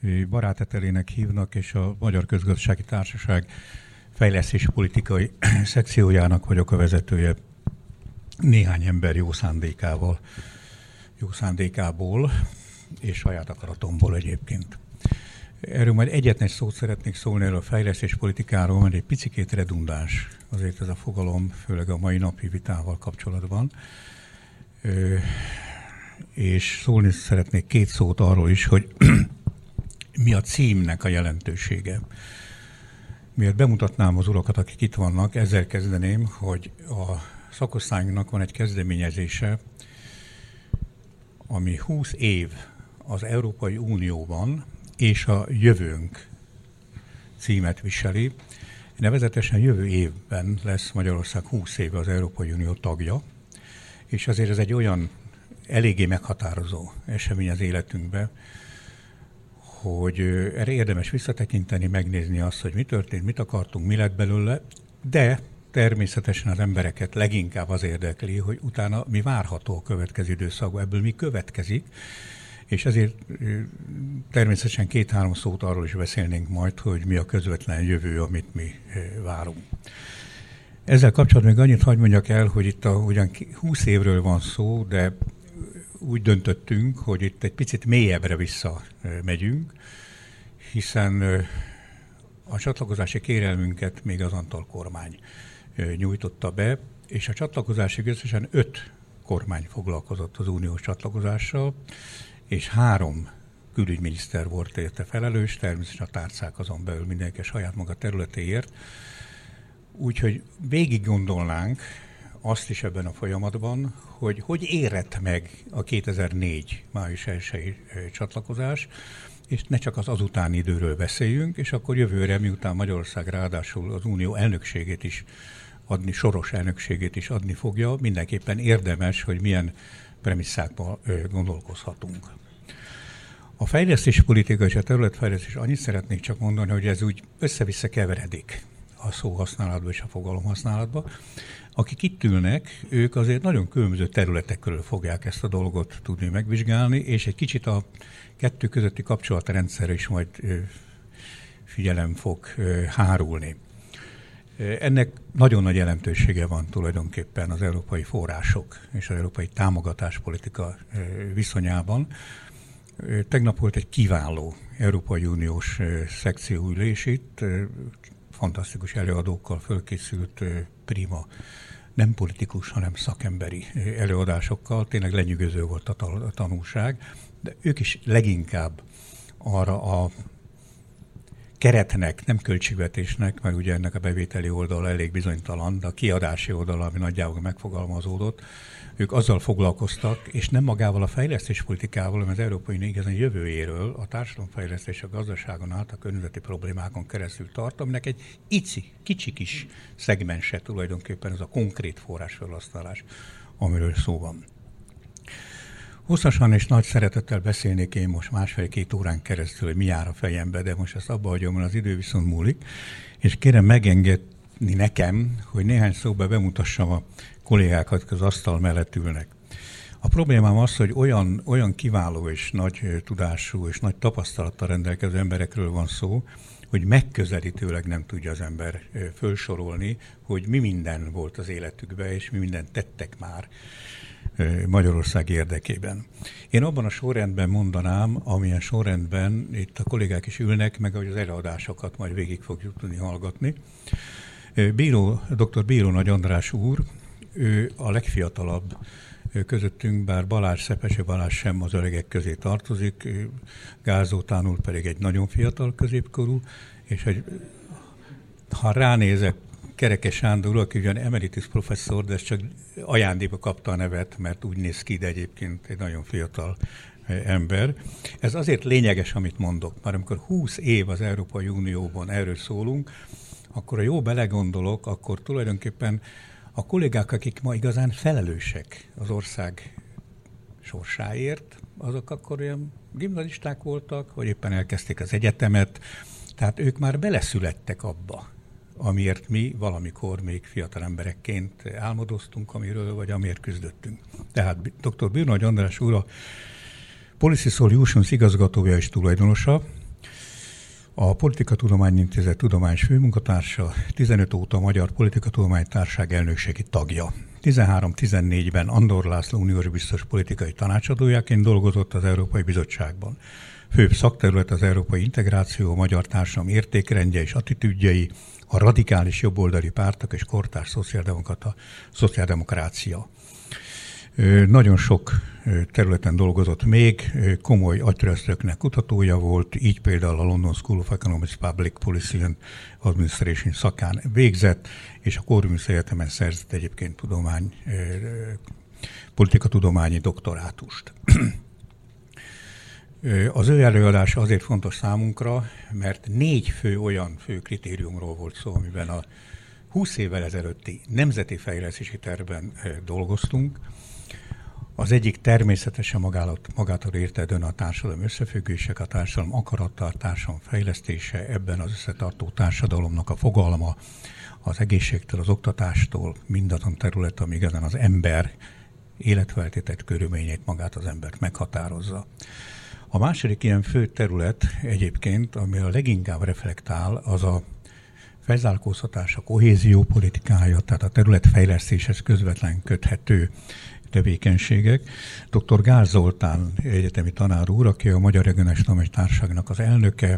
barátetelének hívnak, és a Magyar Közgazdasági Társaság fejlesztési politikai szekciójának vagyok a vezetője. Néhány ember jó szándékából és saját akaratomból egyébként. Erről majd egyetlen szót szeretnék szólni erről a fejlesztés politikáról, mert egy picikét redundáns azért ez a fogalom, főleg a mai napi vitával kapcsolatban. És szólni szeretnék két szót arról is, hogy mi a címnek a jelentősége. Miért bemutatnám az urakat, akik itt vannak, ezzel kezdeném, hogy a szakosztályunknak van egy kezdeményezése, ami 20 év az Európai Unióban és a jövőnk címet viseli. Nevezetesen jövő évben lesz Magyarország 20 éve az Európai Unió tagja, és azért ez egy olyan eléggé meghatározó esemény az életünkben, hogy erre érdemes visszatekinteni, megnézni azt, hogy mi történt, mit akartunk, mi lett belőle, de természetesen az embereket leginkább az érdekli, hogy utána mi várható a következő időszakban, ebből mi következik, és ezért természetesen 2-3 szót arról is beszélnénk majd, hogy mi a közvetlen jövő, amit mi várunk. Ezzel kapcsolatban még annyit hadd mondjak el, hogy itt ugyan 20 évről van szó, de úgy döntöttünk, hogy itt egy picit mélyebbre visszamegyünk, hiszen a csatlakozási kérelmünket még az Antall kormány nyújtotta be, és a csatlakozásig összesen 5 kormány foglalkozott az uniós csatlakozással, és 3 külügyminiszter volt érte felelős, természetesen a tárcák azon belül mindenki a saját maga területéért. Úgyhogy végig gondolnánk azt is ebben a folyamatban, hogy érett meg a 2004. május 1-i csatlakozás, és ne csak az azutáni időről beszéljünk, és akkor jövőre, miután Magyarország ráadásul az unió elnökségét is adni, soros elnökségét is adni fogja, mindenképpen érdemes, hogy milyen premisszákban gondolkozhatunk. A fejlesztési politika és a területfejlesztés, annyit szeretnék csak mondani, hogy ez úgy össze-vissza keveredik a szóhasználatba és a fogalomhasználatba. Akik itt ülnek, ők azért nagyon különböző területekről fogják ezt a dolgot tudni megvizsgálni, és egy kicsit a kettő közötti kapcsolatrendszerre is majd figyelem fog hárulni. Ennek nagyon nagy jelentősége van tulajdonképpen az európai források és az európai támogatáspolitika viszonyában. Tegnap volt egy kiváló Európai Uniós szekcióülés itt, fantasztikus előadókkal fölkészült prima, nem politikus, hanem szakemberi előadásokkal. Tényleg lenyűgöző volt a tanulság, de ők is leginkább arra a keretnek, nem költségvetésnek, mert ugye ennek a bevételi oldala elég bizonytalan, de a kiadási oldala, ami nagyjából megfogalmazódott, ők azzal foglalkoztak, és nem magával a fejlesztéspolitikával, hanem az Európai Unió igazán jövőjéről, a társadalomfejlesztés, a gazdaságon át, a környezeti problémákon keresztül tart, aminek egy kicsi kis szegmense tulajdonképpen ez a konkrét forrásfelhasználás, amiről szó van. Hosszasan és nagy szeretettel beszélnék én most 1,5-2 órán keresztül, hogy mi jár a fejembe, de most ezt abba hagyom, mert az idő viszont múlik, és kérem megengedni nekem, hogy néhány szóban bemutassam a kollégákat, akik az asztal mellett ülnek. A problémám az, hogy olyan kiváló és nagy tudású és nagy tapasztalattal rendelkező emberekről van szó, hogy megközelítőleg nem tudja az ember fölsorolni, hogy mi minden volt az életükben, és mi mindent tettek már Magyarország érdekében. Én abban a sorrendben mondanám, amilyen sorrendben itt a kollégák is ülnek, meg ahogy az előadásokat majd végig fogjuk tudni hallgatni. Dr. Bíró Nagy András úr, ő a legfiatalabb közöttünk, bár Szepesi Balázs sem az öregek közé tartozik, Gázótán úr pedig egy nagyon fiatal középkorú, és ha ránézek Kereke Sándor, aki ugyan emeritus professzor, de csak ajándékba kapta a nevet, mert úgy néz ki, de egyébként egy nagyon fiatal ember. Ez azért lényeges, amit mondok, mert amikor 20 év az Európai Unióban erről szólunk, akkor ha jó belegondolok, akkor tulajdonképpen a kollégák, akik ma igazán felelősek az ország sorsáért, azok akkor olyan gimnazisták voltak, vagy éppen elkezdték az egyetemet, tehát ők már beleszülettek abba, amiért mi valamikor még fiatal emberekként álmodoztunk, amiről vagy amiért küzdöttünk. Tehát dr. Bíró Nagy András úr a Policy Solutions igazgatója és tulajdonosa, a Politikatudományi Intézet tudományos főmunkatársa, 15 óta a Magyar Politikatudománytársaság elnökségi tagja. 13-14-ben Andor László uniós biztos politikai tanácsadójaként dolgozott az Európai Bizottságban. Főbb szakterület az európai integráció, a magyar társadalom értékrendje és attitűdjei, a radikális jobboldali pártok és kortárs szociáldemokrácia. Nagyon sok területen dolgozott még, komoly agytröztöknek kutatója volt, így például a London School of Economics Public Policy and Administration szakán végzett, és a Corvinus Egyetemen szerzett egyébként politikatudományi doktorátust. Az ő előadása azért fontos számunkra, mert 4 olyan fő kritériumról volt szó, amiben a 20 évvel ezelőtti nemzeti fejlesztési tervben dolgoztunk. Az egyik természetesen magától értetődően a társadalom összefüggések, a társadalom akarata, a társadalom fejlesztése, ebben az összetartó társadalomnak a fogalma, az egészségtől, az oktatástól, mindazon terület, ami igazán az ember életfeltételt körülményeit, magát az embert meghatározza. A második ilyen fő terület egyébként, ami a leginkább reflektál, az a felzárkóztatás, a kohézió politikája, tehát a területfejlesztéshez közvetlen köthető tevékenységek. Dr. Gál Zoltán egyetemi tanár úr, aki a Magyar Regionális Tudományos Társaságnak az elnöke,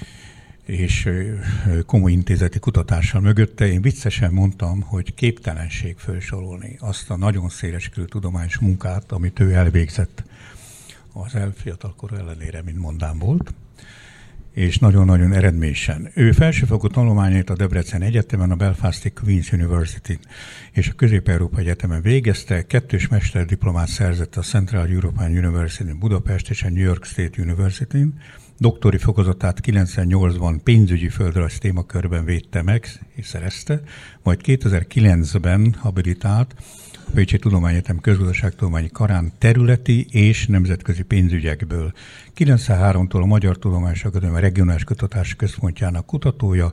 és komoly intézeti kutatással mögötte, én viccesen mondtam, hogy képtelenség felsorolni azt a nagyon széleskörű tudományos munkát, amit ő elvégzett. Az elfiatalkor ellenére, mint mondám volt, és nagyon-nagyon eredményesen. Ő felsőfokú tanulmányait a Debrecen Egyetemen, a Belfasti Queen's University és a Közép-Európa Egyetemen végezte, 2. mesterdiplomát szerzett a Central European University Budapest és a New York State University-n, doktori fokozatát 98-ban pénzügyi földrajz témakörben védte meg és szerezte, majd 2009-ben habilitált a Pécsi Tudományegyetem Közgazdaságtudományi Karán területi és nemzetközi pénzügyekből. 93-tól a Magyar Tudományos Akadémia Regionális Kutatási Központjának kutatója,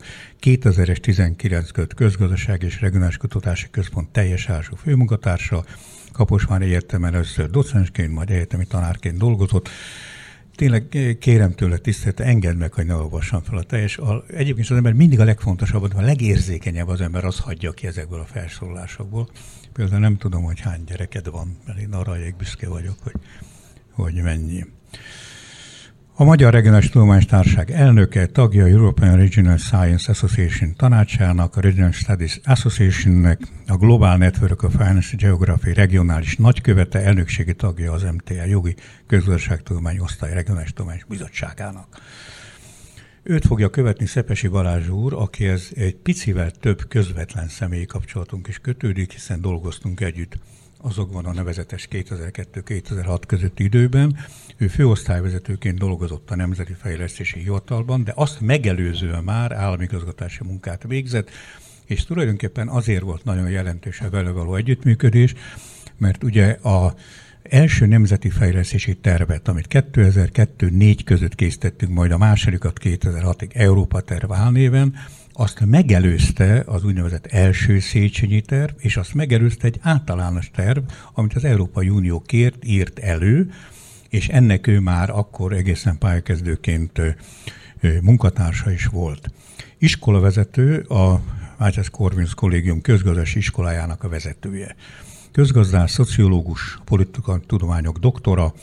2019 köt Közgazdaság és Regionális Kutatási Központ teljes állású főmunkatársa, Kaposvári Egyetemen először docensként, majd egyetemi tanárként dolgozott. Tényleg kérem tőle tisztelte, engedd meg, hogy ne olvassam fel a teljes. Egyébként az ember mindig a legfontosabb, a legérzékenyebb az ember, az hagyja ki ezekből a felsorolásokból. Például nem tudom, hogy hány gyereked van, mert én arra elég büszke vagyok, hogy mennyi. A Magyar Regionális Tudományos Társaság elnöke, tagja a European Regional Science Association tanácsának, a Regional Studies Associationnek, a Global Network of Finance Geography regionális nagykövete, elnökségi tagja az MTA Jogi Közgazdaságtudományi Osztály Regionális Tudományos Bizottságának. Őt fogja követni Szepesi Balázs úr, akihez egy picivel több közvetlen személyi kapcsolatunk is kötődik, hiszen dolgoztunk együtt azokban a nevezetes 2002-2006 közötti időben. Ő főosztályvezetőként dolgozott a Nemzeti Fejlesztési Hivatalban, de azt megelőzően már államigazgatási munkát végzett, és tulajdonképpen azért volt nagyon jelentős a vele való együttműködés, mert ugye az első nemzeti fejlesztési tervet, amit 2002-4 között készítettünk, majd a másodikat 2006-ig Európa terv álnéven, azt megelőzte az úgynevezett első Széchenyi terv, és azt megelőzte egy általános terv, amit az Európai Unió írt elő, és ennek ő már akkor egészen pályakezdőként munkatársa is volt. Iskolavezető, a Václav Corvinus Kollégium közgazdasági iskolájának a vezetője. Közgazdász, szociológus, politikatudományok doktora,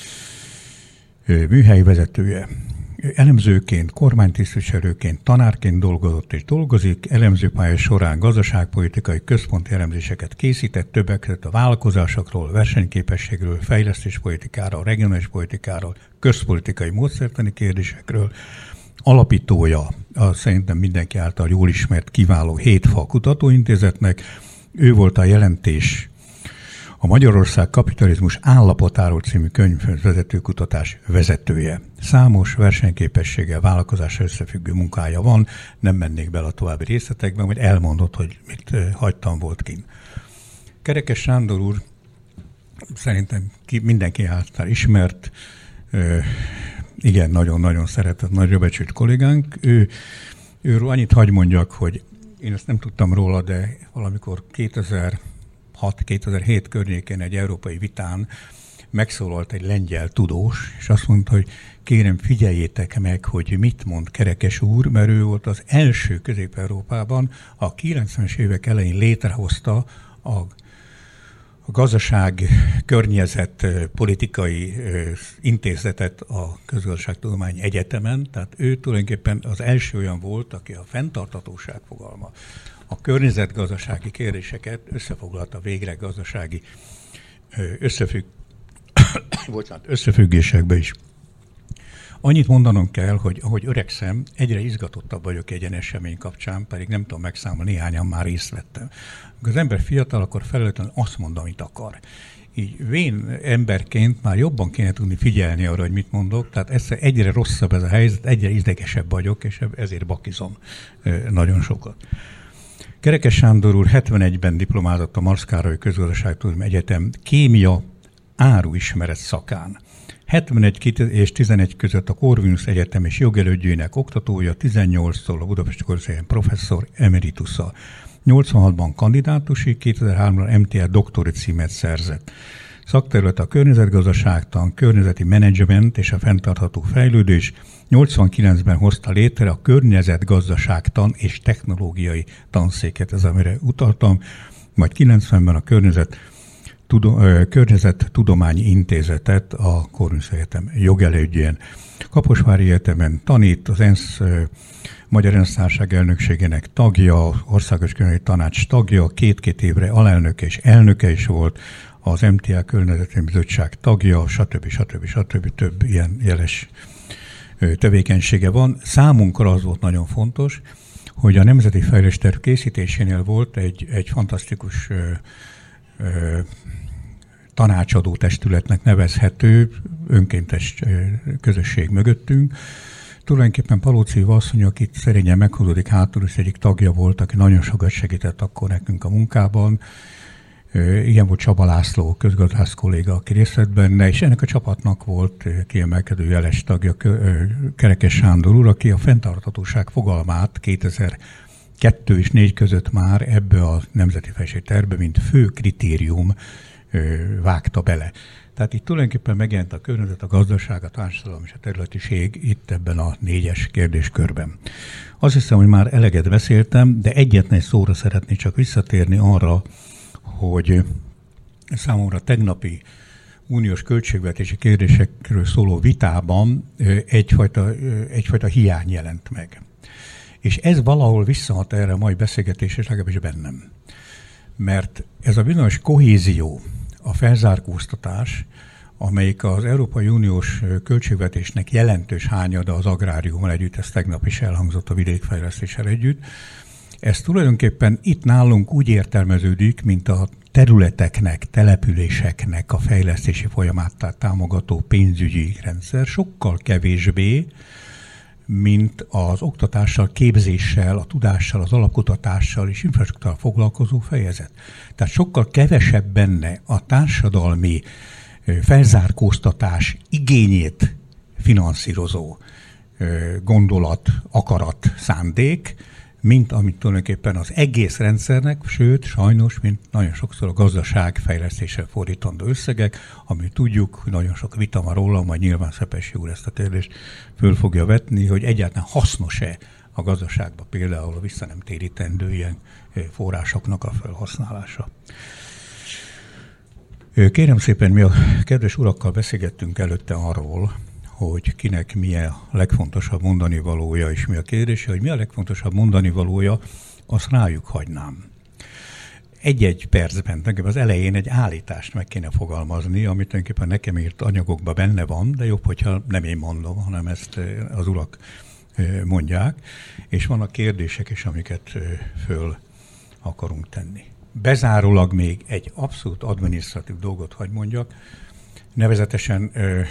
műhelyi vezetője. Elemzőként, kormánytisztviselőként, tanárként dolgozott és dolgozik, elemzőpálya során gazdaságpolitikai központi elemzéseket készített, többek között a vállalkozásokról, versenyképességről, fejlesztéspolitikáról, regionális politikáról, közpolitikai módszertani kérdésekről, alapítója a szerintem mindenki által jól ismert kiváló Hétfa Kutatóintézetnek, ő volt a jelentés a Magyarország kapitalizmus állapotáról című könyvvezető kutatás vezetője. Számos versenyképességgel, vállalkozással összefüggő munkája van, nem mennék bele a további részletekbe, majd elmondott, hogy mit hagytam volt kint. Kerekes Sándor úr szerintem mindenki által ismert, igen, nagyon-nagyon szeretett, nagyra becsült kollégánk. Őről annyit hagy mondjak, hogy én ezt nem tudtam róla, de valamikor 2006-2007 környékén egy európai vitán megszólalt egy lengyel tudós, és azt mondta, hogy kérem, figyeljétek meg, hogy mit mond Kerekes úr, mert ő volt az első Közép-Európában, a 90-es évek elején létrehozta a gazdaság környezet politikai intézetet a Közgazdaságtudományi Egyetemen, tehát ő tulajdonképpen az első olyan volt, aki a fenntarthatóság fogalma, a környezetgazdasági kérdéseket összefoglalta végre gazdasági összefüggésekbe is. Annyit mondanom kell, hogy ahogy öregszem, egyre izgatottabb vagyok egy ilyen esemény kapcsán, pedig nem tudom megszámolni, néhányan már részt vettem. Amikor az ember fiatal, akkor felelőtlenül azt mond, amit akar. Így vén emberként már jobban kéne tudni figyelni arra, hogy mit mondok, tehát egyre rosszabb ez a helyzet, egyre idegesebb vagyok, és ezért bakizom nagyon sokat. Kerekes Sándor úr 71-ben diplomázott a Marcz Károly Közgazdaságtudományi Egyetem kémia áruismeret szakán. 71 és 11 között a Corvinus Egyetem és jogelődjének oktatója, 18-tól a Budapesti Közgazdaságegyetem professzor emeritusa. 86-ban kandidátusi, 2003-ban MTA doktori címet szerzett. Szakterület a környezetgazdaságtan, környezeti menedzsment és a fenntartható fejlődés. 89-ben hozta létre a környezetgazdaságtan és technológiai tanszéket, ez amire utaltam, majd 90-ben a Környezettudományi Intézetet a Corvinus Egyetem jogelődjén. Kaposvári Egyetemen tanít, az ENSZ Magyar ENSZ Társaság elnökségének tagja, Országos Környezeti Tanács tagja, 2 évre alelnöke és elnöke is volt, az MTA Környezeti Bizottság tagja, stb. Több ilyen jeles tevékenysége van. Számunkra az volt nagyon fontos, hogy a Nemzeti Fejlesztési Terv készítésénél volt egy fantasztikus tanácsadó testületnek nevezhető önkéntes közösség mögöttünk. Tulajdonképpen Palóci asszony, akit szerényen meghúzódik hátul, és egyik tagja volt, aki nagyon sokat segített akkor nekünk a munkában. Ilyen volt Csaba László, közgazdász kolléga, aki részt vett benne, és ennek a csapatnak volt kiemelkedő jeles tagja Kerekes Sándor úr, aki a fenntarthatóság fogalmát 2002 és 2004 között már ebbe a Nemzeti Fejlesztési Tervbe, mint fő kritérium vágta bele. Tehát itt tulajdonképpen megjelent a környezet, a gazdaság, a társadalom és a területiség itt ebben a 4-es kérdéskörben. Azt hiszem, hogy már eleget beszéltem, de egyetlen egy szóra szeretnék csak visszatérni arra, hogy számomra tegnapi uniós költségvetési kérdésekről szóló vitában egyfajta hiány jelent meg. És ez valahol visszahat erre a mai beszélgetésre, legalábbis bennem. Mert ez a bizonyos kohézió, a felzárkóztatás, amelyik az Európai Uniós költségvetésnek jelentős hányada az agráriummal együtt, ez tegnap is elhangzott a vidékfejlesztéssel együtt, ez tulajdonképpen itt nálunk úgy értelmeződik, mint a területeknek, településeknek a fejlesztési folyamát támogató pénzügyi rendszer, sokkal kevésbé, mint az oktatással, képzéssel, a tudással, az alapkutatással és infrastruktúrával foglalkozó fejezet. Tehát sokkal kevesebb benne a társadalmi felzárkóztatás igényét finanszírozó gondolat, akarat, szándék, mint amit tulajdonképpen az egész rendszernek, sőt, sajnos, mint nagyon sokszor a gazdaság fejlesztésre fordítandó összegek, amit tudjuk, hogy nagyon sok vita van róla, majd nyilván Szepessy úr ezt a kérdést föl fogja vetni, hogy egyáltalán hasznos-e a gazdaságban például a vissza nem térítendő ilyen forrásoknak a felhasználása. Kérem szépen, mi a kedves urakkal beszélgettünk előtte arról, hogy kinek mi a legfontosabb mondani valója, és mi a kérdése, hogy mi a legfontosabb mondani valója, azt rájuk hagynám. Egy-egy percben, nekem az elején egy állítást meg kéne fogalmazni, amit tulajdonképpen nekem írt anyagokban benne van, de jobb, hogyha nem én mondom, hanem ezt az urak mondják, és vannak kérdések is, amiket föl akarunk tenni. Bezárólag még egy abszolút adminisztratív dolgot hagy mondjak, nevezetesen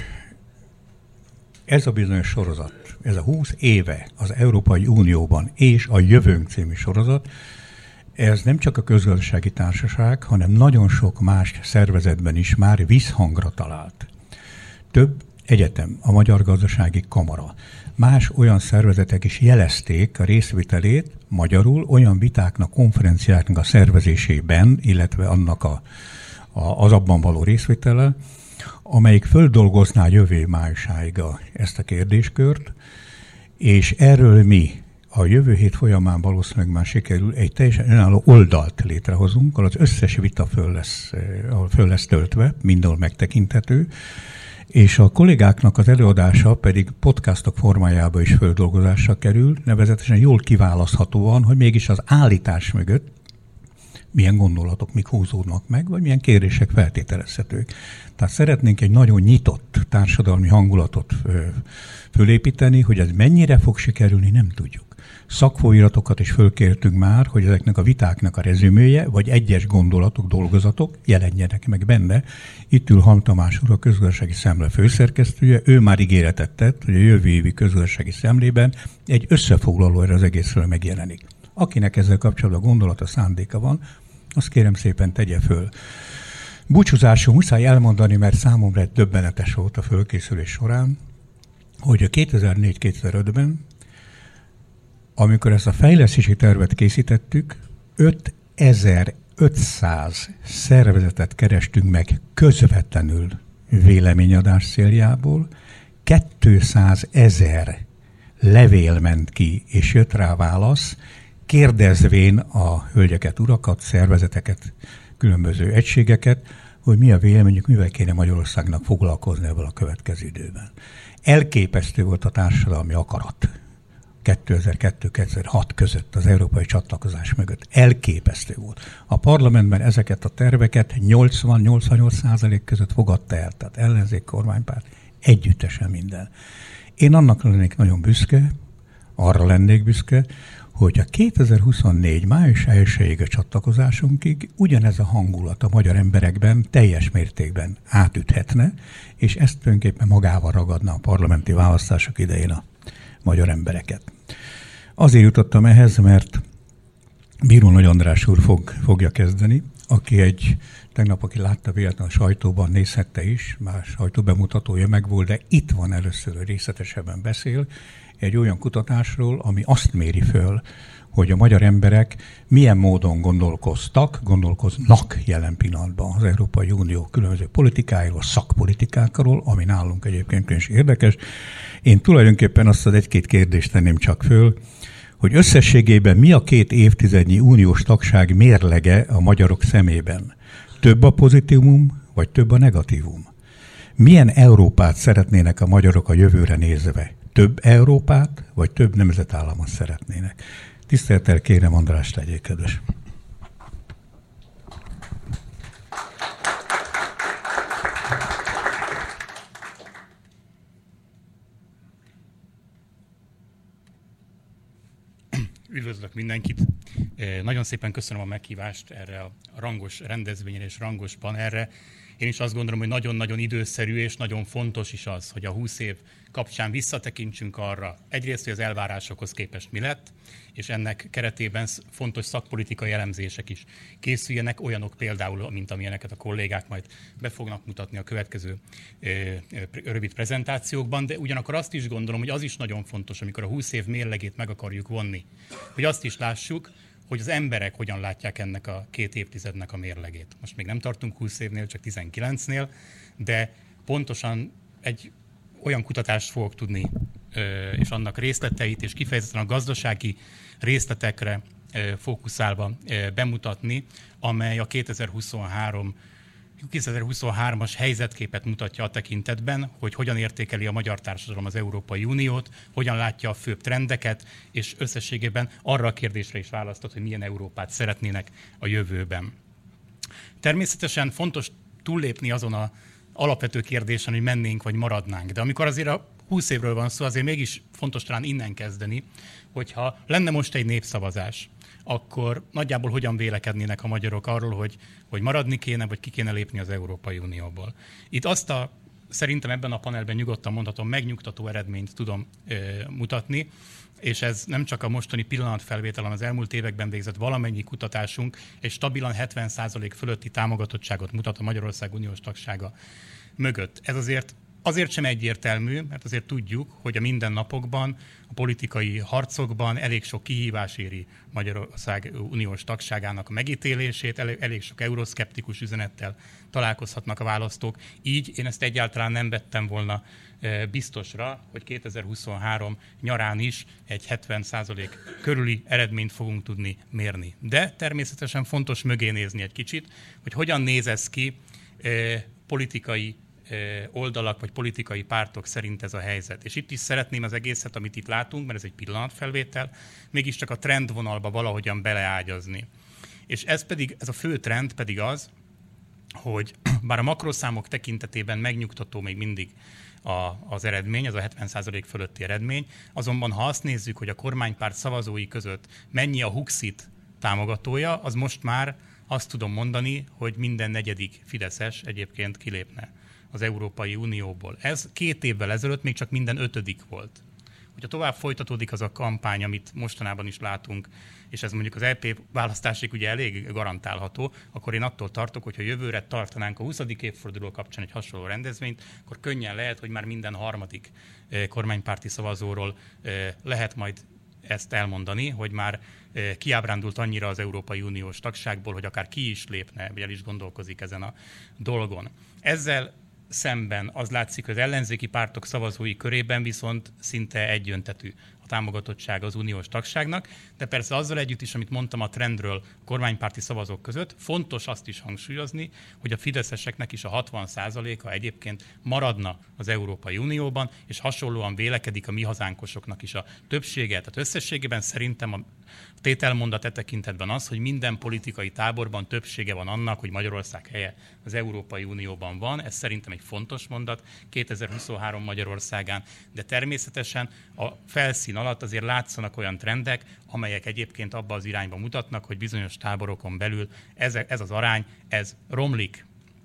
ez a bizonyos sorozat, ez a 20 éve az Európai Unióban és a Jövőnk című sorozat, ez nem csak a Közgazdasági Társaság, hanem nagyon sok más szervezetben is már visszhangra talált. Több egyetem, a Magyar Gazdasági Kamara, más olyan szervezetek is jelezték a részvételét magyarul olyan vitáknak, konferenciáknak a szervezésében, illetve annak az abban való részvétellel, amelyik földolgozná jövő májusáig ezt a kérdéskört, és erről mi a jövő hét folyamán valószínűleg már sikerül egy teljesen önálló oldalt létrehozunk, ahol az összes vita föl lesz töltve, mindenhol megtekinthető, és a kollégáknak az előadása pedig podcastok formájába is földolgozásra kerül, nevezetesen jól kiválaszthatóan, hogy mégis az állítás mögött milyen gondolatok mik húzódnak meg, vagy milyen kérdések feltételezhetők. Tehát szeretnénk egy nagyon nyitott társadalmi hangulatot fölépíteni, hogy ez mennyire fog sikerülni, nem tudjuk. Szakfolyiratokat is fölkértünk már, hogy ezeknek a vitáknak a rezümője, vagy egyes gondolatok, dolgozatok jelenjenek meg benne. Itt ül Halm Tamás úr, a Közgazdasági Szemle főszerkesztője, ő már ígéretet tett, hogy a jövő évi Közgazdasági Szemlében egy összefoglaló erre az egészről megjelenik. Akinek ezzel kapcsolatban gondolata, szándéka van, azt kérem szépen tegye föl. Búcsúzásul muszáj elmondani, mert számomra döbbenetes volt a fölkészülés során, hogy a 2004-2005-ben, amikor ezt a fejlesztési tervet készítettük, 5500 szervezetet kerestünk meg közvetlenül véleményadás céljából, 200 000 levél ment ki, és jött rá válasz, kérdezvén a hölgyeket, urakat, szervezeteket, különböző egységeket, hogy mi a véleményük, mivel kéne Magyarországnak foglalkozni ebből a következő időben. Elképesztő volt a társadalmi akarat 2002-2006 között az európai csatlakozás mögött. Elképesztő volt. A parlamentben ezeket a terveket 80-88% között fogadta el, tehát ellenzék, kormánypárt, együttesen minden. Én annak lennék nagyon büszke, arra lennék büszke, hogy a 2024. május 1-ig a csatlakozásunkig ugyanez a hangulat a magyar emberekben teljes mértékben átüthetne, és ezt tulajdonképpen magával ragadna a parlamenti választások idején a magyar embereket. Azért jutottam ehhez, mert Bíró Nagy András úr fogja kezdeni, aki tegnap, látta véletlenül a sajtóban, nézhette is, már sajtóbemutatója meg volt, de itt van először, részletesebben beszél, egy olyan kutatásról, ami azt méri föl, hogy a magyar emberek milyen módon gondolkoznak jelen pillanatban az Európai Unió különböző politikáiról, szakpolitikákról, ami nálunk egyébként is érdekes. Én tulajdonképpen azt az egy-két kérdést tenném csak föl, hogy összességében mi a 2 évtizednyi uniós tagság mérlege a magyarok szemében? Több a pozitívum, vagy több a negatívum? Milyen Európát szeretnének a magyarok a jövőre nézve? Több Európát, vagy több nemzetállamot szeretnének? Tisztelettel kérem, András, legyél kedves. Üdvözlök mindenkit! Nagyon szépen köszönöm a meghívást erre a rangos rendezvényre és rangos panelre. Én is azt gondolom, hogy nagyon-nagyon időszerű és nagyon fontos is az, hogy a 20 év kapcsán visszatekintsünk arra, egyrészt, hogy az elvárásokhoz képest mi lett, és ennek keretében fontos szakpolitikai elemzések is készüljenek, olyanok például, mint amilyeneket a kollégák majd be fognak mutatni a következő rövid prezentációkban, de ugyanakkor azt is gondolom, hogy az is nagyon fontos, amikor a 20 év mérlegét meg akarjuk vonni, hogy azt is lássuk, hogy az emberek hogyan látják ennek a 2 évtizednek a mérlegét. Most még nem tartunk 20 évnél, csak 19-nél, de pontosan egy olyan kutatást fogok tudni, és annak részleteit, és kifejezetten a gazdasági részletekre fókuszálva bemutatni, amely a 2023-as helyzetképet mutatja a tekintetben, hogy hogyan értékeli a magyar társadalom az Európai Uniót, hogyan látja a főbb trendeket, és összességében arra a kérdésre is választott, hogy milyen Európát szeretnének a jövőben. Természetesen fontos túllépni azon az alapvető kérdésen, hogy mennénk vagy maradnánk. De amikor azért a 20 évről van szó, azért mégis fontos talán innen kezdeni, hogyha lenne most egy népszavazás, akkor nagyjából hogyan vélekednének a magyarok arról, hogy maradni kéne, vagy ki kéne lépni az Európai Unióból. Itt szerintem ebben a panelben nyugodtan mondhatom, megnyugtató eredményt tudom mutatni, és ez nem csak a mostani pillanatfelvétel, hanem az elmúlt években végzett valamennyi kutatásunk egy stabilan 70% fölötti támogatottságot mutat a Magyarország uniós tagsága mögött. Ez azért Azért sem egyértelmű, mert azért tudjuk, hogy a mindennapokban, a politikai harcokban elég sok kihívás éri Magyarország uniós tagságának a megítélését, elég sok euroszkeptikus üzenettel találkozhatnak a választók. Így én ezt egyáltalán nem vettem volna biztosra, hogy 2023 nyarán is egy 70% körüli eredményt fogunk tudni mérni. De természetesen fontos mögé nézni egy kicsit, hogy hogyan néz ez ki politikai oldalak vagy politikai pártok szerint ez a helyzet. És itt is szeretném az egészet, amit itt látunk, mert ez egy pillanatfelvétel, mégiscsak a trendvonalba valahogyan beleágyazni. És ez a fő trend pedig az, hogy bár a makroszámok tekintetében megnyugtató még mindig az eredmény, az a 70% fölötti eredmény, azonban ha azt nézzük, hogy a kormánypárt szavazói között mennyi a Huxit támogatója, az most már azt tudom mondani, hogy minden negyedik fideszes egyébként kilépne az Európai Unióból. Ez 2 évvel ezelőtt még csak minden 5. volt. Hogyha tovább folytatódik az a kampány, amit mostanában is látunk, és ez mondjuk az EP választásig ugye elég garantálható, akkor én attól tartok, hogy ha jövőre tartanánk a 20. évforduló kapcsán egy hasonló rendezvényt, akkor könnyen lehet, hogy már minden 3. kormánypárti szavazóról lehet majd ezt elmondani, hogy már kiábrándult annyira az Európai Uniós tagságból, hogy akár ki is lépne, vagy el is gondolkozik ezen a dolgon. Ezzel szemben az látszik, hogy az ellenzéki pártok szavazói körében viszont szinte egyöntetű a támogatottság az uniós tagságnak, de persze azzal együtt is, amit mondtam a trendről a kormánypárti szavazók között, fontos azt is hangsúlyozni, hogy a fideszeseknek is a 60%-a egyébként maradna az Európai Unióban, és hasonlóan vélekedik a mi hazánkosoknak is a többsége. Tehát összességében szerintem a tételmondat e tekintetben az, hogy minden politikai táborban többsége van annak, hogy Magyarország helye az Európai Unióban van. Ez szerintem egy fontos mondat 2023 Magyarországán, de természetesen a felszín alatt azért látszanak olyan trendek, amelyek egyébként abba az irányba mutatnak, hogy bizonyos táborokon belül ez az arány, ez romlik.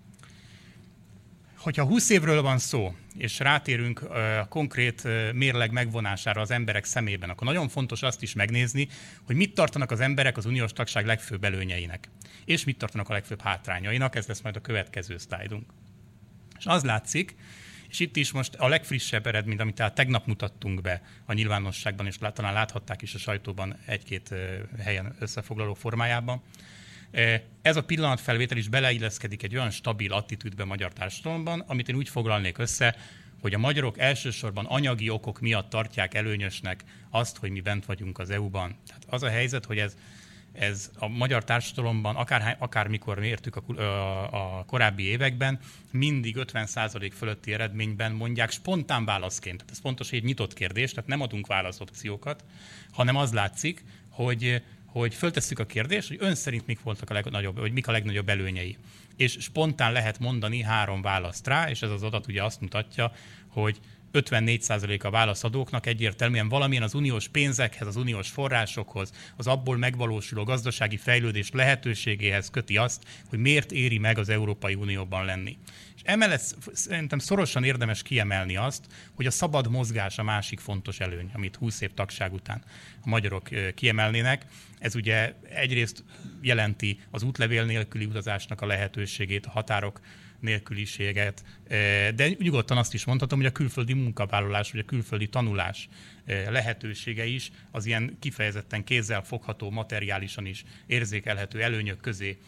Hogyha 20 évről van szó, és rátérünk a konkrét mérleg megvonására az emberek szemében, akkor nagyon fontos azt is megnézni, hogy mit tartanak az emberek az uniós tagság legfőbb előnyeinek, és mit tartanak a legfőbb hátrányainak, ez lesz majd a következő szlájdunk. És az látszik, és itt is most a legfrissebb eredmény, amit tegnap mutattunk be a nyilvánosságban, és talán láthatták is a sajtóban 1-2 helyen összefoglaló formájában, ez a pillanatfelvétel is beleilleszkedik egy olyan stabil attitűdbe a magyar társadalomban, amit én úgy foglalnék össze, hogy a magyarok elsősorban anyagi okok miatt tartják előnyösnek azt, hogy mi bent vagyunk az EU-ban. Tehát az a helyzet, hogy ez a magyar társadalomban, akármikor mértük a korábbi években, mindig 50% fölötti eredményben mondják spontán válaszként. Tehát ez fontos, hogy egy nyitott kérdés, tehát nem adunk válaszopciókat, hanem az látszik, hogy föltesszük a kérdést, hogy ön szerint mik voltak a legnagyobb, vagy mik a legnagyobb előnyei. És spontán lehet mondani 3 választ rá, és ez az adat ugye azt mutatja, hogy 54% a válaszadóknak egyértelműen valamilyen az uniós pénzekhez, az uniós forrásokhoz, az abból megvalósuló gazdasági fejlődés lehetőségéhez köti azt, hogy miért éri meg az Európai Unióban lenni. És emellett szerintem szorosan érdemes kiemelni azt, hogy a szabad mozgás a másik fontos előny, amit 20 év tagság után a magyarok kiemelnének. Ez ugye egyrészt jelenti az útlevél nélküli utazásnak a lehetőségét, a határok nélküliséget, de nyugodtan azt is mondhatom, hogy a külföldi munkavállalás, vagy a külföldi tanulás lehetősége is az ilyen kifejezetten kézzel fogható, materiálisan is érzékelhető előnyök közé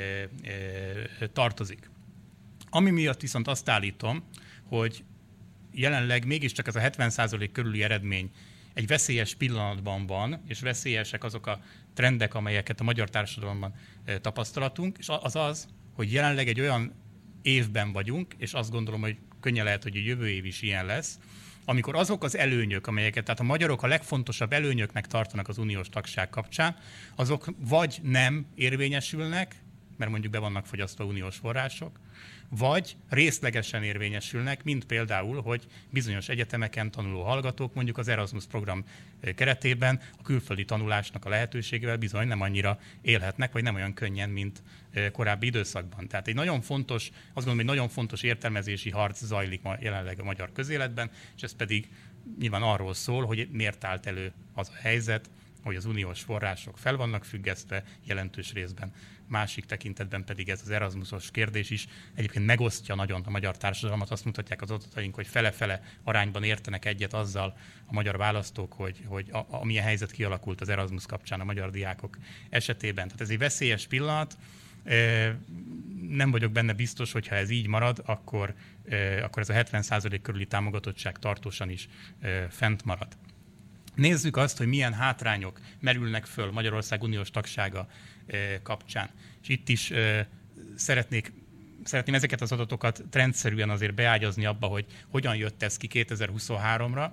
tartozik. Ami miatt viszont azt állítom, hogy jelenleg mégiscsak ez a 70% körüli eredmény egy veszélyes pillanatban van, és veszélyesek azok a trendek, amelyeket a magyar társadalomban tapasztalatunk, és az, hogy jelenleg egy olyan évben vagyunk, és azt gondolom, hogy könnyen lehet, hogy a jövő év is ilyen lesz, amikor azok az előnyök, amelyeket tehát a magyarok a legfontosabb előnyöknek tartanak az uniós tagság kapcsán, azok vagy nem érvényesülnek, mert mondjuk be vannak fogyasztva uniós források, vagy részlegesen érvényesülnek, mint például, hogy bizonyos egyetemeken tanuló hallgatók mondjuk az Erasmus program keretében a külföldi tanulásnak a lehetőségével bizony nem annyira élhetnek, vagy nem olyan könnyen, mint korábbi időszakban. Tehát egy nagyon fontos, azt gondolom, egy nagyon fontos értelmezési harc zajlik jelenleg a magyar közéletben, és ez pedig nyilván arról szól, hogy miért állt elő az a helyzet, hogy az uniós források fel vannak függesztve jelentős részben. Másik tekintetben pedig ez az Erasmusos kérdés is egyébként megosztja nagyon a magyar társadalmat. Azt mutatják az adataink, hogy fele-fele arányban értenek egyet azzal a magyar választók, hogy milyen helyzet kialakult az Erasmus kapcsán a magyar diákok esetében. Tehát ez egy veszélyes pillanat. Nem vagyok benne biztos, hogy ha ez így marad, akkor ez a 70% körüli támogatottság tartósan is fent marad. Nézzük azt, hogy milyen hátrányok merülnek föl Magyarország uniós tagsága kapcsán. És itt is szeretném ezeket az adatokat trendszerűen azért beágyazni abba, hogy hogyan jött ez ki 2023-ra.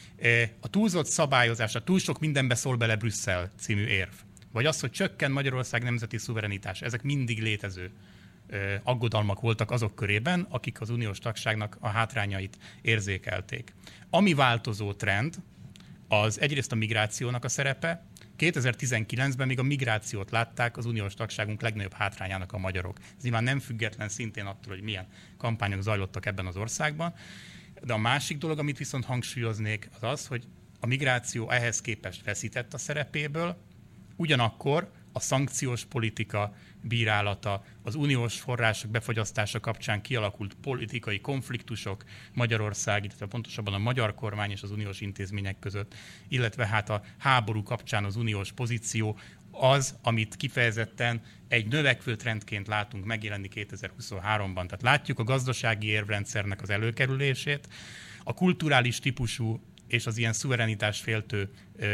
A túlzott szabályozás, a túl sok mindenbe szól bele Brüsszel című érv, vagy az, hogy csökken Magyarország nemzeti szuverenitás, ezek mindig létező aggodalmak voltak azok körében, akik az uniós tagságnak a hátrányait érzékelték. Ami változó trend, az egyrészt a migrációnak a szerepe. 2019-ben még a migrációt látták az uniós tagságunk legnagyobb hátrányának a magyarok. Ez nyilván nem független szintén attól, hogy milyen kampányok zajlottak ebben az országban. De a másik dolog, amit viszont hangsúlyoznék, az az, hogy a migráció ehhez képest veszített a szerepéből, ugyanakkor a szankciós politika bírálata, az uniós források befagyasztása kapcsán kialakult politikai konfliktusok Magyarország, illetve pontosabban a magyar kormány és az uniós intézmények között, illetve hát a háború kapcsán az uniós pozíció az, amit kifejezetten egy növekvő trendként látunk megjelenni 2023-ban. Tehát látjuk a gazdasági érvrendszernek az előkerülését, a kulturális típusú és az ilyen szuverenitásféltő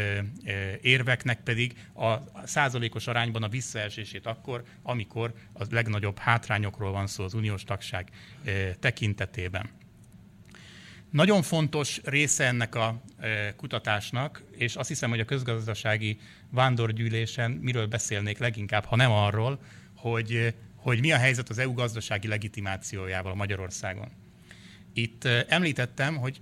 érveknek pedig a százalékos arányban a visszaesését akkor, amikor a legnagyobb hátrányokról van szó az uniós tagság tekintetében. Nagyon fontos része ennek a kutatásnak, és azt hiszem, hogy a közgazdasági vándorgyűlésen miről beszélnék leginkább, ha nem arról, hogy mi a helyzet az EU gazdasági legitimációjával Magyarországon. Itt említettem, hogy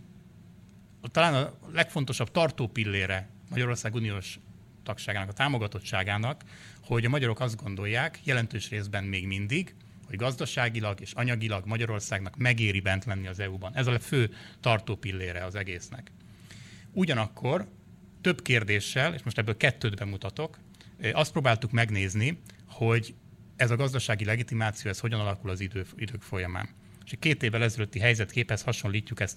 talán a legfontosabb tartópillére Magyarország uniós tagságának, a támogatottságának, hogy a magyarok azt gondolják, jelentős részben még mindig, hogy gazdaságilag és anyagilag Magyarországnak megéri bent lenni az EU-ban. Ez a fő tartópillére az egésznek. Ugyanakkor több kérdéssel, és most ebből kettőt bemutatok, azt próbáltuk megnézni, hogy ez a gazdasági legitimáció, ez hogyan alakul az idők folyamán. És 2 évvel ezelőtti helyzetképhez hasonlítjuk ezt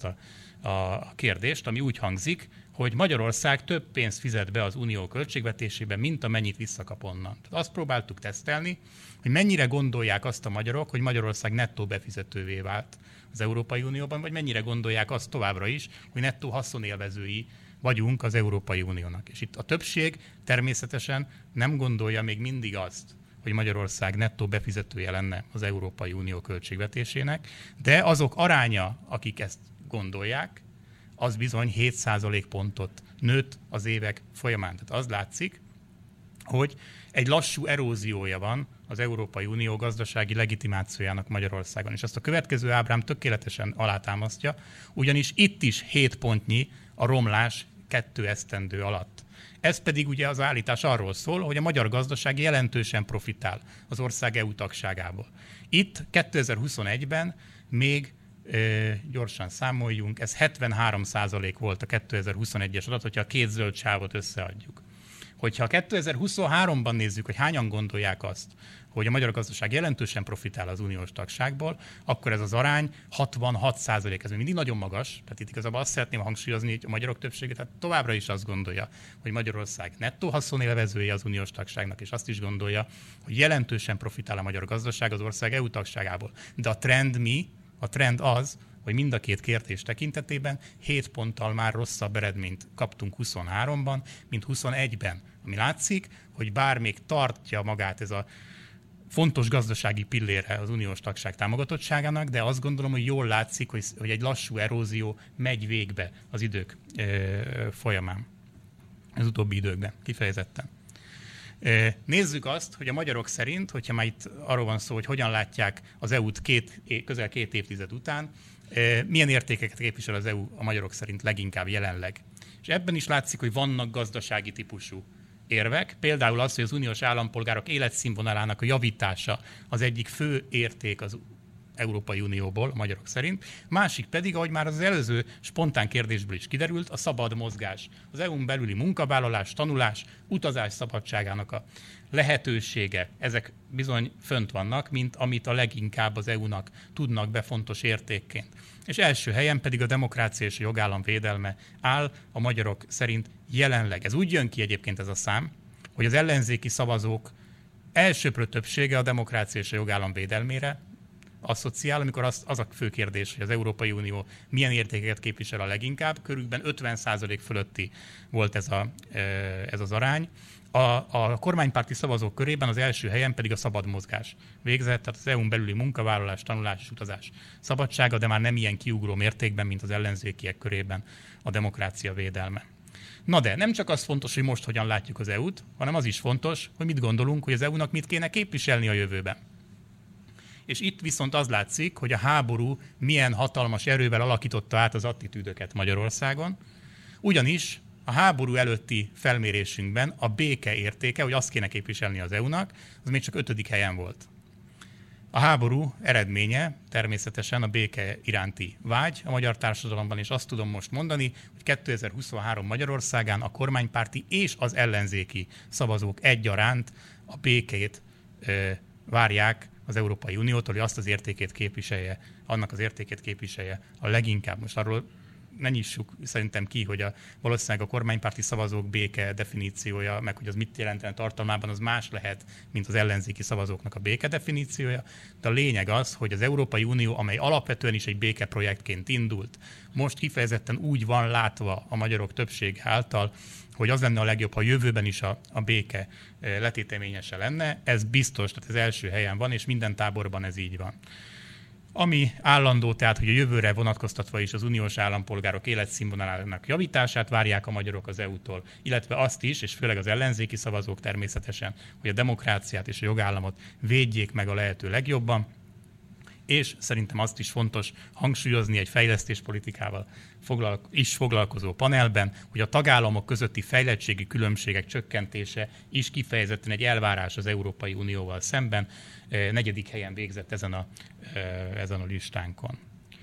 a kérdést, ami úgy hangzik, hogy Magyarország több pénzt fizet be az unió költségvetésébe, mint amennyit visszakap onnan. Tehát azt próbáltuk tesztelni, hogy mennyire gondolják azt a magyarok, hogy Magyarország nettó befizetővé vált az Európai Unióban, vagy mennyire gondolják azt továbbra is, hogy nettó haszonélvezői vagyunk az Európai Uniónak. És itt a többség természetesen nem gondolja még mindig azt, hogy Magyarország nettó befizetője lenne az Európai Unió költségvetésének, de azok aránya, akik ezt gondolják, az bizony 7% pontot nőtt az évek folyamán. Tehát az látszik, hogy egy lassú eróziója van az Európai Unió gazdasági legitimációjának Magyarországon. És ezt a következő ábrám tökéletesen alátámasztja, ugyanis itt is 7 pontnyi a romlás 2 esztendő alatt. Ez pedig ugye az állítás arról szól, hogy a magyar gazdaság jelentősen profitál az ország EU tagságából. Itt 2021-ben még gyorsan számoljunk, ez 73% volt a 2021-es adat, hogyha a 2 zöld sávot összeadjuk. Hogyha 2023-ban nézzük, hogy hányan gondolják azt, hogy a magyar gazdaság jelentősen profitál az uniós tagságból, akkor ez az arány 66%. Ez még mindig nagyon magas, tehát itt igazából azt szeretném hangsúlyozni, hogy a magyarok többsége tehát továbbra is azt gondolja, hogy Magyarország nettó haszonélvezője az uniós tagságnak, és azt is gondolja, hogy jelentősen profitál a magyar gazdaság az ország EU tagságából. De a trend mi? A trend az, hogy mind a 2 kérdés tekintetében 7 ponttal már rosszabb eredményt kaptunk 23-ban, mint 21-ben. Ami látszik, hogy bár még tartja magát ez a fontos gazdasági pillére az uniós tagság támogatottságának, de azt gondolom, hogy jól látszik, hogy egy lassú erózió megy végbe az idők folyamán. Az utóbbi időkben kifejezetten. Nézzük azt, hogy a magyarok szerint, hogyha már itt arról van szó, hogy hogyan látják az EU-t közel 2 évtized után, milyen értékeket képvisel az EU a magyarok szerint leginkább jelenleg. És ebben is látszik, hogy vannak gazdasági típusú érvek, például az, hogy az uniós állampolgárok életszínvonalának a javítása az egyik fő érték az Európai Unióból, a magyarok szerint. Másik pedig, ahogy már az előző spontán kérdésből is kiderült, a szabad mozgás. Az EU-n belüli munkavállalás, tanulás, utazás szabadságának a lehetősége. Ezek bizony fönt vannak, mint amit a leginkább az EU-nak tudnak be fontos értékként. És első helyen pedig a demokrácia és a jogállam védelme áll a magyarok szerint jelenleg. Ez úgy jön ki egyébként ez a szám, hogy az ellenzéki szavazók elsőprő többsége a demokrácia és a jogállam védelmére asszociál, amikor az a fő kérdés, hogy az Európai Unió milyen értékeket képvisel a leginkább, körülbelül 50% fölötti volt ez az arány. A kormánypárti szavazók körében az első helyen pedig a szabad mozgás végzett, tehát az EU-n belüli munkavállalás, tanulás és utazás szabadsága, de már nem ilyen kiugró mértékben, mint az ellenzékiek körében a demokrácia védelme. Na de nem csak az fontos, hogy most hogyan látjuk az EU-t, hanem az is fontos, hogy mit gondolunk, hogy az EU-nak mit kéne képviselni a jövőben. És itt viszont az látszik, hogy a háború milyen hatalmas erővel alakította át az attitűdöket Magyarországon, ugyanis a háború előtti felmérésünkben a béke értéke, hogy azt kéne képviselni az EU-nak, az még csak 5. helyen volt. A háború eredménye természetesen a béke iránti vágy a magyar társadalomban, és azt tudom most mondani, hogy 2023 Magyarországán a kormánypárti és az ellenzéki szavazók egyaránt a békét várják az Európai Uniótól, hogy azt az értékét képviselje, annak az értékét képviselje a leginkább. Most arról ne nyissuk szerintem ki, hogy valószínűleg a kormánypárti szavazók béke definíciója, meg hogy az mit jelentene tartalmában, az más lehet, mint az ellenzéki szavazóknak a béke definíciója. De a lényeg az, hogy az Európai Unió, amely alapvetően is egy békeprojektként indult, most kifejezetten úgy van látva a magyarok többsége által, hogy az lenne a legjobb, ha a jövőben is a béke letéteményese lenne. Ez biztos, tehát ez első helyen van, és minden táborban ez így van. Ami állandó, tehát, hogy a jövőre vonatkoztatva is az uniós állampolgárok életszínvonalának javítását várják a magyarok az EU-tól, illetve azt is, és főleg az ellenzéki szavazók természetesen, hogy a demokráciát és a jogállamot védjék meg a lehető legjobban, és szerintem azt is fontos hangsúlyozni egy fejlesztéspolitikával is foglalkozó panelben, hogy a tagállamok közötti fejlettségi különbségek csökkentése is kifejezetten egy elvárás az Európai Unióval szemben. 4. helyen végzett ezen a listánkon.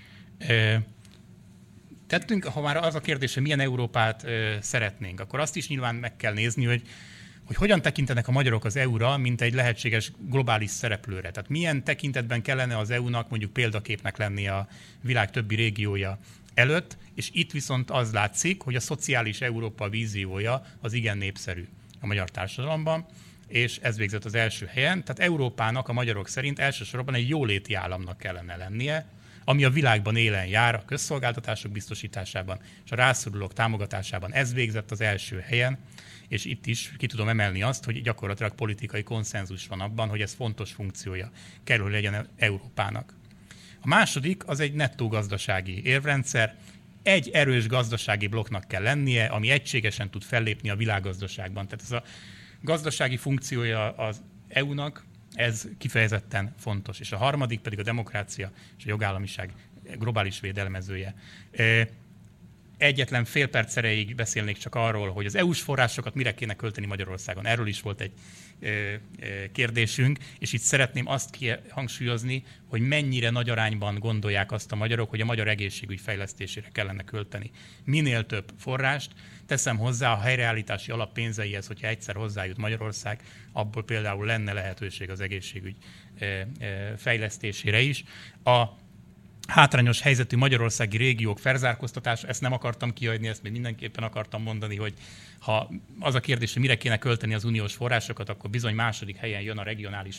Tettünk, ha már az a kérdés, hogy milyen Európát szeretnénk, akkor azt is nyilván meg kell nézni, hogy hogyan tekintenek a magyarok az EU-ra, mint egy lehetséges globális szereplőre. Tehát milyen tekintetben kellene az EU-nak mondjuk példaképnek lennie a világ többi régiója előtt, és itt viszont az látszik, hogy a szociális Európa víziója az igen népszerű a magyar társadalomban, és ez végzett az első helyen. Tehát Európának a magyarok szerint elsősorban egy jóléti államnak kellene lennie, ami a világban élen jár a közszolgáltatások biztosításában és a rászorulók támogatásában. Ez végzett az első helyen, és itt is ki tudom emelni azt, hogy gyakorlatilag politikai konszenzus van abban, hogy ez fontos funkciója kell, hogy legyen Európának. A második az egy nettó gazdasági érvrendszer. Egy erős gazdasági blokknak kell lennie, ami egységesen tud fellépni a világgazdaságban. Tehát ez a gazdasági funkciója az EU-nak, ez kifejezetten fontos. És a harmadik pedig a demokrácia és a jogállamiság globális védelmezője. Egyetlen fél perc erejéig beszélnék csak arról, hogy az EU-s forrásokat mire kéne költeni Magyarországon. Erről is volt egy kérdésünk, és itt szeretném azt hangsúlyozni, hogy mennyire nagy arányban gondolják azt a magyarok, hogy a magyar egészségügy fejlesztésére kellene költeni minél több forrást. Teszem hozzá a helyreállítási alap pénzeihez, hogyha egyszer hozzájut Magyarország, abból például lenne lehetőség az egészségügy fejlesztésére is. A hátrányos helyzetű magyarországi régiók felzárkóztatása, ezt nem akartam kihagyni, ezt még mindenképpen akartam mondani, hogy ha az a kérdés, hogy mire kéne költeni az uniós forrásokat, akkor bizony második helyen jön a regionális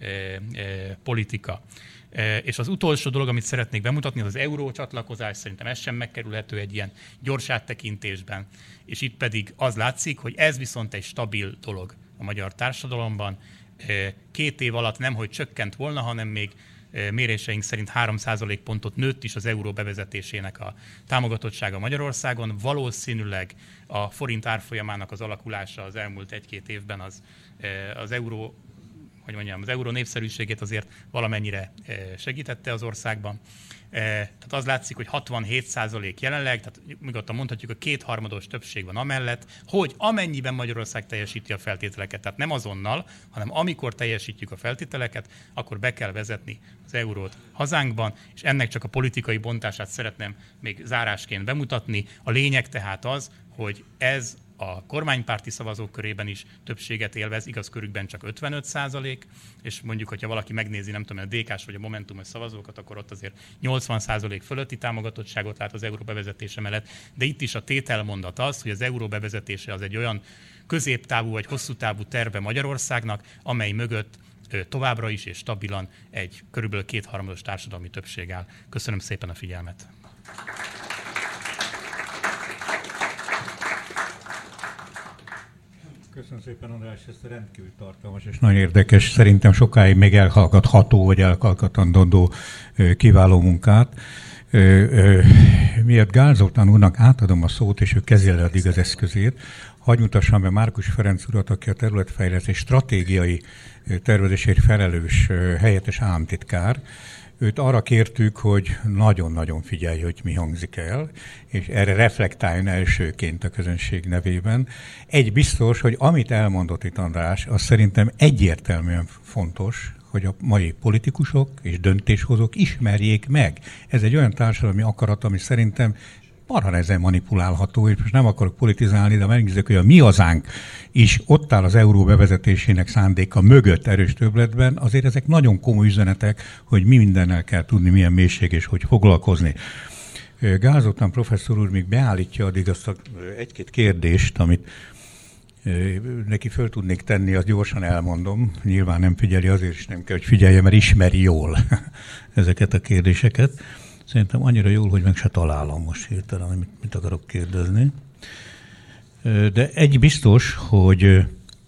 politika. És az utolsó dolog, amit szeretnék bemutatni, az az euró csatlakozás, szerintem ez sem megkerülhető egy ilyen gyors áttekintésben, és itt pedig az látszik, hogy ez viszont egy stabil dolog a magyar társadalomban. 2 év alatt nemhogy csökkent volna, hanem még méréseink szerint 3% pontot nőtt is az euró bevezetésének a támogatottsága Magyarországon. Valószínűleg a forint árfolyamának az alakulása az elmúlt 1-2 évben az euró, az euró népszerűségét azért valamennyire segítette az országban. Tehát az látszik, hogy 67% jelenleg, tehát nyugodtan mondhatjuk, a kétharmados többség van amellett, hogy amennyiben Magyarország teljesíti a feltételeket, tehát nem azonnal, hanem amikor teljesítjük a feltételeket, akkor be kell vezetni az eurót hazánkban, és ennek csak a politikai bontását szeretném még zárásként bemutatni. A lényeg tehát az, hogy ez a kormánypárti szavazók körében is többséget élvez, igaz körükben csak 55%, és mondjuk, hogyha valaki megnézi, nem tudom, a DK-s vagy a Momentumos szavazókat, akkor ott azért 80% fölötti támogatottságot lát az euró bevezetése mellett, de itt is a tételmondat az, hogy az euró bevezetése az egy olyan középtávú vagy hosszú távú terve Magyarországnak, amely mögött továbbra is és stabilan egy körülbelül kétharmados társadalmi többség áll. Köszönöm szépen a figyelmet! Köszönöm szépen, András, ezt a rendkívül tartalmas és nagyon érdekes, szerintem sokáig még elhallgatható vagy elhallgatandó kiváló munkát. Miért Gál Zoltán úrnak átadom a szót, és ő kezeli addig az eszközét, hadd mutassam be Márkus Ferenc urat, aki a területfejlesztés stratégiai tervezésért felelős helyettes államtitkár. Őt arra kértük, hogy nagyon-nagyon figyelj, hogy mi hangzik el, és erre reflektáljon elsőként a közönség nevében. Egy biztos, hogy amit elmondott itt András, az szerintem egyértelműen fontos, hogy a mai politikusok és döntéshozók ismerjék meg. Ez egy olyan társadalmi akarat, ami szerintem marha nehezen manipulálható, és most nem akarok politizálni, de megnézzük, hogy a mi hazánk is ott áll az euró bevezetésének szándéka mögött erős többletben, azért ezek nagyon komoly üzenetek, hogy mi mindennel kell tudni, milyen mélység és hogy foglalkozni. Gál Zoltán professzor úr még beállítja addig azt egy-két kérdést, amit neki föl tudnék tenni, azt gyorsan elmondom. Nyilván nem figyeli, azért is nem kell, hogy figyelje, mert ismeri jól ezeket a kérdéseket. Szerintem annyira jól, hogy meg se találom most hirtelen, mit akarok kérdezni. De egy biztos, hogy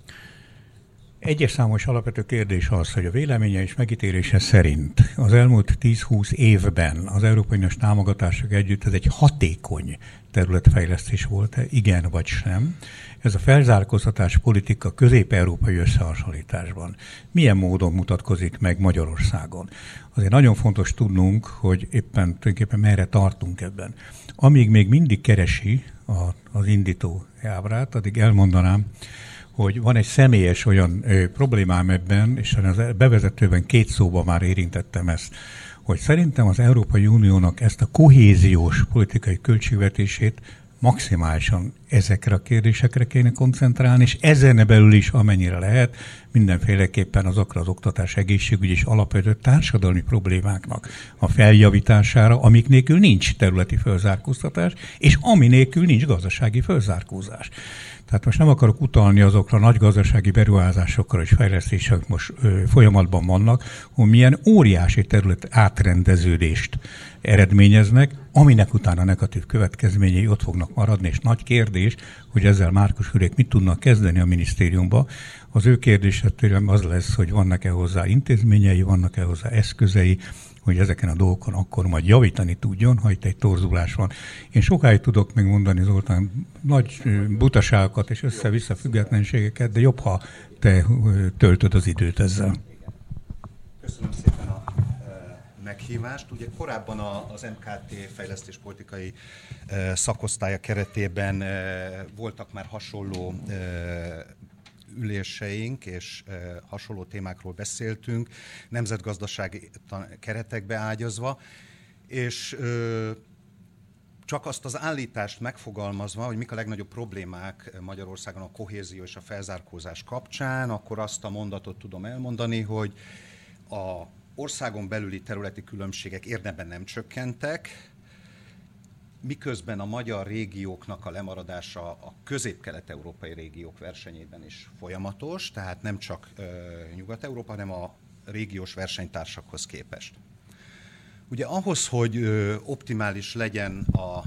egyes számos alapvető kérdés az, hogy a véleménye és megítélése szerint az elmúlt 10-20 évben az Európai Uniós támogatások együtt ez egy hatékony területfejlesztés volt-e, igen vagy sem. Ez a felzárkóztatás politika közép-európai összehasonlításban milyen módon mutatkozik meg Magyarországon? Azért nagyon fontos tudnunk, hogy éppen tulajdonképpen merre tartunk ebben. Amíg még mindig keresi az indító ábrát, addig elmondanám, hogy van egy személyes olyan problémám ebben, és az bevezetőben 2 szóban már érintettem ezt, hogy szerintem az Európai Uniónak ezt a kohéziós politikai költségvetését maximálisan ezekre a kérdésekre kéne koncentrálni, és ezen belül is, amennyire lehet, mindenféleképpen azokra az oktatás, egészségügy és alapvető társadalmi problémáknak a feljavítására, amik nélkül nincs területi fölzárkóztatás, és ami nélkül nincs gazdasági fölzárkózás. Tehát most nem akarok utalni azokra a nagy gazdasági beruházásokra és fejlesztések most folyamatban vannak, hogy milyen óriási terület átrendeződést eredményeznek, aminek utána negatív következményei ott fognak maradni, és nagy kérdés, hogy ezzel Márkus úrék mit tudnak kezdeni a minisztériumba. Az ő kérdése tőlem az lesz, hogy vannak-e hozzá intézményei, vannak-e hozzá eszközei, hogy ezeken a dolgokon akkor majd javítani tudjon, ha itt egy torzulás van. Én sokáig tudok megmondani, Zoltán, nagy butaságokat és össze-vissza függetlenségeket, de jobb, ha te töltöd az időt ezzel. Köszönöm szépen a meghívást. Ugye korábban az MKT fejlesztéspolitikai szakosztálya keretében voltak már hasonló üléseink, és hasonló témákról beszéltünk, nemzetgazdasági keretekbe ágyazva, és csak azt az állítást megfogalmazva, hogy mik a legnagyobb problémák Magyarországon a kohézió és a felzárkózás kapcsán, akkor azt a mondatot tudom elmondani, hogy a országon belüli területi különbségek érdemben nem csökkentek, miközben a magyar régióknak a lemaradása a közép-kelet-európai régiók versenyében is folyamatos, tehát nem csak Nyugat-Európa, hanem a régiós versenytársakhoz képest. Ugye ahhoz, hogy optimális legyen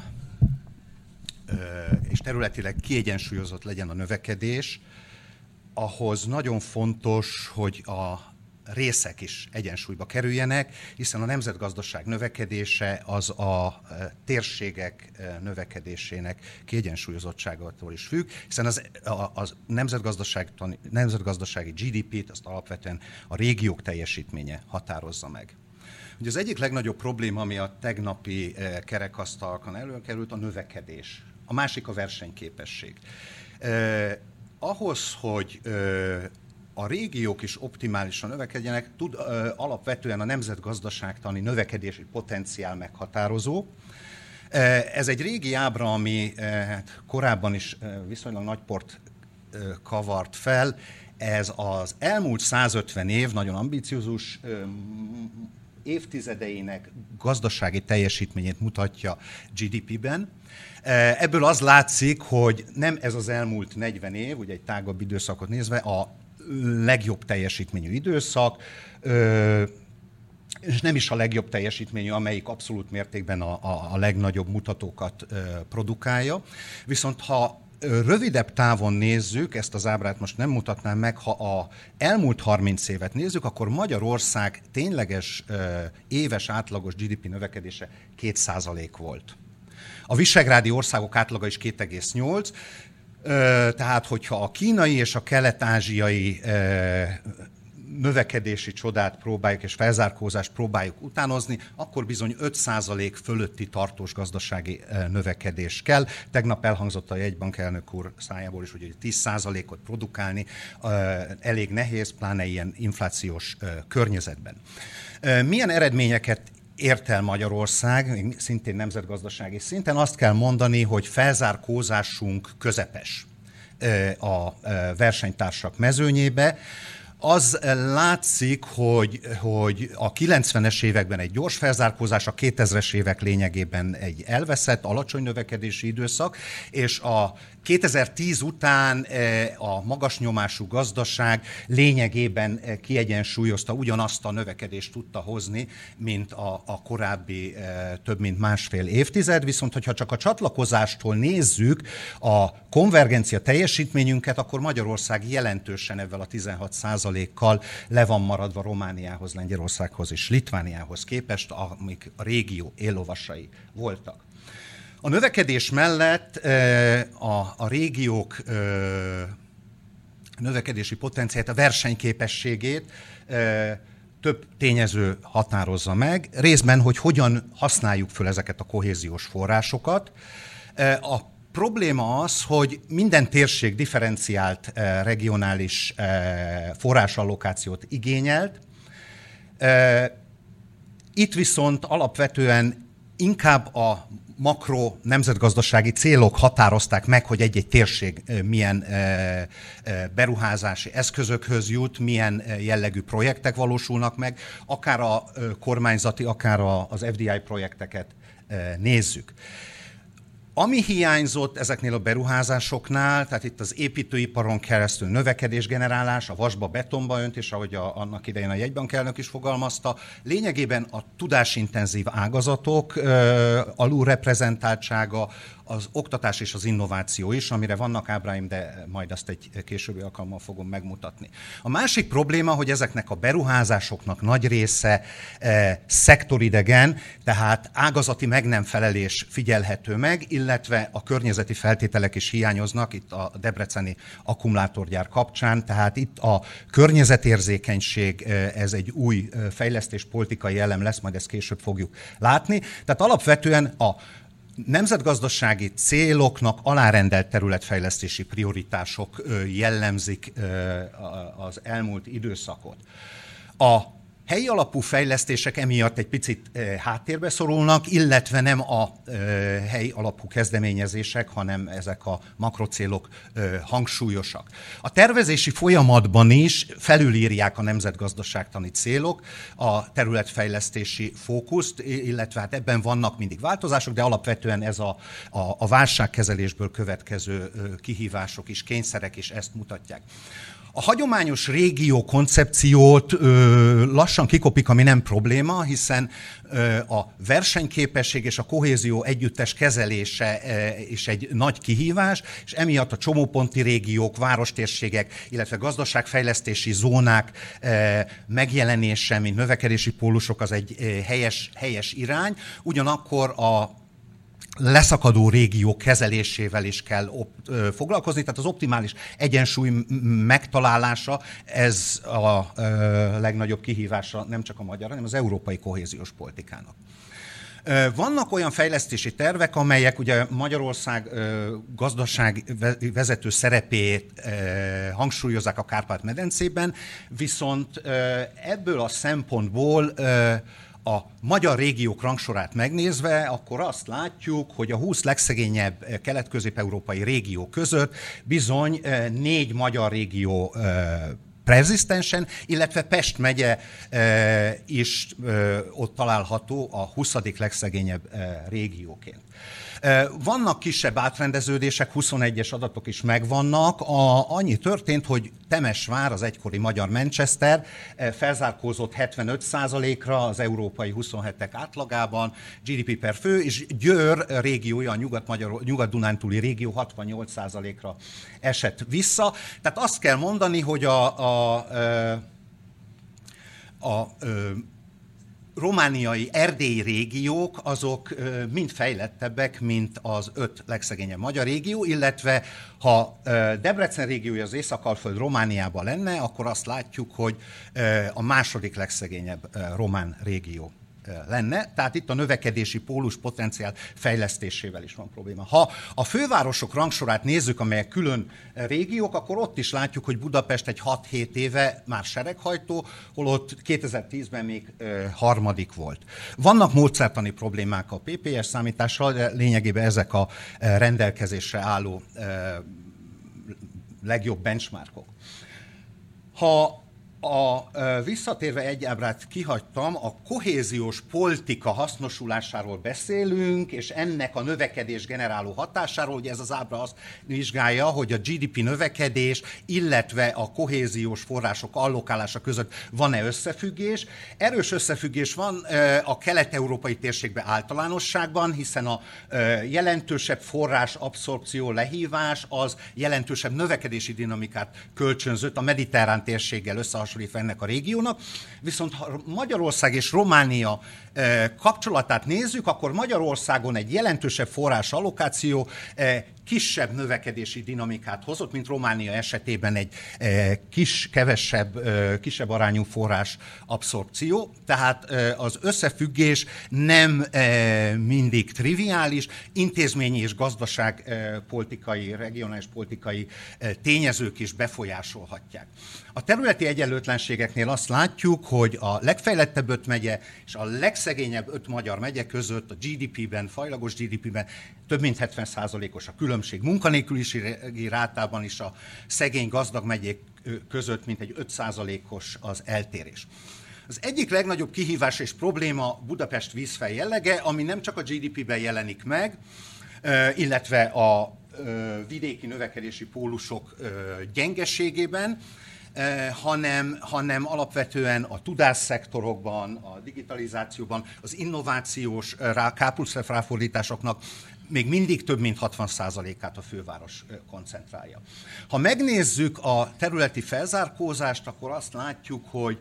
és területileg kiegyensúlyozott legyen a növekedés, ahhoz nagyon fontos, hogy a részek is egyensúlyba kerüljenek, hiszen a nemzetgazdaság növekedése az a térségek növekedésének kiegyensúlyozottságától is függ, hiszen az nemzetgazdasági GDP-t azt alapvetően a régiók teljesítménye határozza meg. Ugye az egyik legnagyobb probléma, ami a tegnapi kerekasztalkon előkerült, a növekedés. A másik a versenyképesség. Ahhoz, hogy a régiók is optimálisan növekedjenek, tud alapvetően a nemzetgazdaságtani növekedési potenciál meghatározó. Ez egy régi ábra, ami korábban is viszonylag nagy port kavart fel. Ez az elmúlt 150 év nagyon ambiciózus évtizedeinek gazdasági teljesítményét mutatja GDP-ben. Ebből az látszik, hogy nem ez az elmúlt 40 év, ugye egy tágabb időszakot nézve, a legjobb teljesítményű időszak, és nem is a legjobb teljesítményű, amelyik abszolút mértékben a legnagyobb mutatókat produkálja. Viszont ha rövidebb távon nézzük, ezt az ábrát most nem mutatnám meg, ha az elmúlt 30 évet nézzük, akkor Magyarország tényleges éves átlagos GDP növekedése 2% volt. A visegrádi országok átlaga is 2,8, tehát hogyha a kínai és a kelet-ázsiai növekedési csodát próbáljuk és felzárkózást próbáljuk utánozni, akkor bizony 5% fölötti tartós gazdasági növekedés kell. Tegnap elhangzott a jegybank elnök úr szájából is, hogy 10%-ot produkálni elég nehéz, pláne ilyen inflációs környezetben. Milyen eredményeket ért el Magyarország, szintén nemzetgazdasági szinten? Azt kell mondani, hogy felzárkózásunk közepes a versenytársak mezőnyébe. Az látszik, hogy a 90-es években egy gyors felzárkózás, a 2000-es évek lényegében egy elveszett, alacsony növekedési időszak, és a 2010 után a magas nyomású gazdaság lényegében kiegyensúlyozta, ugyanazt a növekedést tudta hozni, mint a korábbi több mint másfél évtized, viszont hogyha csak a csatlakozástól nézzük a konvergencia teljesítményünket, akkor Magyarország jelentősen ezzel a 16%-kal le van maradva Romániához, Lengyelországhoz és Litvániához képest, amik a régió éllovasai voltak. A növekedés mellett a régiók növekedési potenciáját, a versenyképességét több tényező határozza meg, részben, hogy hogyan használjuk föl ezeket a kohéziós forrásokat. A probléma az, hogy minden térség differenciált regionális forrásallokációt igényelt. Itt viszont alapvetően inkább a makro nemzetgazdasági célok határozták meg, hogy egy-egy térség milyen beruházási eszközökhöz jut, milyen jellegű projektek valósulnak meg, akár a kormányzati, akár az FDI projekteket nézzük. Ami hiányzott ezeknél a beruházásoknál, tehát itt az építőiparon keresztül növekedésgenerálás, a vasba, betonba öntés, ahogy annak idején a jegybankelnök is fogalmazta, lényegében a tudásintenzív ágazatok alulreprezentáltsága, az oktatás és az innováció is, amire vannak ábráim, de majd azt egy későbbi alkalommal fogom megmutatni. A másik probléma, hogy ezeknek a beruházásoknak nagy része szektoridegen, tehát ágazati meg nem felelés figyelhető meg, illetve a környezeti feltételek is hiányoznak, itt a debreceni akkumulátorgyár kapcsán, tehát itt a környezetérzékenység, ez egy új fejlesztéspolitikai elem lesz, majd ezt később fogjuk látni. Tehát alapvetően a nemzetgazdasági céloknak alárendelt területfejlesztési prioritások jellemzik az elmúlt időszakot. A helyi alapú fejlesztések emiatt egy picit háttérbe szorulnak, illetve nem a helyi alapú kezdeményezések, hanem ezek a makrocélok hangsúlyosak. A tervezési folyamatban is felülírják a nemzetgazdaságtani célok a területfejlesztési fókuszt, illetve hát ebben vannak mindig változások, de alapvetően ez a válságkezelésből következő kihívások is, kényszerek is ezt mutatják. A hagyományos régió koncepciót lassan kikopik, ami nem probléma, hiszen a versenyképesség és a kohézió együttes kezelése is egy nagy kihívás, és emiatt a csomóponti régiók, várostérségek, illetve gazdaságfejlesztési zónák megjelenése, mint növekedési pólusok az egy helyes irány. Ugyanakkor a leszakadó régió kezelésével is kell foglalkozni, tehát az optimális egyensúly megtalálása, ez a legnagyobb kihívása nem csak a magyar, hanem az európai kohéziós politikának. Vannak olyan fejlesztési tervek, amelyek ugye Magyarország gazdaságvezető szerepét hangsúlyozzák a Kárpát-medencében, viszont ebből a szempontból a magyar régiók rangsorát megnézve, akkor azt látjuk, hogy a 20 legszegényebb kelet-közép-európai régió között bizony 4 magyar régió prezisztensen, illetve Pest megye is ott található a 20. legszegényebb régióként. Vannak kisebb átrendeződések, 21-es adatok is megvannak. Annyi történt, hogy Temesvár, az egykori magyar Manchester felzárkózott 75%-ra az európai 27-ek átlagában, GDP per fő, és Győr régiója, a Nyugat-Dunántúli régió 68%-ra esett vissza. Tehát azt kell mondani, hogy a romániai, erdélyi régiók azok mind fejlettebbek, mint az 5 legszegényebb magyar régió, illetve ha Debrecen régiója az Észak-Alföld Romániában lenne, akkor azt látjuk, hogy a második legszegényebb román régió lenne, tehát itt a növekedési pólus potenciál fejlesztésével is van probléma. Ha a fővárosok rangsorát nézzük, amelyek külön régiók, akkor ott is látjuk, hogy Budapest egy 6-7 éve már sereghajtó, holott 2010-ben még harmadik volt. Vannak módszertani problémák a PPS számítással, de lényegében ezek a rendelkezésre álló legjobb benchmarkok. Ha visszatérve egy ábrát kihagytam, a kohéziós politika hasznosulásáról beszélünk, és ennek a növekedés generáló hatásáról, ugye ez az ábra azt vizsgálja, hogy a GDP növekedés, illetve a kohéziós források allokálása között van-e összefüggés. Erős összefüggés van a kelet-európai térségben általánosságban, hiszen a jelentősebb forrás abszorpció, lehívás az jelentősebb növekedési dinamikát kölcsönzött a mediterrán térséggel összehasonlítva ennek a régiónak, viszont ha Magyarország és Románia kapcsolatát nézzük, akkor Magyarországon egy jelentősebb forrás allokáció kisebb növekedési dinamikát hozott, mint Románia esetében egy kisebb arányú forrás abszorpció. Tehát az összefüggés nem mindig triviális, intézményi és gazdaságpolitikai, regionális politikai tényezők is befolyásolhatják. A területi egyenlőtlenségeknél azt látjuk, hogy a legfejlettebb 5 megye és a legszegényebb 5 magyar megye között a GDP-ben, fajlagos GDP-ben több mint 70%-os a különbség. Munkanélküliségi rátában is a szegény gazdag megyék között mintegy 5%-os az eltérés. Az egyik legnagyobb kihívás és probléma Budapest vízfej jellege, ami nem csak a GDP-ben jelenik meg, illetve a vidéki növekedési pólusok gyengeségében, hanem alapvetően a tudásszektorokban, a digitalizációban, az innovációs K+F ráfordításoknak még mindig több mint 60%-át a főváros koncentrálja. Ha megnézzük a területi felzárkózást, akkor azt látjuk, hogy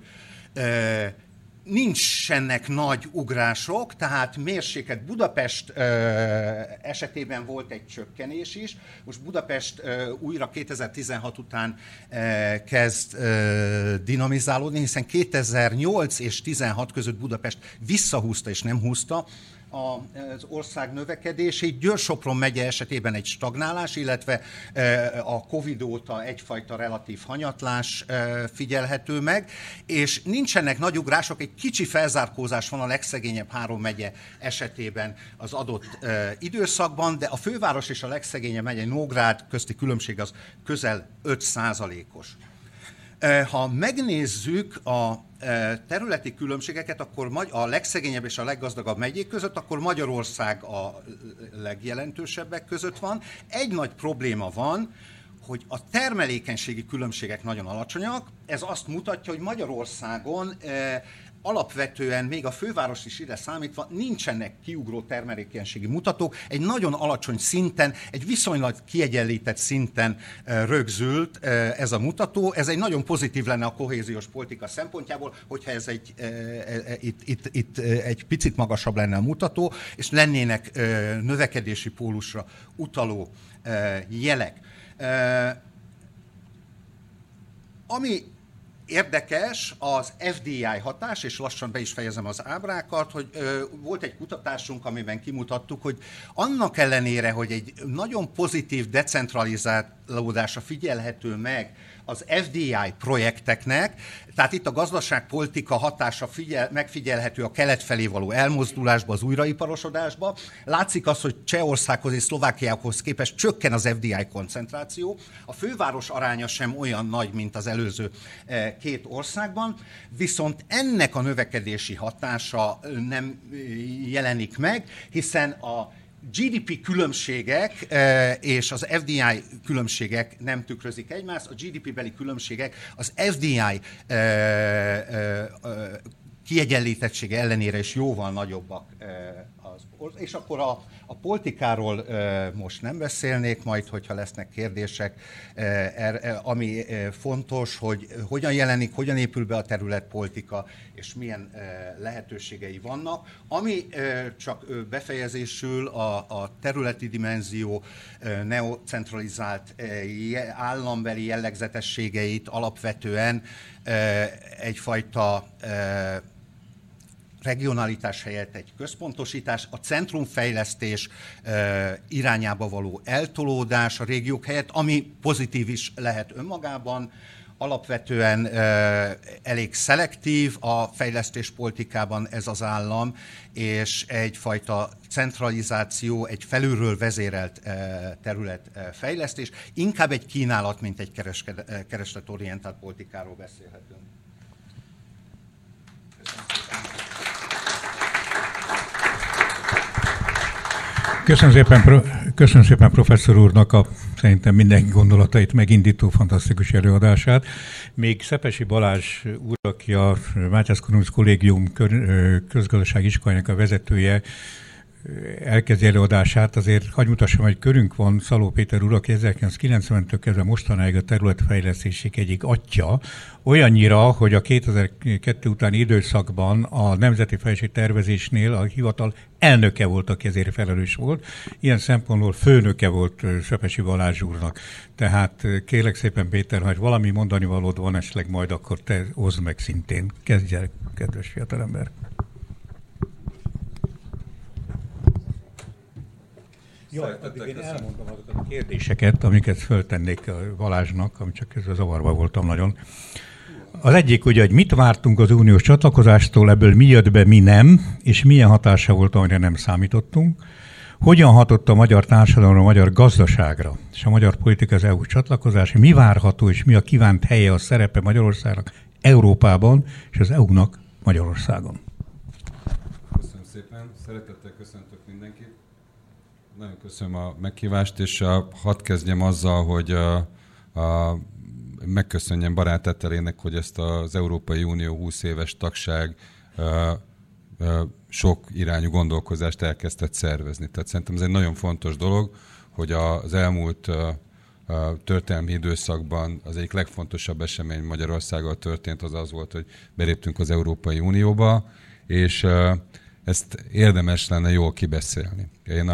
nincsenek nagy ugrások, tehát mérsékelt. Budapest esetében volt egy csökkenés is. Most Budapest újra 2016 után kezd dinamizálódni, hiszen 2008 és 2016 között Budapest visszahúzta és nem húzta az ország növekedését. Győr-Sopron megye esetében egy stagnálás, illetve a Covid óta egyfajta relatív hanyatlás figyelhető meg, és nincsenek nagy ugrások, egy kicsi felzárkózás van a legszegényebb 3 megye esetében az adott időszakban, de a főváros és a legszegényebb megye, Nógrád közti különbség az közel 5%-os. Ha megnézzük a területi különbségeket, akkor a legszegényebb és a leggazdagabb megyék között, akkor Magyarország a legjelentősebbek között van. Egy nagy probléma van, hogy a termelékenységi különbségek nagyon alacsonyak. Ez azt mutatja, hogy Magyarországon alapvetően még a főváros is ide számítva nincsenek kiugró termelékenységi mutatók, egy nagyon alacsony szinten, egy viszonylag kiegyenlített szinten rögzült ez a mutató. Ez egy nagyon pozitív lenne a kohéziós politika szempontjából, hogyha ez itt egy picit magasabb lenne a mutató, és lennének növekedési pólusra utaló jelek. Ami érdekes az FDI hatás, és lassan be is fejezem az ábrákat, hogy volt egy kutatásunk, amiben kimutattuk, hogy annak ellenére, hogy egy nagyon pozitív decentralizálódása figyelhető meg az FDI projekteknek, tehát itt a gazdaságpolitika hatása megfigyelhető a kelet felé való elmozdulásba, az újraiparosodásba. Látszik az, hogy Csehországhoz és Szlovákiához képest csökken az FDI koncentráció. A főváros aránya sem olyan nagy, mint az előző két országban, viszont ennek a növekedési hatása nem jelenik meg, hiszen a GDP különbségek és az FDI különbségek nem tükrözik egymást. A GDP-beli különbségek az FDI kiegyenlítettsége ellenére is jóval nagyobbak. És akkor a politikáról most nem beszélnék, majd, hogyha lesznek kérdések, ami fontos, hogy hogyan jelenik, hogyan épül be a területpolitika, és milyen lehetőségei vannak. Ami csak befejezésül a területi dimenzió neocentralizált állambeli jellegzetességeit alapvetően egyfajta regionalitás helyett egy központosítás, a centrumfejlesztés irányába való eltolódás a régiók helyett, ami pozitív is lehet önmagában, alapvetően elég szelektív a fejlesztéspolitikában ez az állam, és egyfajta centralizáció, egy felülről vezérelt területfejlesztés, inkább egy kínálat, mint egy keresletorientált politikáról beszélhetünk. Köszönöm szépen professzor úrnak a szerintem minden gondolatait megindító fantasztikus előadását. Még Szepesi Balázs úr, aki a Mátyás Korvinusz Kollégium közgazdasági iskolájának a vezetője, elkezdi előadását, azért hadd mutassam, hogy körünk van Szaló Péter úr, aki 1990-től kezdve mostanáig a területfejlesztésig egyik atya, olyannyira, hogy a 2002 utáni időszakban a Nemzeti Fejlesztési Tervezésnél a hivatal elnöke volt, aki ezért felelős volt. Ilyen szempontból főnöke volt Szepesi Balázs úrnak. Tehát kérlek szépen, Péter, ha valami mondani valód van, esetleg majd akkor te hozd meg szintén. Kezdj el, kedves fiatalember. Jó, addig én elmondom azokat a kérdéseket, amiket föltennék a Balázsnak, ami csak közben zavarba voltam nagyon. Az egyik ugye, hogy mit vártunk az uniós csatlakozástól, ebből mi jött be, mi nem, és milyen hatása volt, amire nem számítottunk. Hogyan hatott a magyar társadalomra, a magyar gazdaságra, és a magyar politika az EU csatlakozás, mi várható, és mi a kívánt helye, a szerepe Magyarországnak Európában, és az EU-nak Magyarországon. Köszönöm szépen, szeretettel köszöntök mindenkit. Nagyon köszönöm a meghívást, és hadd kezdjem azzal, hogy megköszönjem Barát Etelének, hogy ezt az Európai Unió 20 éves tagság sok irányú gondolkozást elkezdett szervezni. Tehát szerintem ez egy nagyon fontos dolog, hogy az elmúlt történelmi időszakban az egyik legfontosabb esemény Magyarországgal történt, az volt, hogy beléptünk az Európai Unióba, és ezt érdemes lenne jól kibeszélni. Én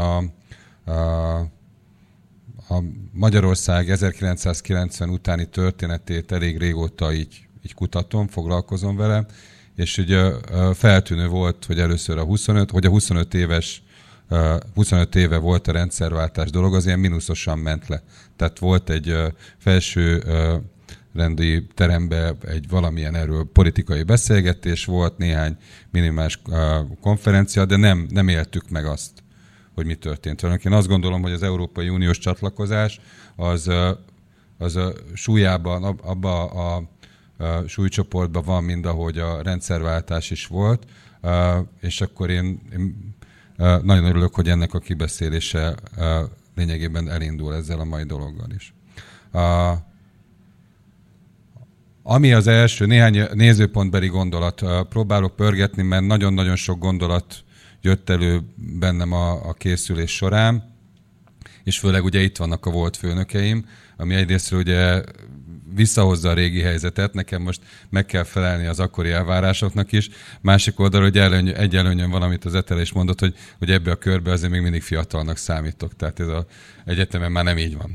a Magyarország 1990 utáni történetét elég régóta így kutatom, foglalkozom vele, és ugye feltűnő volt, hogy először a 25 éve volt a rendszerváltás dolog, az ilyen mínuszosan ment le. Tehát volt egy felső rendi teremben egy valamilyen erről politikai beszélgetés, volt néhány minimális konferencia, de nem éltük meg azt, hogy mi történt. Én azt gondolom, hogy az Európai Uniós csatlakozás az súlyában, abban a súlycsoportban van, mind ahogy a rendszerváltás is volt, és akkor én nagyon örülök, hogy ennek a kibeszélése lényegében elindul ezzel a mai dologgal is. Ami az első, néhány nézőpontbeli gondolat próbálok pörgetni, mert nagyon-nagyon sok gondolat jött elő bennem a készülés során, és főleg ugye itt vannak a volt főnökeim, ami egyrésztről ugye visszahozza a régi helyzetet, nekem most meg kell felelni az akkori elvárásoknak is. Másik oldalról, hogy egy előnyön van, amit az Etele is mondott, hogy ebbe a körbe azért még mindig fiatalnak számítok. Tehát ez az egyetemen már nem így van.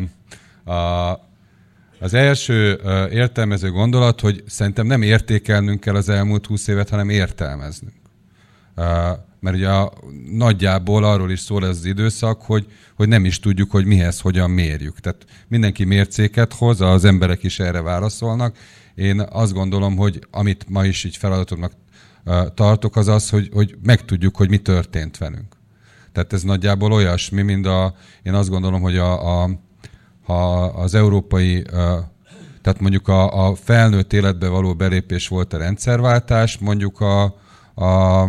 Az első értelmező gondolat, hogy szerintem nem értékelnünk kell az elmúlt 20 évet, hanem értelmeznünk. Mert ugye nagyjából arról is szól ez az időszak, hogy nem is tudjuk, hogy mihez, hogyan mérjük. Tehát mindenki mércéket hoz, az emberek is erre válaszolnak. Én azt gondolom, hogy amit ma is így feladatomnak tartok, az az, hogy megtudjuk, hogy mi történt velünk. Tehát ez nagyjából olyasmi, mint én azt gondolom, hogy az európai, tehát mondjuk a felnőtt életbe való belépés volt a rendszerváltás, mondjuk a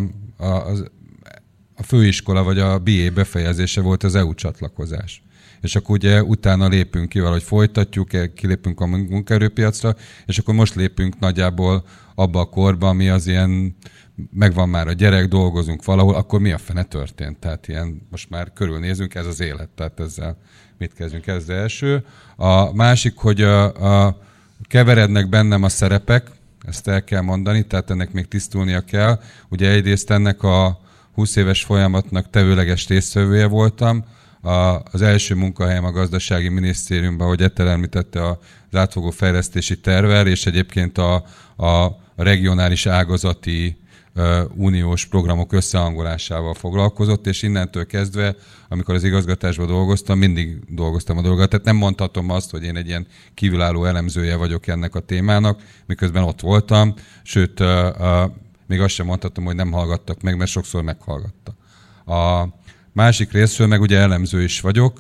főiskola vagy a BA befejezése volt az EU csatlakozás. És akkor ugye utána lépünk ki valahogy folytatjuk, kilépünk a munkaerőpiacra, és akkor most lépünk nagyjából abba a korba, ami az ilyen, megvan már a gyerek, dolgozunk valahol, akkor mi a fene történt? Tehát ilyen, most már körülnézünk, ez az élet, tehát ezzel mit kezdjünk, ez az első. A másik, hogy keverednek bennem a szerepek, ezt el kell mondani, tehát ennek még tisztulnia kell. Ugye egyrészt ennek a 20 éves folyamatnak tevőleges résztvevője voltam. Az első munkahelyem a gazdasági minisztériumban, ahogy Etele említette, az átfogó fejlesztési tervvel, és egyébként a regionális ágazati uniós programok összehangolásával foglalkozott, és innentől kezdve, amikor az igazgatásban dolgoztam, mindig dolgoztam a dolgot. Tehát nem mondhatom azt, hogy én egy ilyen kívülálló elemzője vagyok ennek a témának, miközben ott voltam, sőt, még azt sem mondhatom, hogy nem hallgattak meg, mert sokszor meghallgatta. A másik részről meg ugye elemző is vagyok.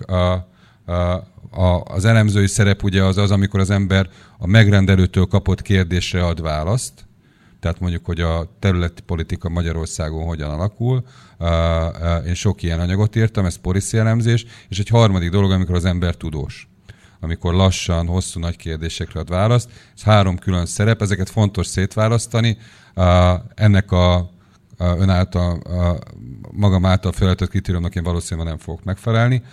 Az elemzői szerep ugye az, amikor az ember a megrendelőtől kapott kérdésre ad választ, tehát mondjuk, hogy a területi politika Magyarországon hogyan alakul. Én sok ilyen anyagot írtam, ez policy elemzés, és egy harmadik dolog, amikor az ember tudós. Amikor lassan, hosszú, nagy kérdésekre ad választ. Ez 3 külön szerep, ezeket fontos szétválasztani. Ennek ön által, magam által feleltett kritériumnak én valószínűleg nem fogok megfelelni.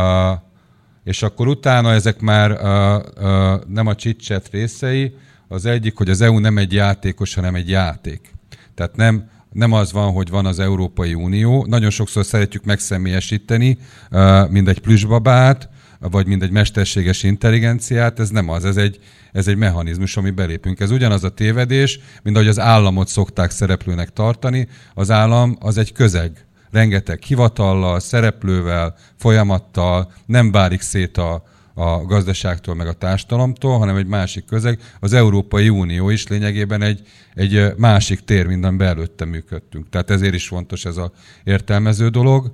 És akkor utána ezek már nem a chit-chat részei. Az egyik, hogy az EU nem egy játékos, hanem egy játék. Tehát nem az van, hogy van az Európai Unió. Nagyon sokszor szeretjük megszemélyesíteni, mint egy plüsbabát, vagy mint egy mesterséges intelligenciát. Ez nem az, ez egy mechanizmus, ami belépünk. Ez ugyanaz a tévedés, mint ahogy az államot szokták szereplőnek tartani. Az állam az egy közeg. Rengeteg hivatallal, szereplővel, folyamattal, nem válik szét a gazdaságtól meg a társadalomtól, hanem egy másik közeg. Az Európai Unió is lényegében egy másik tér, mint amiben előtte működtünk. Tehát ezért is fontos ez az értelmező dolog.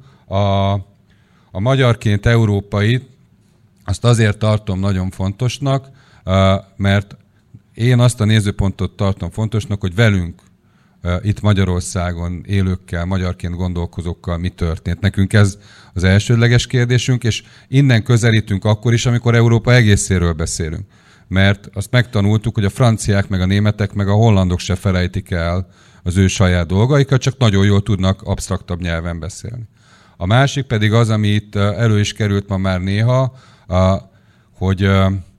A magyarként európai, azt azért tartom nagyon fontosnak, mert én azt a nézőpontot tartom fontosnak, hogy velünk itt Magyarországon élőkkel, magyarként gondolkozókkal mi történt. Nekünk ez az elsődleges kérdésünk, és innen közelítünk akkor is, amikor Európa egészéről beszélünk. Mert azt megtanultuk, hogy a franciák, meg a németek, meg a hollandok se felejtik el az ő saját dolgaikat, csak nagyon jól tudnak absztraktabb nyelven beszélni. A másik pedig az, ami itt elő is került ma már néha, hogy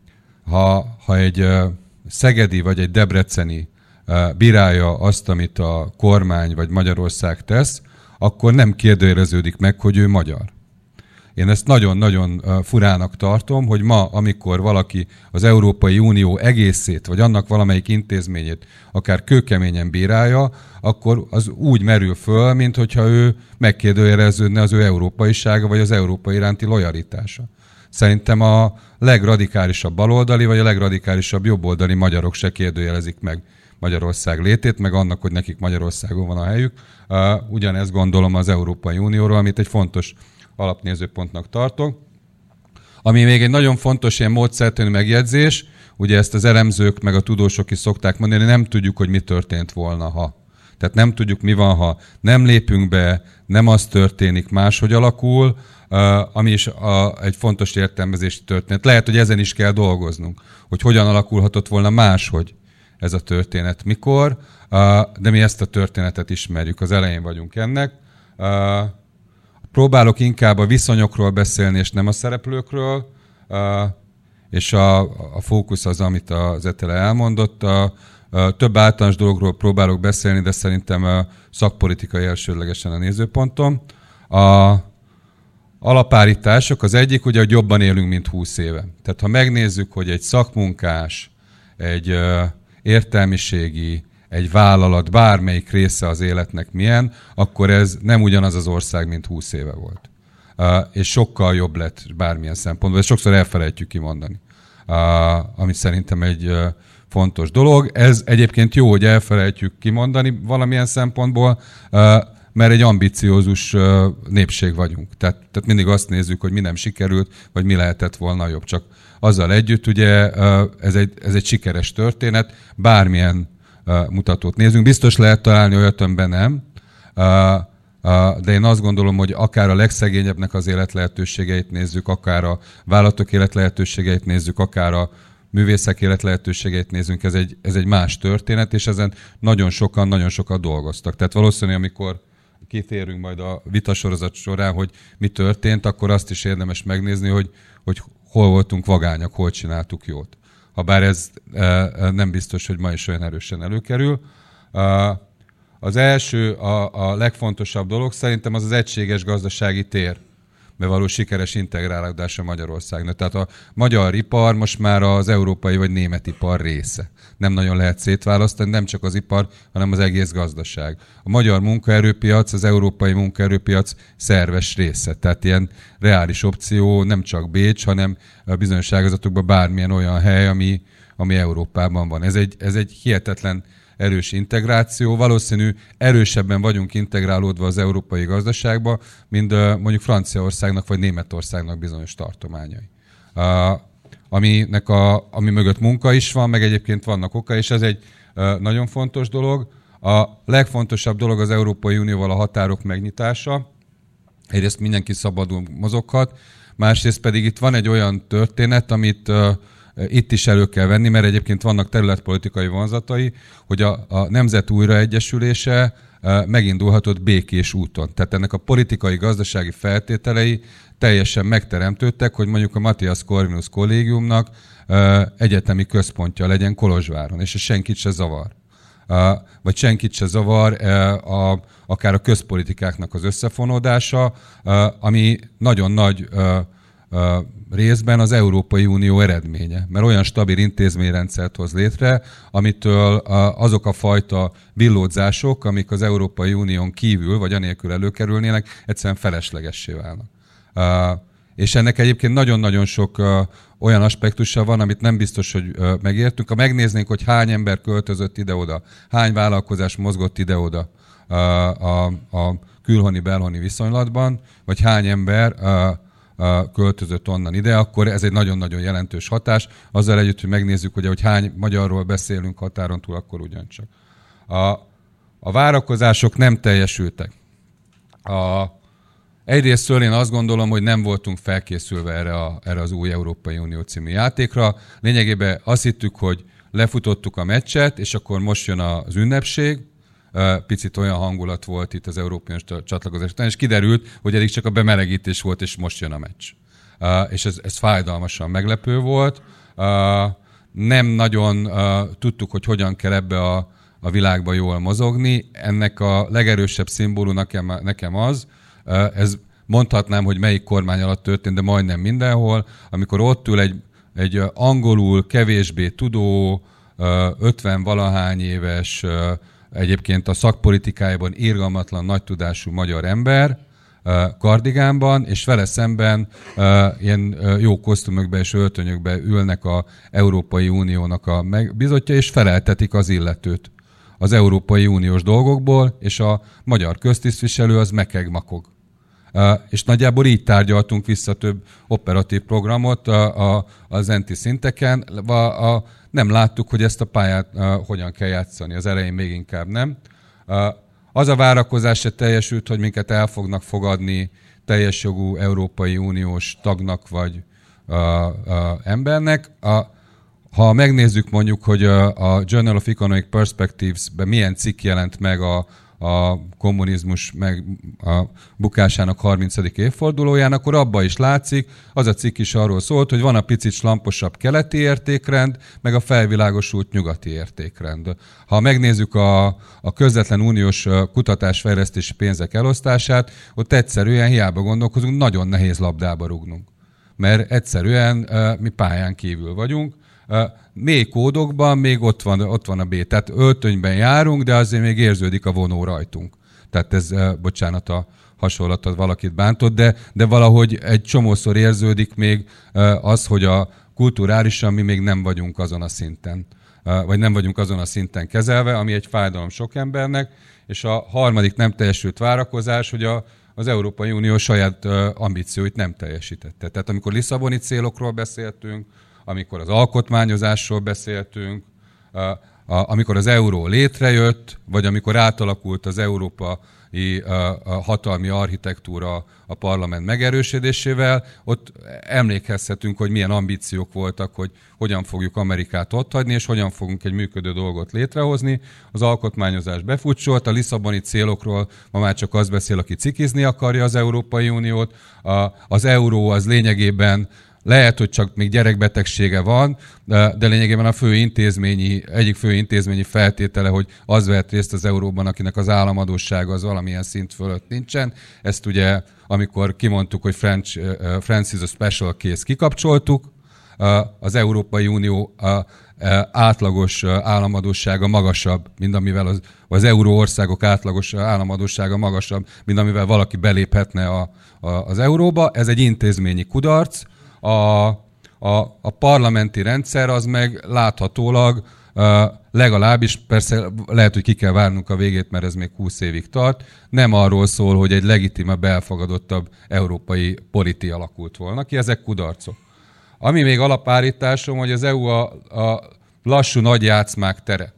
ha egy szegedi vagy egy debreceni bírálja azt, amit a kormány vagy Magyarország tesz, akkor nem kérdőjeleződik meg, hogy ő magyar. Én ezt nagyon-nagyon furának tartom, hogy ma, amikor valaki az Európai Unió egészét, vagy annak valamelyik intézményét akár kőkeményen bírálja, akkor az úgy merül föl, mint hogyha ő megkérdőjeleződne az ő európaisága, vagy az európai iránti lojalitása. Szerintem a legradikálisabb baloldali, vagy a legradikálisabb jobboldali magyarok se kérdőjelezik meg Magyarország létét, meg annak, hogy nekik Magyarországon van a helyük. Ugyanezt gondolom az Európai Unióról, amit egy fontos alapnézőpontnak tartok. Ami még egy nagyon fontos ilyen módszertani megjegyzés, ugye ezt az elemzők meg a tudósok is szokták mondani, nem tudjuk, hogy mi történt volna, ha. Tehát nem tudjuk, mi van, ha nem lépünk be, nem az történik, máshogy alakul, ami is egy fontos értelmezési történet. Lehet, hogy ezen is kell dolgoznunk, hogy hogyan alakulhatott volna máshogy ez a történet, mikor, de mi ezt a történetet ismerjük, az elején vagyunk ennek. Próbálok inkább a viszonyokról beszélni, és nem a szereplőkről, és a fókusz az, amit az Etele elmondott. Több általános dologról próbálok beszélni, de szerintem szakpolitikai elsődlegesen a nézőpontom. Alapállítások, az egyik, ugye, hogy jobban élünk, mint 20 éve. Tehát ha megnézzük, hogy egy szakmunkás, egy értelmiségi, egy vállalat bármelyik része az életnek milyen, akkor ez nem ugyanaz az ország, mint 20 éve volt. És sokkal jobb lett bármilyen szempontból. Ezt sokszor elfelejtjük kimondani, ami szerintem egy fontos dolog. Ez egyébként jó, hogy elfelejtjük kimondani valamilyen szempontból, mert egy ambiciózus népség vagyunk. Tehát mindig azt nézzük, hogy mi nem sikerült, vagy mi lehetett volna jobb. Csak azzal együtt, ugye ez egy sikeres történet, bármilyen mutatót nézünk. Biztos lehet találni olyat, amiben nem, de én azt gondolom, hogy akár a legszegényebbnek az életlehetőségeit nézzük, akár a vállalatok életlehetőségeit nézzük, akár a művészek életlehetőségeit nézzünk, ez egy más történet, és ezen nagyon sokat dolgoztak. Tehát valószínűleg, amikor kitérünk majd a vitasorozat során, hogy mi történt, akkor azt is érdemes megnézni, hogy hol voltunk vagányak, hol csináltuk jót. Habár ez nem biztos, hogy ma is olyan erősen előkerül. Az első, a legfontosabb dolog szerintem az egységes gazdasági térbe való sikeres integrálódása Magyarországnak. Tehát a magyar ipar most már az európai vagy német ipar része. Nem nagyon lehet szétválasztani, nem csak az ipar, hanem az egész gazdaság. A magyar munkaerőpiac, az európai munkaerőpiac szerves része. Tehát ilyen reális opció nem csak Bécs, hanem bizonyos ágazatokban bármilyen olyan hely, ami Európában van. Ez egy hihetetlen erős integráció. Valószínű erősebben vagyunk integrálódva az európai gazdaságba, mint mondjuk Franciaországnak vagy Németországnak bizonyos tartományai. Ami mögött munka is van, meg egyébként vannak oka, és ez egy nagyon fontos dolog. A legfontosabb dolog az Európai Unióval a határok megnyitása. Egyrészt mindenki szabadul mozoghat, másrészt pedig itt van egy olyan történet, amit itt is elő kell venni, mert egyébként vannak területpolitikai vonzatai, hogy a nemzet újraegyesülése megindulhatott békés úton. Tehát ennek a politikai, gazdasági feltételei teljesen megteremtődtek, hogy mondjuk a Matthias Corvinus kollégiumnak egyetemi központja legyen Kolozsváron, és ez senkit se zavar. Vagy senkit se zavar akár a közpolitikáknak az összefonódása, ami nagyon nagy részben az Európai Unió eredménye, mert olyan stabil intézményrendszert hoz létre, amitől azok a fajta villódzások, amik az Európai Unión kívül vagy anélkül előkerülnének, egyszerűen feleslegessé válnak. És ennek egyébként nagyon-nagyon sok olyan aspektusa van, amit nem biztos, hogy megértünk. Ha megnéznénk, hogy hány ember költözött ide-oda, hány vállalkozás mozgott ide-oda a külhoni-belhoni viszonylatban, vagy hány ember költözött onnan ide, akkor ez egy nagyon-nagyon jelentős hatás. Azzal együtt, hogy megnézzük, hogy hány magyarról beszélünk határon túl, akkor ugyancsak. A várakozások nem teljesültek. Egyrésztől én azt gondolom, hogy nem voltunk felkészülve erre az új Európai Unió című játékra. Lényegében azt hittük, hogy lefutottuk a meccset, és akkor most jön az ünnepség. Picit olyan hangulat volt itt az Európai Uniós csatlakozás után, és kiderült, hogy eddig csak a bemelegítés volt, és most jön a meccs. És ez fájdalmasan meglepő volt. Nem nagyon tudtuk, hogy hogyan kell ebbe a világba jól mozogni. Ennek a legerősebb szimbólum nekem az, ez mondhatnám, hogy melyik kormány alatt történt, de majdnem mindenhol, amikor ott ül egy angolul kevésbé tudó, 50-valahány éves, egyébként a szakpolitikájában irgalmatlan nagy tudású magyar ember kardigánban, és vele szemben ilyen jó kosztümökbe és öltönyökbe ülnek az Európai Uniónak a megbízottja, és feleltetik az illetőt az Európai Uniós dolgokból, és a magyar köztisztviselő az mekeg-makog. És nagyjából így tárgyaltunk vissza több operatív programot az enti szinteken. Nem láttuk, hogy ezt a pályát hogyan kell játszani. Az elején még inkább nem. Az a várakozás se teljesült, hogy minket el fognak fogadni teljes jogú Európai Uniós tagnak vagy embernek. Ha megnézzük mondjuk, hogy a Journal of Economic Perspectives-ben milyen cikk jelent meg a kommunizmus meg a bukásának 30. évfordulóján, akkor abban is látszik, az a cikk is arról szólt, hogy van a picit slamposabb keleti értékrend, meg a felvilágosult nyugati értékrend. Ha megnézzük a közvetlen uniós kutatásfejlesztési pénzek elosztását, ott egyszerűen hiába gondolkozunk, nagyon nehéz labdába rúgnunk. Mert egyszerűen mi pályán kívül vagyunk. Mély kódokban még ott van a B. Tehát öltönyben járunk, de azért még érződik a vonó rajtunk. Tehát ez, bocsánat, a hasonlatot valakit bántott, de valahogy egy csomószor érződik még az, hogy a kulturálisan mi még nem vagyunk azon a szinten. Vagy nem vagyunk azon a szinten kezelve, ami egy fájdalom sok embernek. És a harmadik nem teljesült várakozás, hogy az Európai Unió saját ambícióit nem teljesítette. Tehát amikor lisszaboni célokról beszéltünk, amikor az alkotmányozásról beszéltünk, amikor az euró létrejött, vagy amikor átalakult az európai hatalmi architektúra a parlament megerősödésével, ott emlékezhetünk, hogy milyen ambíciók voltak, hogy hogyan fogjuk Amerikát otthagyni, és hogyan fogunk egy működő dolgot létrehozni. Az alkotmányozás befutcsolt, a lisszaboni célokról ma már csak az beszél, aki cikizni akarja az Európai Uniót. Az euró az lényegében lehet, hogy csak még gyerekbetegsége van, de lényegében a egyik fő intézményi feltétele, hogy az vett részt az euróban, akinek az államadóssága az valamilyen szint fölött nincsen. Ezt ugye, amikor kimondtuk, hogy France is a special case, kikapcsoltuk, az Európai Unió átlagos államadóssága magasabb, mint amivel az euró országok átlagos államadóssága magasabb, mint amivel valaki beléphetne az euróba. Ez egy intézményi kudarc. A parlamenti rendszer az meg láthatólag legalábbis, persze lehet, hogy ki kell várnunk a végét, mert ez még 20 évig tart, nem arról szól, hogy egy legitimebb, elfogadottabb európai politi alakult volna ki, ezek kudarcok. Ami még alapállításom, hogy az EU a lassú nagy játszmák tere.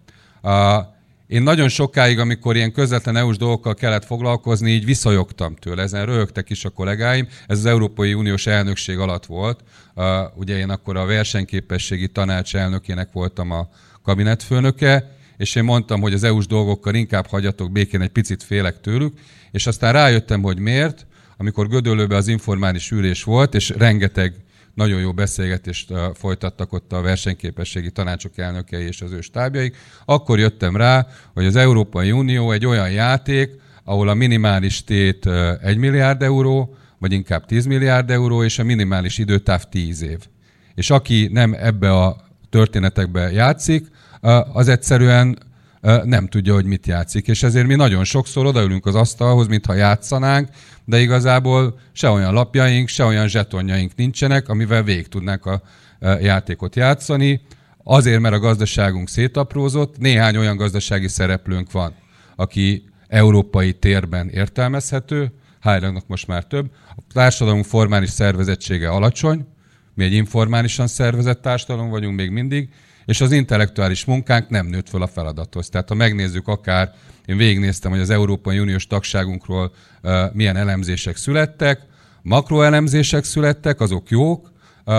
Én nagyon sokáig, amikor ilyen közvetlen EU-s dolgokkal kellett foglalkozni, így visszajogtam tőle. Ezen röhögtek is a kollégáim. Ez az Európai Uniós elnökség alatt volt. Ugye én akkor a versenyképességi tanács elnökének voltam a kabinetfőnöke, és én mondtam, hogy az EU-s dolgokkal inkább hagyjatok békén, egy picit félek tőlük, és aztán rájöttem, hogy miért, amikor Gödöllőben az informális ülés volt, és rengeteg nagyon jó beszélgetést folytattak ott a versenyképességi tanácsok elnökei és az ő stábjaik, akkor jöttem rá, hogy az Európai Unió egy olyan játék, ahol a minimális tét 1 milliárd euró, vagy inkább 10 milliárd euró, és a minimális időtáv 10 év. És aki nem ebbe a történetekbe játszik, az egyszerűen nem tudja, hogy mit játszik. És ezért mi nagyon sokszor odaülünk az asztalhoz, mintha játszanánk, de igazából se olyan lapjaink, se olyan zsetonjaink nincsenek, amivel végig tudnánk a játékot játszani. Azért, mert a gazdaságunk szétaprózott, néhány olyan gazdasági szereplőnk van, aki európai térben értelmezhető, hánylag most már több. A társadalom formális szervezettsége alacsony, mi egy informálisan szervezett társadalom vagyunk még mindig, és az intellektuális munkánk nem nőtt föl a feladathoz. Tehát ha megnézzük akár, én végignéztem, hogy az Európai Uniós tagságunkról milyen elemzések születtek, makroelemzések születtek, azok jók,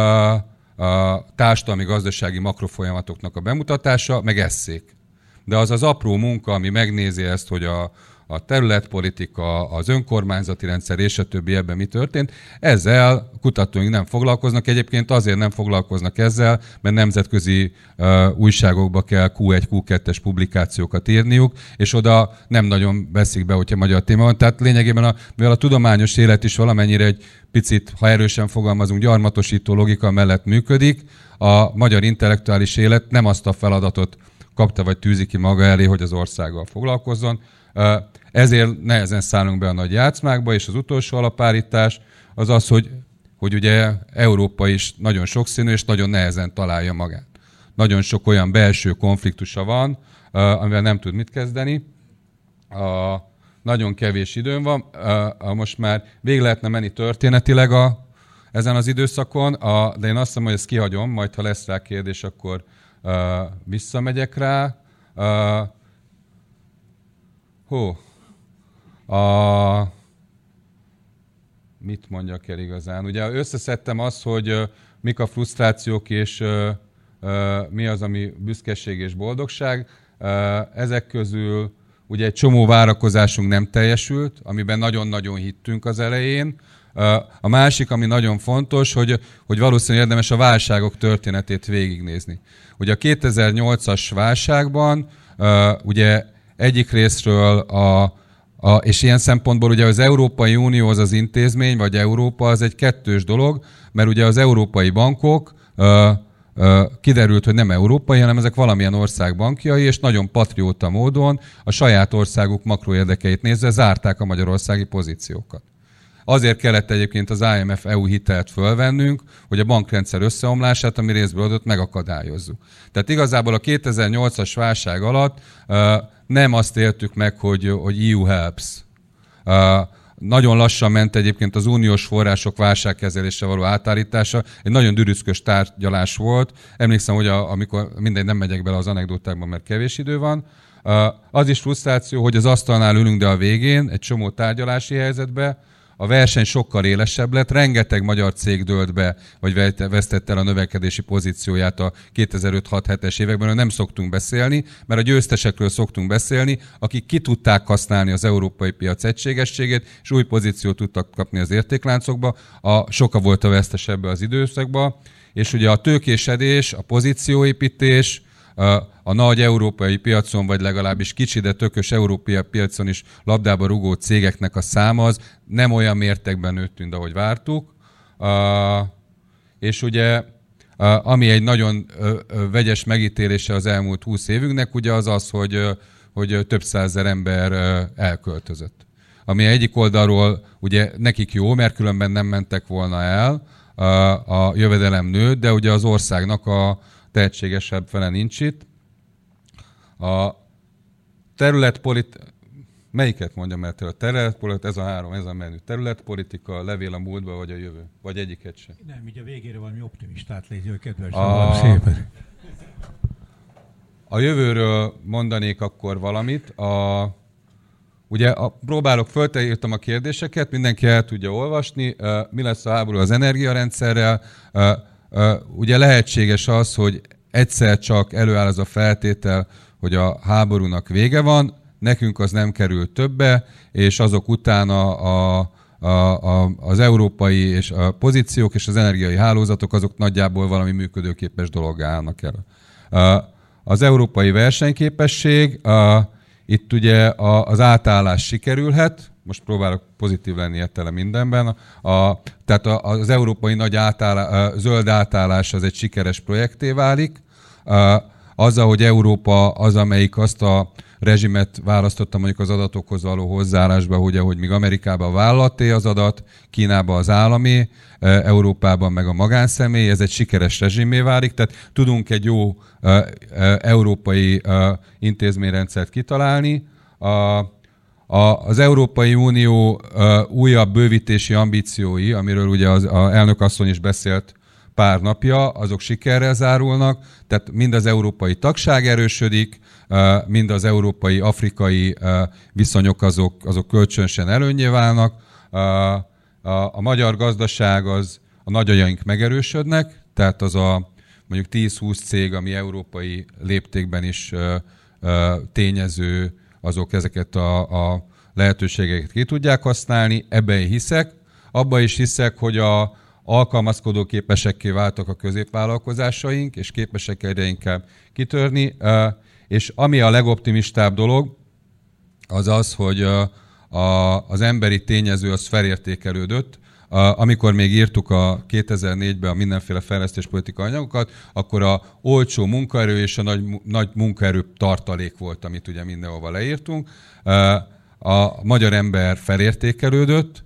a társadalmi-gazdasági makrofolyamatoknak a bemutatása, meg esszék. De az az apró munka, ami megnézi ezt, hogy a területpolitika, az önkormányzati rendszer és a többi, ebben mi történt. Ezzel kutatóink nem foglalkoznak. Egyébként azért nem foglalkoznak ezzel, mert nemzetközi újságokba kell Q1, Q2-es publikációkat írniuk, és oda nem nagyon veszik be, hogyha magyar téma van. Tehát lényegében, mivel a tudományos élet is valamennyire egy picit, ha erősen fogalmazunk, gyarmatosító logika mellett működik, a magyar intellektuális élet nem azt a feladatot kapta vagy tűzi ki maga elé, hogy az országgal foglalkozzon. Ezért nehezen szállunk be a nagy játszmákba, és az utolsó alapállítás az az, hogy ugye Európa is nagyon sokszínű, és nagyon nehezen találja magát. Nagyon sok olyan belső konfliktusa van, amivel nem tud mit kezdeni. Nagyon kevés időm van. Most már végig lehetne menni történetileg ezen az időszakon, de én azt hiszem, hogy ezt kihagyom, majd ha lesz rá kérdés, akkor visszamegyek rá. Mit mondjak el igazán? Ugye összeszedtem azt, hogy mik a frusztrációk és mi az, ami büszkeség és boldogság. Ezek közül ugye egy csomó várakozásunk nem teljesült, amiben nagyon-nagyon hittünk az elején. A másik, ami nagyon fontos, hogy valószínűleg érdemes a válságok történetét végignézni. Ugye a 2008-as válságban ugye egyik részről és ilyen szempontból ugye az Európai Unió az intézmény, vagy Európa az egy kettős dolog, mert ugye az európai bankok kiderült, hogy nem európai, hanem ezek valamilyen ország bankjai, és nagyon patrióta módon a saját országuk makroérdekeit nézve zárták a magyarországi pozíciókat. Azért kellett egyébként az IMF EU hitelt fölvennünk, hogy a bankrendszer összeomlását, ami részből adott, megakadályozzuk. Tehát igazából a 2008-as válság alatt nem azt éltük meg, hogy EU helps. Nagyon lassan ment egyébként az uniós források válságkezelésre való átállítása. Egy nagyon dürüszkös tárgyalás volt. Emlékszem, hogy amikor mindegy, nem megyek bele az anekdotákban, mert kevés idő van. Az is frusztráció, hogy az asztalnál ülünk, de a végén egy csomó tárgyalási helyzetbe a verseny sokkal élesebb lett, rengeteg magyar cég dőlt be, vagy vesztette el a növekedési pozícióját a 2005-6-7-es években, nem szoktunk beszélni, mert a győztesekről szoktunk beszélni, akik ki tudták használni az európai piac egységességét, és új pozíciót tudtak kapni az értékláncokba. Soka volt a vesztes ebbe az időszakban, és ugye a tőkésedés, a pozícióépítés, a nagy európai piacon, vagy legalábbis kicsi, de tökös európai piacon is labdába rugó cégeknek a száma az nem olyan mértékben nőtt, mint ahogy vártuk. És ugye, ami egy nagyon vegyes megítélése az elmúlt 20 évünknek, ugye az az, hogy több százezer ember elköltözött. Ami egyik oldalról ugye nekik jó, mert különben nem mentek volna el, a jövedelem nőtt, de ugye az országnak a tehetségesebb fele nincs itt. A melyiket mondjam el? A területpolitika, ez a három, ez a menü. Területpolitika, levél a múltba, vagy a jövő? Vagy egyiket sem? Nem, így a végére valami optimistát légy, hogy kedves, szépen. A jövőről mondanék akkor valamit. Ugye próbálok, fölteírtam a kérdéseket, mindenki el tudja olvasni. Mi lesz a háború az energiarendszerrel? Ugye lehetséges az, hogy egyszer csak előáll az a feltétel, hogy a háborúnak vége van, nekünk az nem kerül többe, és azok utána az európai és a pozíciók és az energiai hálózatok azok nagyjából valami működőképes dologgá állnak el. Az európai versenyképesség, itt ugye az átállás sikerülhet, most próbálok pozitív lenni ettől mindenben. Tehát az európai nagy zöld átállás az egy sikeres projekté válik. Azzal, hogy Európa az, amelyik azt a rezsimet választotta mondjuk az adatokhoz való hozzáállásba, hogy ahogy még Amerikában a vállalaté az adat, Kínában az állami, Európában meg a magánszemély, ez egy sikeres rezsimé válik, tehát tudunk egy jó európai intézményrendszert kitalálni. Az Európai Unió újabb bővítési ambíciói, amiről ugye az elnök asszony is beszélt pár napja, azok sikerrel zárulnak, tehát mind az európai tagság erősödik, mind az európai-afrikai viszonyok azok kölcsönösen előnnyé válnak. A magyar gazdaság a nagyajaink megerősödnek, tehát az a mondjuk 10-20 cég, ami európai léptékben is tényező, azok ezeket a lehetőségeket ki tudják használni, ebben hiszek. Abban is hiszek, hogy alkalmazkodó képesekké váltak a középvállalkozásaink, és képesek egyre inkább kitörni. És ami a legoptimistább dolog, az az, hogy az emberi tényező az felértékelődött. Amikor még írtuk a 2004-ben a mindenféle fejlesztéspolitikai anyagokat, akkor a olcsó munkaerő és a nagy munkaerő tartalék volt, amit ugye mindenhova leírtunk. A magyar ember felértékelődött.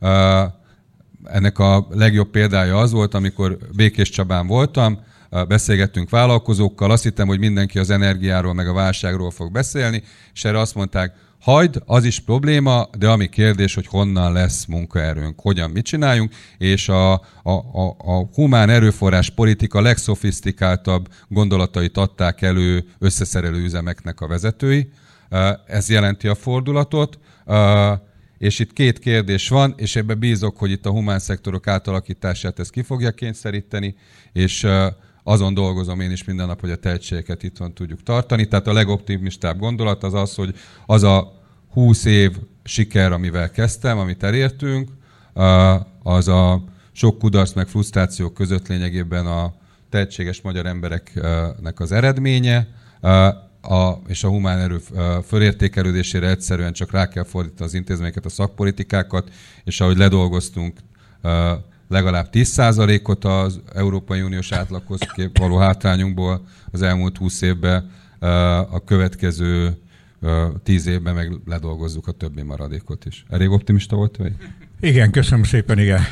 Ennek a legjobb példája az volt, amikor Békéscsabán voltam, beszélgettünk vállalkozókkal, azt hittem, hogy mindenki az energiáról meg a válságról fog beszélni, és erre azt mondták, hagyd, az is probléma, de ami kérdés, hogy honnan lesz munkaerőnk, hogyan, mit csináljunk, és a humán erőforrás politika legszofisztikáltabb gondolatait adták elő összeszerelő üzemeknek a vezetői. Ez jelenti a fordulatot. És itt két kérdés van, és ebben bízok, hogy itt a humán szektorok átalakítását ez ki fogja kényszeríteni, és azon dolgozom én is minden nap, hogy a tehetségeket itthon tudjuk tartani. Tehát a legoptimistább gondolat az az, hogy az a 20 év siker, amivel kezdtem, amit elértünk, az a sok kudarc meg frusztrációk között lényegében a tehetséges magyar embereknek az eredménye, és a humán erő fölértékelődésére egyszerűen csak rá kell fordítani az intézményeket, a szakpolitikákat, és ahogy ledolgoztunk legalább 10%-ot az Európai Uniós átlaghoz való hátrányunkból az elmúlt 20 évben, a következő 10 évben meg ledolgozzuk a többi maradékot is. Elég optimista volt vagy? Igen, köszönöm szépen, igen.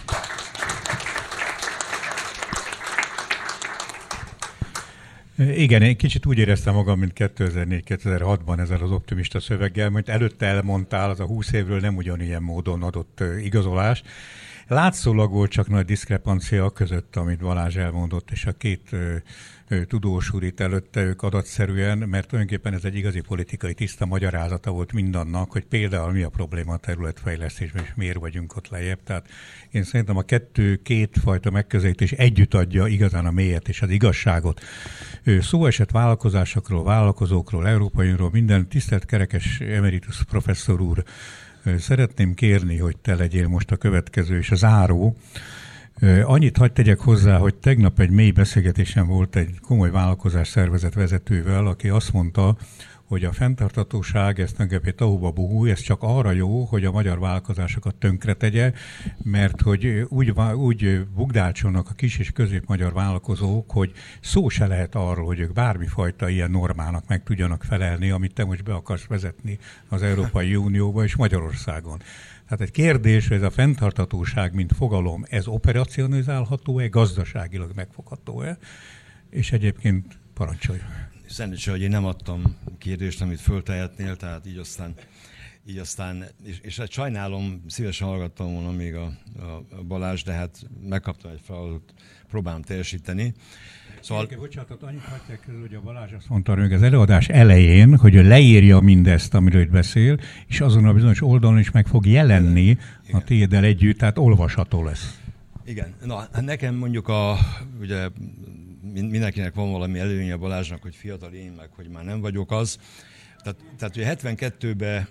Igen, én kicsit úgy éreztem magam, mint 2004-2006-ban ezzel az optimista szöveggel, mert előtte elmondtál, az a 20 évről nem ugyanilyen módon adott igazolás. Látszólag volt csak nagy diszkrepancia között, amit Balázs elmondott, és a két tudós úr itt előtte ők adatszerűen, mert tulajdonképpen ez egy igazi politikai tiszta magyarázata volt mindannak, hogy például mi a probléma a területfejlesztésben, és miért vagyunk ott lejjebb. Tehát én szerintem a kétfajta megközelítés együtt adja igazán a mélyet és az igazságot. Szó esett vállalkozásokról, vállalkozókról, Európai Unióról, minden tisztelt kerekes emeritus professzor úr, szeretném kérni, hogy te legyél most a következő és a záró. Annyit hadd tegyek hozzá, hogy tegnap egy mély beszélgetésem volt egy komoly vállalkozás szervezet vezetővel, aki azt mondta, hogy a fenntarthatóság, ez tulajdonképpen tahuba-buhú, ez csak arra jó, hogy a magyar vállalkozásokat tönkretegye, mert hogy úgy bugdácsolnak a kis és közép-magyar vállalkozók, hogy szó se lehet arról, hogy ők bármifajta ilyen normának meg tudjanak felelni, amit te most be akarsz vezetni az Európai Unióba és Magyarországon. Tehát egy kérdés, hogy ez a fenntarthatóság, mint fogalom, ez operacionalizálható-e, gazdaságilag megfogható-e, és egyébként parancsolj. Szerencsé, hogy én nem adtam kérdést, amit föltehetnél, tehát így aztán és hát sajnálom, szívesen hallgattam volna még a Balázs, de hát megkaptam egy feladatot, próbálom teljesíteni. Szóval... Bocsánatot, annyit hagyják közül, hogy a Balázs azt mondta még az előadás elején, hogy ő leírja mindezt, amiről itt beszél, és azon a bizonyos oldalon is meg fog jelenni a tiéddel együtt, tehát olvasható lesz. Igen. Na, nekem mondjuk ugye mindenkinek van valami előnye Balázsnak, hogy fiatal én, meg hogy már nem vagyok az. Tehát ugye 72-ben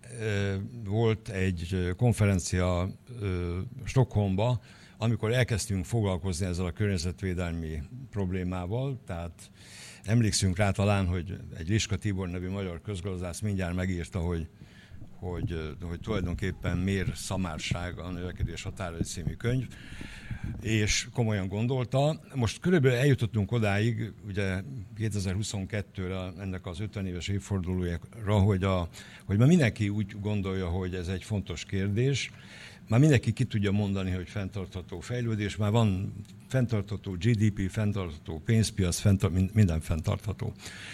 volt egy konferencia Stockholmba, amikor elkezdtünk foglalkozni ezzel a környezetvédelmi problémával, tehát emlékszünk rá talán, hogy egy Liska Tibor nevű magyar közgazdász mindjárt megírta, hogy tulajdonképpen miért szamárság a növekedés határai című könyv, és komolyan gondolta. Most körülbelül eljutottunk odáig, ugye 2022-re ennek az 50 éves évfordulójára, hogy már mindenki úgy gondolja, hogy ez egy fontos kérdés. Már mindenki ki tudja mondani, hogy fenntartható fejlődés, már van fenntartható GDP, fenntartható pénzpiac, minden fenntartható.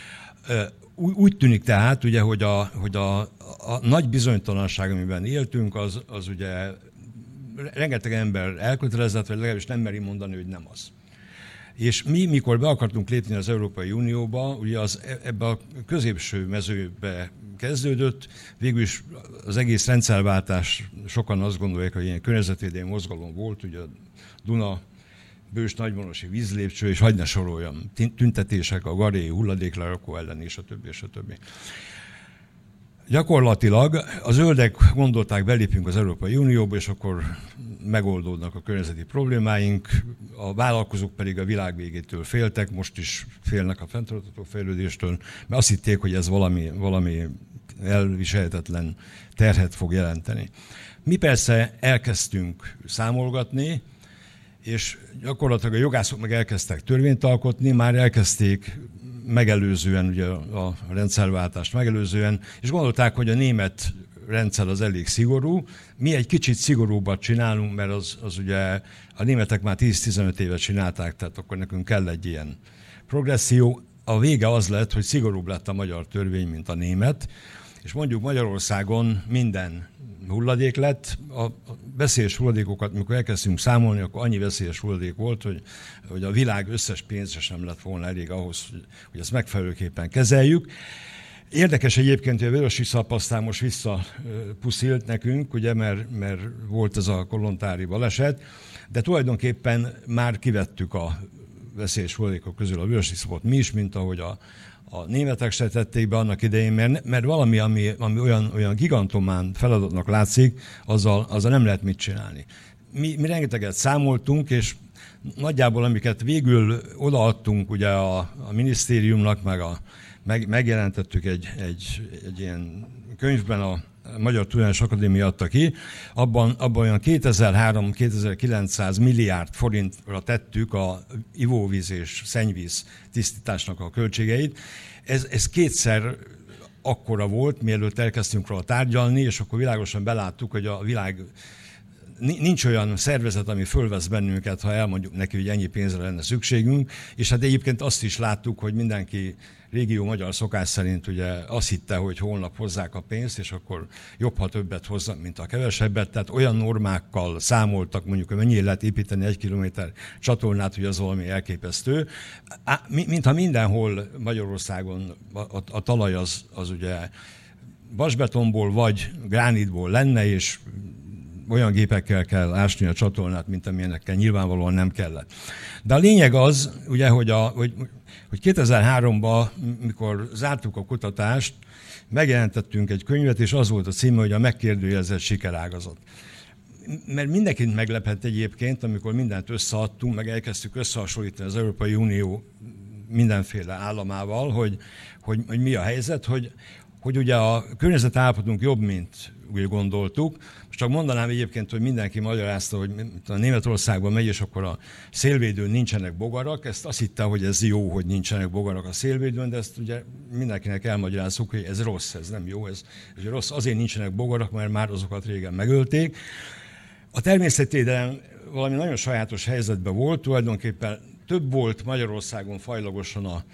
Úgy tűnik tehát, ugye, hogy a nagy bizonytalanság, amiben éltünk, az ugye rengeteg ember elkötelezett, vagy legalábbis nem meri mondani, hogy nem az. És mi, mikor be akartunk lépni az Európai Unióba, ugye ebbe a középső mezőbe kezdődött, végül is az egész rendszerváltás, sokan azt gondolják, hogy ilyen környezetvédelmi mozgalom volt, ugye a Duna, Bős nagymonosi vízlépcső, és hadd ne soroljam, tüntetések a garéi hulladéklerakó ellen, és a többi, és a többi. Gyakorlatilag a zöldek gondolták, belépünk az Európai Unióba, és akkor megoldódnak a környezeti problémáink, a vállalkozók pedig a világ végétől féltek, most is félnek a fenntartható fejlődéstől, mert azt hitték, hogy ez valami elviselhetetlen terhet fog jelenteni. Mi persze elkezdtünk számolgatni, és gyakorlatilag a jogászok meg elkezdtek törvényt alkotni, már elkezdték megelőzően, ugye a rendszerváltást megelőzően, és gondolták, hogy a német rendszer az elég szigorú. Mi egy kicsit szigorúbbat csinálunk, mert az ugye a németek már 10-15 évet csinálták, tehát akkor nekünk kell egy ilyen progresszió. A vége az lett, hogy szigorúbb lett a magyar törvény, mint a német, és mondjuk Magyarországon minden hulladék lett. A veszélyes hulladékokat, mikor elkezdtünk számolni, akkor annyi veszélyes hulladék volt, hogy a világ összes pénze sem lett volna elég ahhoz, hogy ezt megfelelőképpen kezeljük. Érdekes egyébként, hogy a Vörösiszap aztán most visszapuszilt nekünk, ugye, mert volt ez a kolontári baleset, de tulajdonképpen már kivettük a veszélyes hulladékok közül a Vörösiszapot mi is, mint ahogy a németek se tették be annak idején, mert valami, ami olyan gigantomán feladatnak látszik, azzal nem lehet mit csinálni. Mi rengeteget számoltunk, és nagyjából amiket végül odaadtunk ugye a minisztériumnak, megjelentettük egy ilyen könyvben, a Magyar Tudományos Akadémia adta ki, abban olyan 2300-2900 milliárd forintra tettük a ivóvíz és szennyvíz tisztításnak a költségeit. Ez kétszer akkora volt, mielőtt elkezdtünk róla tárgyalni, és akkor világosan beláttuk, hogy a világ nincs olyan szervezet, ami fölvesz bennünket, ha elmondjuk neki, hogy ennyi pénzre lenne szükségünk, és hát egyébként azt is láttuk, hogy mindenki régió magyar szokás szerint ugye azt hitte, hogy holnap hozzák a pénzt, és akkor jobb, ha többet hoznak, mint a kevesebbet. Tehát olyan normákkal számoltak, mondjuk, hogy mennyire lehet építeni 1 kilométer csatornát, hogy az valami elképesztő. Mintha mindenhol Magyarországon a talaj az ugye vasbetonból vagy gránitból lenne, és olyan gépekkel kell ásni a csatornát, mint amilyenekkel nyilvánvalóan nem kellett. De a lényeg az, ugye, hogy 2003-ban, mikor zártuk a kutatást, megjelentettünk egy könyvet, és az volt a címe, hogy a megkérdőjelezett sikerágazat. Mert mindenkit meglepett egyébként, amikor mindent összeadtunk, meg elkezdtük összehasonlítani az Európai Unió mindenféle államával, hogy mi a helyzet, hogy ugye a környezeti állapotunk jobb, mint úgy gondoltuk. Most csak mondanám egyébként, hogy mindenki magyarázta, hogy a Németországban megy, és akkor a szélvédőn nincsenek bogarak. Ezt azt hitte, hogy ez jó, hogy nincsenek bogarak a szélvédőn, de ezt ugye mindenkinek elmagyarázzuk, hogy ez rossz, ez nem jó, ez rossz. Azért nincsenek bogarak, mert már azokat régen megölték. A természetvédelem valami nagyon sajátos helyzetben volt, tulajdonképpen több volt Magyarországon fajlagosan a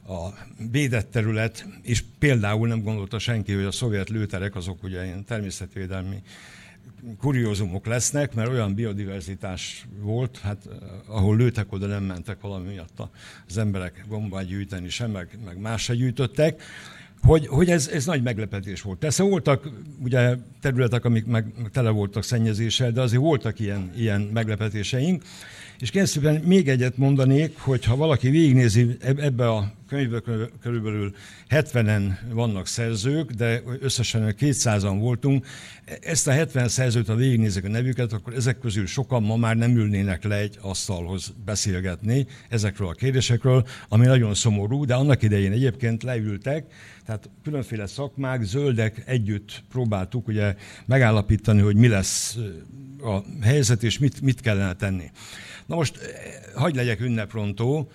védett terület, és például nem gondolta senki, hogy a szovjet lőterek azok ugye ilyen természetvédelmi kuriózumok lesznek, mert olyan biodiverzitás volt, hát ahol lőtek, oda nem mentek valami miatt az emberek bombát gyűjteni sem, meg más se gyűjtöttek, hogy ez nagy meglepetés volt. Persze voltak ugye területek, amik meg tele voltak szennyezéssel, de azért voltak ilyen meglepetéseink. És kényszerűen még egyet mondanék, hogy ha valaki végignézi, ebbe a könyvbe körülbelül 70-en vannak szerzők, de összesen 200-an voltunk. Ezt a 70 szerzőt, ha végignézik a nevüket, akkor ezek közül sokan ma már nem ülnének le egy asztalhoz beszélgetni ezekről a kérdésekről, ami nagyon szomorú, de annak idején egyébként leültek, tehát különféle szakmák, zöldek együtt próbáltuk ugye megállapítani, hogy mi lesz a helyzet, és mit kellene tenni. Na most, hagyj legyek ünneprontó,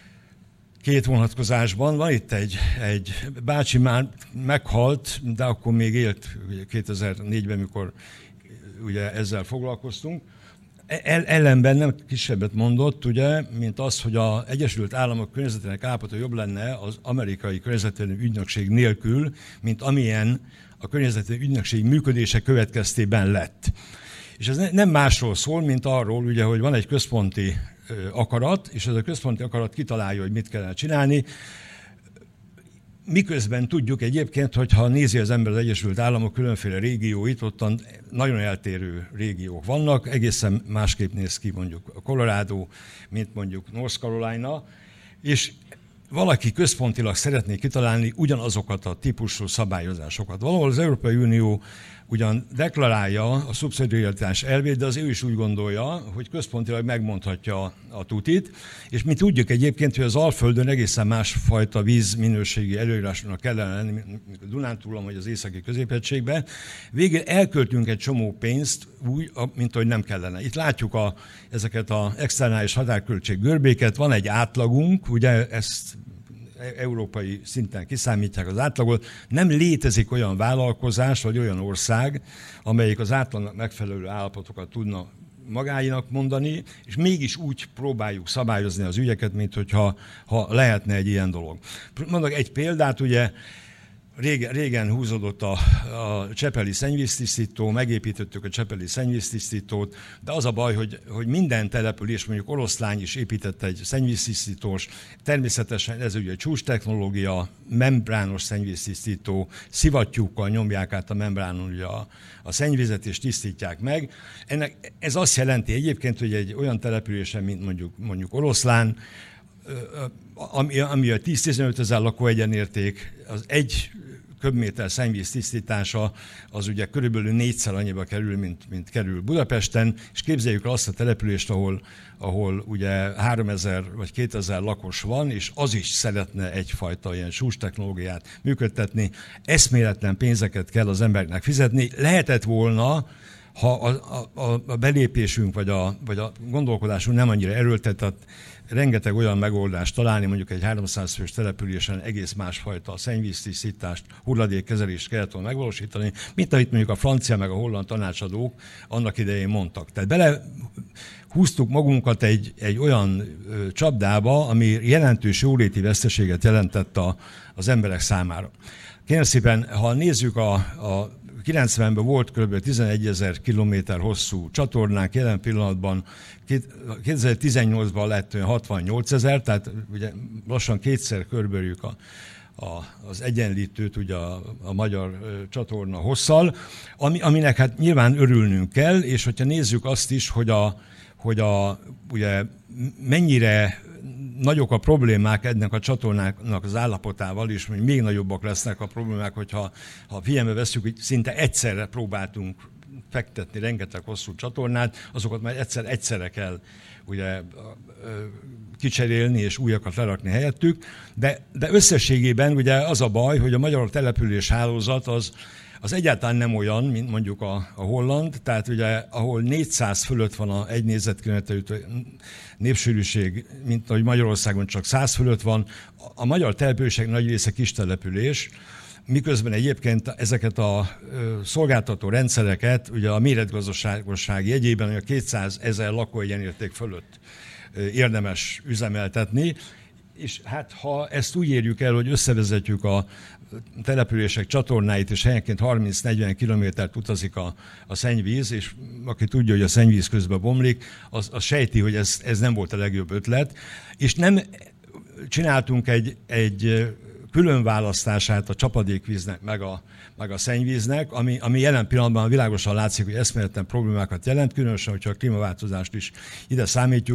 két vonatkozásban. Van itt egy bácsi, már meghalt, de akkor még élt 2004-ben, mikor ugye ezzel foglalkoztunk. Ellenben nem kisebbet mondott, ugye, mint az, hogy az Egyesült Államok környezetének állapota jobb lenne az amerikai környezetvédelmi ügynökség nélkül, mint amilyen a környezetvédelmi ügynökség működése következtében lett. És ez nem másról szól, mint arról, ugye, hogy van egy központi akarat, és ez a központi akarat kitalálja, hogy mit kellene csinálni. Miközben tudjuk egyébként, hogyha nézi az ember az Egyesült Államok különféle régióit, ottan nagyon eltérő régiók vannak, egészen másképp néz ki mondjuk a Colorado, mint mondjuk North Carolina, és valaki központilag szeretné kitalálni ugyanazokat a típusú szabályozásokat. Valahol az Európai Unió ugyan deklarálja a szubszidiaritás elvét, de az ő is úgy gondolja, hogy központilag megmondhatja a tutit, és mi tudjuk egyébként, hogy az Alföldön egészen másfajta vízminőségi előírásnak kellene lenni, mint a Dunántúlon vagy az északi középhegységben. Végül elköltünk egy csomó pénzt úgy, mint hogy nem kellene. Itt látjuk ezeket az externális határköltség görbéket, van egy átlagunk, ugye ezt európai szinten kiszámítják az átlagot. Nem létezik olyan vállalkozás, vagy olyan ország, amelyik az átlagnak megfelelő állapotokat tudna magáinak mondani, és mégis úgy próbáljuk szabályozni az ügyeket, mint hogyha lehetne egy ilyen dolog. Mondok egy példát, ugye régen húzódott a csepeli szennyvíztisztító, megépítettük a csepeli szennyvíztisztítót, de az a baj, hogy minden település, mondjuk Oroszlány is épített egy szennyvíztisztítós, természetesen ez ugye csúcs technológia, membrános szennyvíztisztító, szivattyúkkal nyomják át a membránon ugye a szennyvizet és tisztítják meg. Ez azt jelenti egyébként, hogy egy olyan településen, mint mondjuk Oroszlán, ami a 10-15 ezer lakóegyenérték, az 1 köbméter szennyvíz tisztítása az ugye körülbelül 4-szer annyiba kerül, mint kerül Budapesten, és képzeljük azt a települést, ahol ugye 3000 vagy 2000 lakos van, és az is szeretne egyfajta ilyen csúcs technológiát működtetni. Eszméletlen pénzeket kell az embernek fizetni. Lehetett volna, ha a belépésünk vagy a gondolkodásunk nem annyira erőltetett, rengeteg olyan megoldást találni, mondjuk egy 300 fős településen egész másfajta szennyvíztisztítást, hulladékkezelést kellett volna megvalósítani, mint amit mondjuk a francia meg a holland tanácsadók annak idején mondtak. Tehát belehúztuk magunkat egy olyan csapdába, ami jelentős jóléti veszteséget jelentett az emberek számára. Kérem szépen, ha nézzük a 90-ben volt kb. 11 000 kilométer hosszú csatornánk, jelen pillanatban 2018-ban lett 68 000, tehát ugye lassan kétszer körbeüljük az egyenlítőt ugye a magyar csatorna hosszal, aminek hát nyilván örülnünk kell, és hogyha nézzük azt is, hogy ugye mennyire nagyok a problémák ennek a csatornáknak az állapotával, és még nagyobbak lesznek a problémák, hogyha figyelme vesszük, hogy szinte egyszerre próbáltunk fektetni rengeteg hosszú csatornát, azokat már egyszerre kell ugye kicserélni és újakat lerakni helyettük, de összességében ugye az a baj, hogy a magyar település hálózat az egyáltalán nem olyan, mint mondjuk a holland, tehát ugye ahol 400 fölött van a 1 négyzetkilométerű népsűrűség, mint ahogy Magyarországon csak 100 fölött van, a magyar települések nagy része kis település, miközben egyébként ezeket a szolgáltató rendszereket ugye a méretgazdaságosság jegyében a 200 000 lakóegyenérték fölött érdemes üzemeltetni, és hát ha ezt úgy érjük el, hogy összevezetjük a települések csatornáit, és helyenként 30-40 kilométert utazik a szennyvíz, és aki tudja, hogy a szennyvíz közben bomlik, az sejti, hogy ez nem volt a legjobb ötlet, és nem csináltunk egy különválasztását a csapadékvíznek meg a szennyvíznek, ami jelen pillanatban világosan látszik, hogy eszméletlen problémákat jelent, különösen, hogyha a klímaváltozást is ide számítjuk,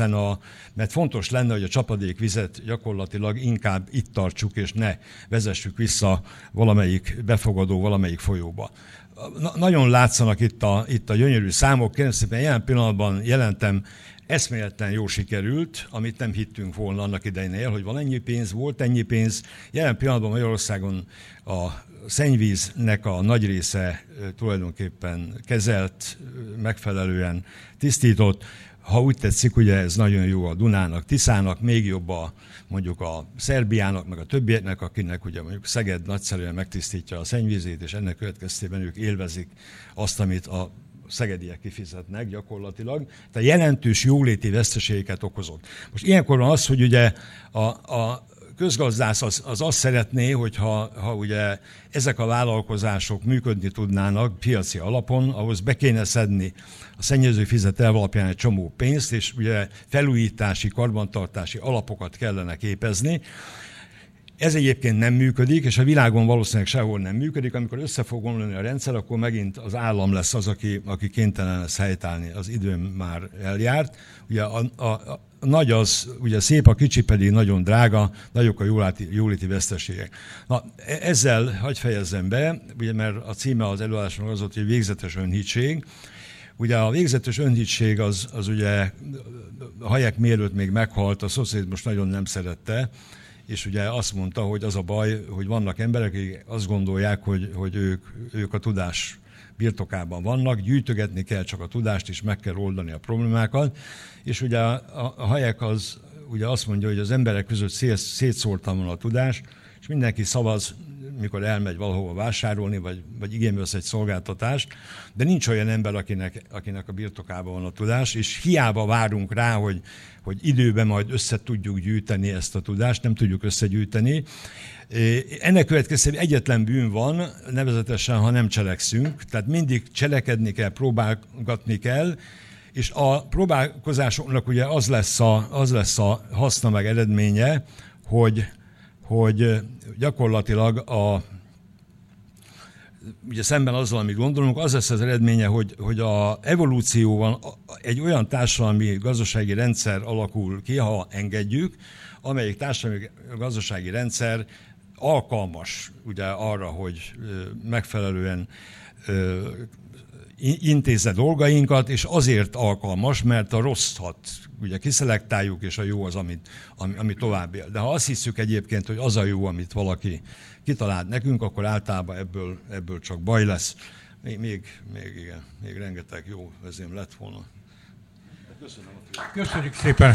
mert fontos lenne, hogy a csapadékvizet gyakorlatilag inkább itt tartsuk, és ne vezessük vissza valamelyik befogadó, valamelyik folyóba. Nagyon látszanak itt a gyönyörű számok, kérem szépen jelen pillanatban jelentem, eszméletlen jó sikerült, amit nem hittünk volna annak idején el, hogy van ennyi pénz, volt ennyi pénz. Jelen pillanatban Magyarországon a szennyvíznek a nagy része tulajdonképpen kezelt, megfelelően tisztított. Ha úgy tetszik, ugye ez nagyon jó a Dunának, Tiszának, még jobb mondjuk a Szerbiának, meg a többieknek, akinek ugye mondjuk Szeged nagyszerűen megtisztítja a szennyvízét, és ennek következtében ők élvezik azt, amit a szegediek kifizetnek gyakorlatilag, tehát jelentős jóléti veszteségeket okozott. Most ilyenkor van az, hogy ugye a közgazdász az azt szeretné, hogyha ugye ezek a vállalkozások működni tudnának piaci alapon, ahhoz be kéne szedni a szennyező fizet elv alapján egy csomó pénzt, és ugye felújítási, karbantartási alapokat kellene képezni. Ez egyébként nem működik, és a világon valószínűleg sehol nem működik. Amikor össze fog omlani a rendszer, akkor megint az állam lesz az, aki kénytelen lesz helytállni. Az időm már eljárt. Ugye a nagy az ugye szép, a kicsi pedig nagyon drága, nagyok a jóléti veszteségek. Na, ezzel hadd fejezzem be, ugye, mert a címe az előadásnak az volt, hogy végzetes önhittség. Ugye a végzetes önhittség az ugye Hayek mielőtt még meghalt, a szocializmus nagyon nem szerette, és ugye azt mondta, hogy az a baj, hogy vannak emberek, akik azt gondolják, hogy ők a tudás birtokában vannak, gyűjtögetni kell csak a tudást, és meg kell oldani a problémákat. És ugye a Hayek ugye azt mondja, hogy az emberek között szétszórtan van a tudás, és mindenki szavaz mikor elmegy valahova vásárolni, vagy igénybe vesz egy szolgáltatást, de nincs olyan ember, akinek a birtokában van a tudás, és hiába várunk rá, hogy időben majd össze tudjuk gyűjteni ezt a tudást, nem tudjuk összegyűjteni. Ennek következtében egyetlen bűn van, nevezetesen, ha nem cselekszünk, tehát mindig cselekedni kell, próbálgatni kell, és a próbálkozásoknak ugye az lesz a haszna meg eredménye, hogy gyakorlatilag ugye szemben azzal, amit gondolunk, az lesz az eredménye, hogy a evolúcióban egy olyan társadalmi gazdasági rendszer alakul ki, ha engedjük, amelyik társadalmi gazdasági rendszer alkalmas ugye arra, hogy megfelelően intézze dolgainkat, és azért alkalmas, mert a rosszat ugye kiszelektáljuk, és a jó az, ami tovább él. De ha azt hiszük egyébként, hogy az a jó, amit valaki kitalált nekünk, akkor általában ebből csak baj lesz. Még rengeteg jó vezém lett volna. Köszönöm a figyelmet. Köszönjük szépen!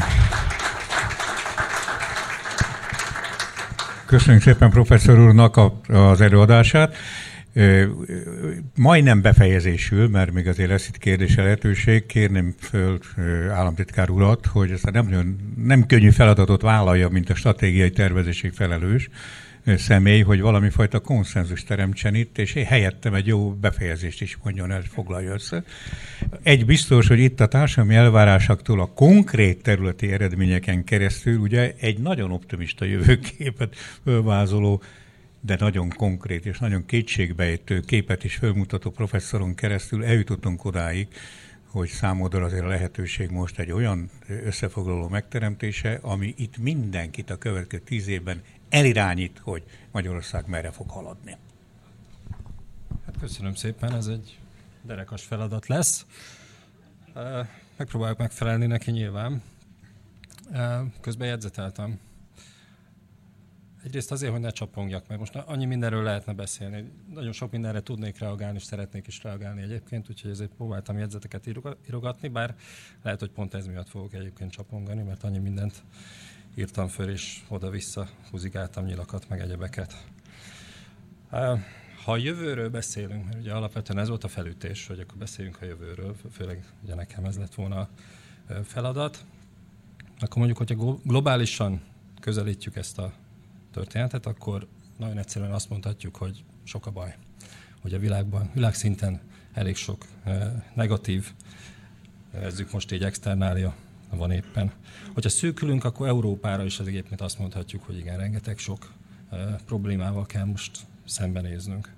Köszönjük szépen professzor úrnak az előadását. Majdnem befejezésül, mert még azért lesz itt kérdése lehetőség, kérném föl államtitkár urat, hogy ezt nem könnyű feladatot vállalja, mint a stratégiai tervezési felelős személy, hogy valami fajta konszenzus teremtsen itt, és helyettem egy jó befejezést is mondjon el, foglalja össze. Egy biztos, hogy itt a társadalmi elvárásoktól a konkrét területi eredményeken keresztül ugye egy nagyon optimista jövőképet fölvázoló, de nagyon konkrét és nagyon kétségbeejtő képet is fölmutató professzoron keresztül eljutottunk odáig, hogy számodra azért a lehetőség most egy olyan összefoglaló megteremtése, ami itt mindenkit a következő 10 évben elirányít, hogy Magyarország merre fog haladni. Hát köszönöm szépen, ez egy derekas feladat lesz. Megpróbáljuk megfelelni neki nyilván. Közben jegyzeteltem. Egyrészt azért, hogy ne csapongjak, mert most annyi mindenről lehetne beszélni. Nagyon sok mindenre tudnék reagálni, és szeretnék is reagálni egyébként, úgyhogy ezért próbáltam jegyzeteket írogatni, bár lehet, hogy pont ez miatt fogok egyébként csapongani, mert annyi mindent írtam föl, és oda-vissza húzigáltam nyilakat, meg egyebeket. Ha a jövőről beszélünk, mert ugye alapvetően ez volt a felütés, hogy akkor beszéljünk a jövőről, főleg ugye nekem ez lett volna a feladat, akkor mondjuk, hogyha globálisan közelítjük ezt a történetet, akkor nagyon egyszerűen azt mondhatjuk, hogy sok a baj. Hogy a világszinten elég sok negatív, ezzük most így externália van éppen. Hogyha szűkülünk, akkor Európára is egyébként azt mondhatjuk, hogy igen, rengeteg sok problémával kell most szembenéznünk.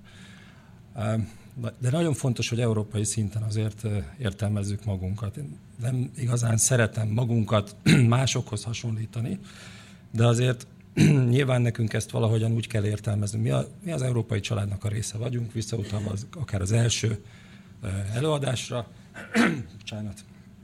De nagyon fontos, hogy európai szinten azért értelmezzük magunkat. Én nem igazán szeretem magunkat másokhoz hasonlítani, de azért nyilván nekünk ezt valahogyan úgy kell értelmezni. Mi az európai családnak a része vagyunk, visszautalva akár az első előadásra. Bocsánat.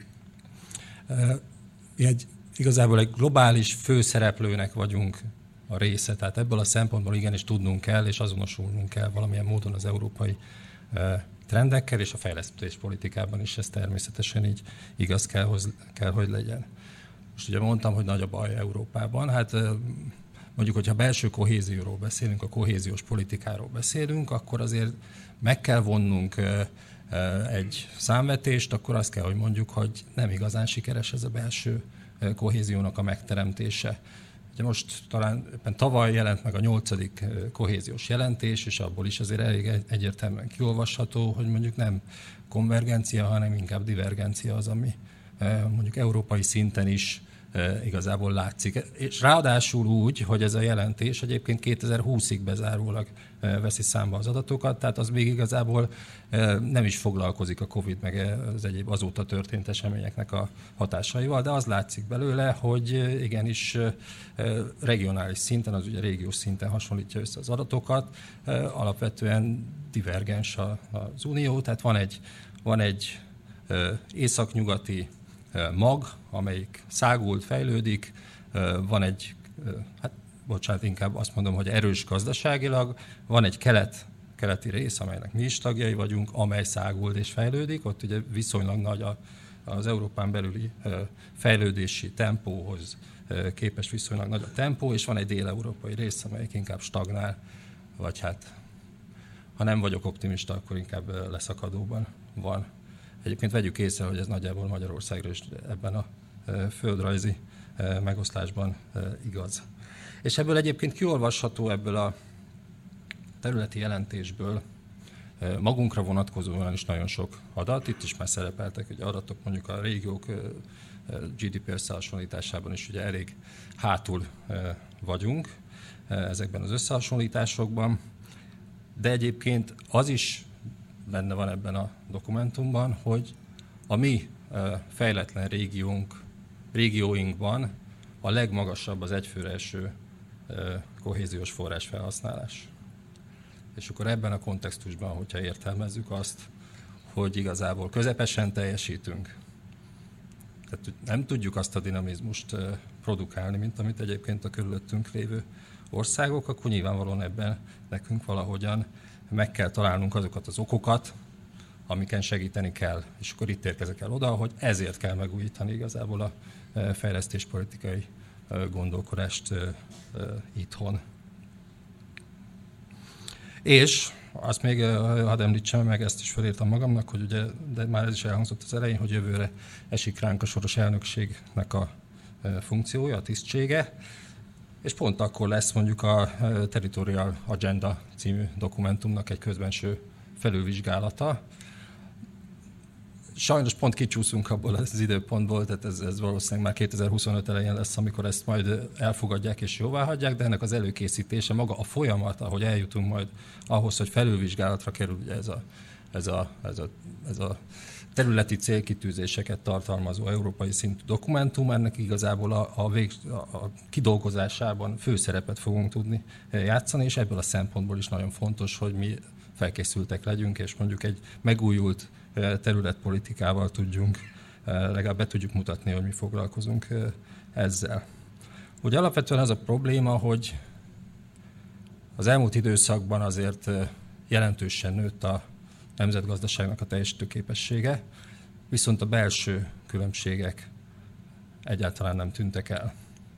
Igazából egy globális főszereplőnek vagyunk a része, tehát ebből a szempontból igenis tudnunk kell, és azonosulnunk kell valamilyen módon az európai trendekkel, és a fejlesztés politikában is ez természetesen így igaz kell, hogy legyen. Most ugye mondtam, hogy nagy a baj Európában, hát mondjuk, hogyha belső kohézióról beszélünk, a kohéziós politikáról beszélünk, akkor azért meg kell vonnunk egy számvetést, akkor azt kell, hogy mondjuk, hogy nem igazán sikeres ez a belső kohéziónak a megteremtése. Ugye most talán éppen tavaly jelent meg a 8. kohéziós jelentés, és abból is azért elég egyértelműen kiolvasható, hogy mondjuk nem konvergencia, hanem inkább divergencia az, ami mondjuk európai szinten is igazából látszik. És ráadásul úgy, hogy ez a jelentés egyébként 2020-ig bezárólag veszi számba az adatokat, tehát az még igazából nem is foglalkozik a Covid meg az egyéb azóta történt eseményeknek a hatásaival, de az látszik belőle, hogy igenis regionális szinten, az ugye régiós szinten hasonlítja össze az adatokat, alapvetően divergens az Unió, tehát van egy északnyugati mag, amelyik szágult, fejlődik, van egy, inkább azt mondom, hogy erős gazdaságilag, van egy keleti rész, amelynek mi is tagjai vagyunk, amely szágult és fejlődik, ott ugye viszonylag nagy az Európán belüli fejlődési tempóhoz képest viszonylag nagy a tempó, és van egy dél-európai rész, amelyik inkább stagnál. vagy hát ha nem vagyok optimista, akkor inkább leszakadóban van. Egyébként vegyük észre, hogy ez nagyjából Magyarországra is ebben a földrajzi megoszlásban igaz. És ebből egyébként kiolvasható ebből a területi jelentésből magunkra vonatkozóan is nagyon sok adat. Itt is már szerepeltek ugye adatok, mondjuk a régiók GDP összehasonlításában is ugye elég hátul vagyunk ezekben az összehasonlításokban. De egyébként az is benne van ebben a dokumentumban, hogy a mi fejletlen régióinkban a legmagasabb az egyfőre eső kohéziós forrás felhasználás. És akkor ebben a kontextusban, hogyha értelmezzük azt, hogy igazából közepesen teljesítünk, tehát nem tudjuk azt a dinamizmust produkálni, mint amit egyébként a körülöttünk lévő országok, akkor nyilvánvalóan ebben nekünk valahogyan meg kell találnunk azokat az okokat, amiken segíteni kell. És akkor itt érkezek el oda, hogy ezért kell megújítani igazából a fejlesztéspolitikai gondolkodást itthon. És azt még hadd említsem meg, ezt is felírtam magamnak, hogy ugye, de már ez is elhangzott az elején, hogy jövőre esik ránk a soros elnökségnek a funkciója, a tisztsége, és pont akkor lesz mondjuk a Territorial Agenda című dokumentumnak egy közbenső felülvizsgálata. Sajnos pont kicsúszunk abból az időpontból, tehát ez valószínűleg már 2025 elején lesz, amikor ezt majd elfogadják és jóváhagyják, de ennek az előkészítése, maga a folyamat, ahogy eljutunk majd ahhoz, hogy felülvizsgálatra kerül ugye ez a területi célkitűzéseket tartalmazó európai szintű dokumentum, ennek igazából a kidolgozásában főszerepet fogunk tudni játszani, és ebből a szempontból is nagyon fontos, hogy mi felkészültek legyünk, és mondjuk egy megújult területpolitikával tudjunk, legalább be tudjuk mutatni, hogy mi foglalkozunk ezzel. Ugye alapvetően az a probléma, hogy az elmúlt időszakban azért jelentősen nőtt a nemzetgazdaságnak a teljesítőképessége, viszont a belső különbségek egyáltalán nem tűntek el.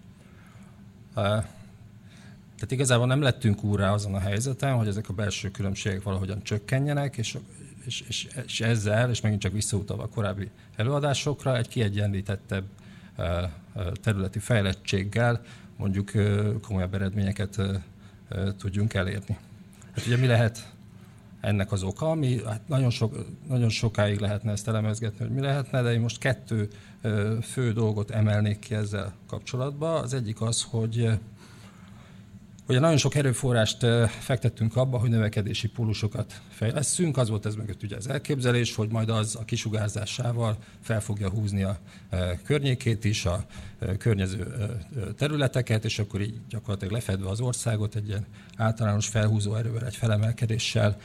Tehát igazából nem lettünk úrrá azon a helyzeten, hogy ezek a belső különbségek valahogyan csökkenjenek, és ezzel, és megint csak visszautalva a korábbi előadásokra, egy kiegyenlítettebb területi fejlettséggel mondjuk komolyabb eredményeket tudjunk elérni. Hát ugye mi lehet ennek az oka, ami hát nagyon sokáig lehetne ezt elemezgetni, hogy mi lehetne, de én most kettő fő dolgot emelnék ki ezzel kapcsolatban. Az egyik az, hogy nagyon sok erőforrást fektettünk abba, hogy növekedési pólusokat fejlesszünk. Az volt ez mögött ugye az elképzelés, hogy majd az a kisugárzásával fel fogja húzni a környékét is, a környező területeket, és akkor így gyakorlatilag lefedve az országot egy ilyen általános felhúzó erővel, egy felemelkedéssel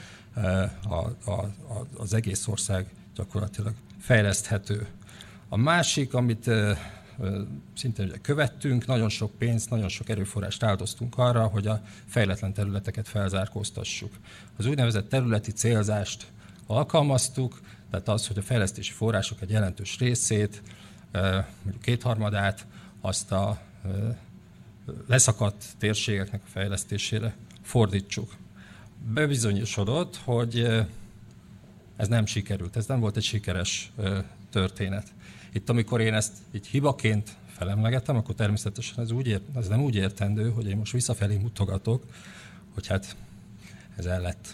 az egész ország gyakorlatilag fejleszthető. A másik, amit szintén ugye követtünk, nagyon sok pénzt, nagyon sok erőforrást áldoztunk arra, hogy a fejletlen területeket felzárkóztassuk. Az úgynevezett területi célzást alkalmaztuk, tehát az, hogy a fejlesztési források egy jelentős részét, mondjuk 2/3 azt a leszakadt térségeknek a fejlesztésére fordítsuk. Bebizonyosodott, hogy ez nem sikerült, ez nem volt egy sikeres történet. Itt, amikor én ezt így hibaként felemlegetem, akkor természetesen ez nem úgy értendő, hogy én most visszafelé mutogatok, hogy hát ez el lett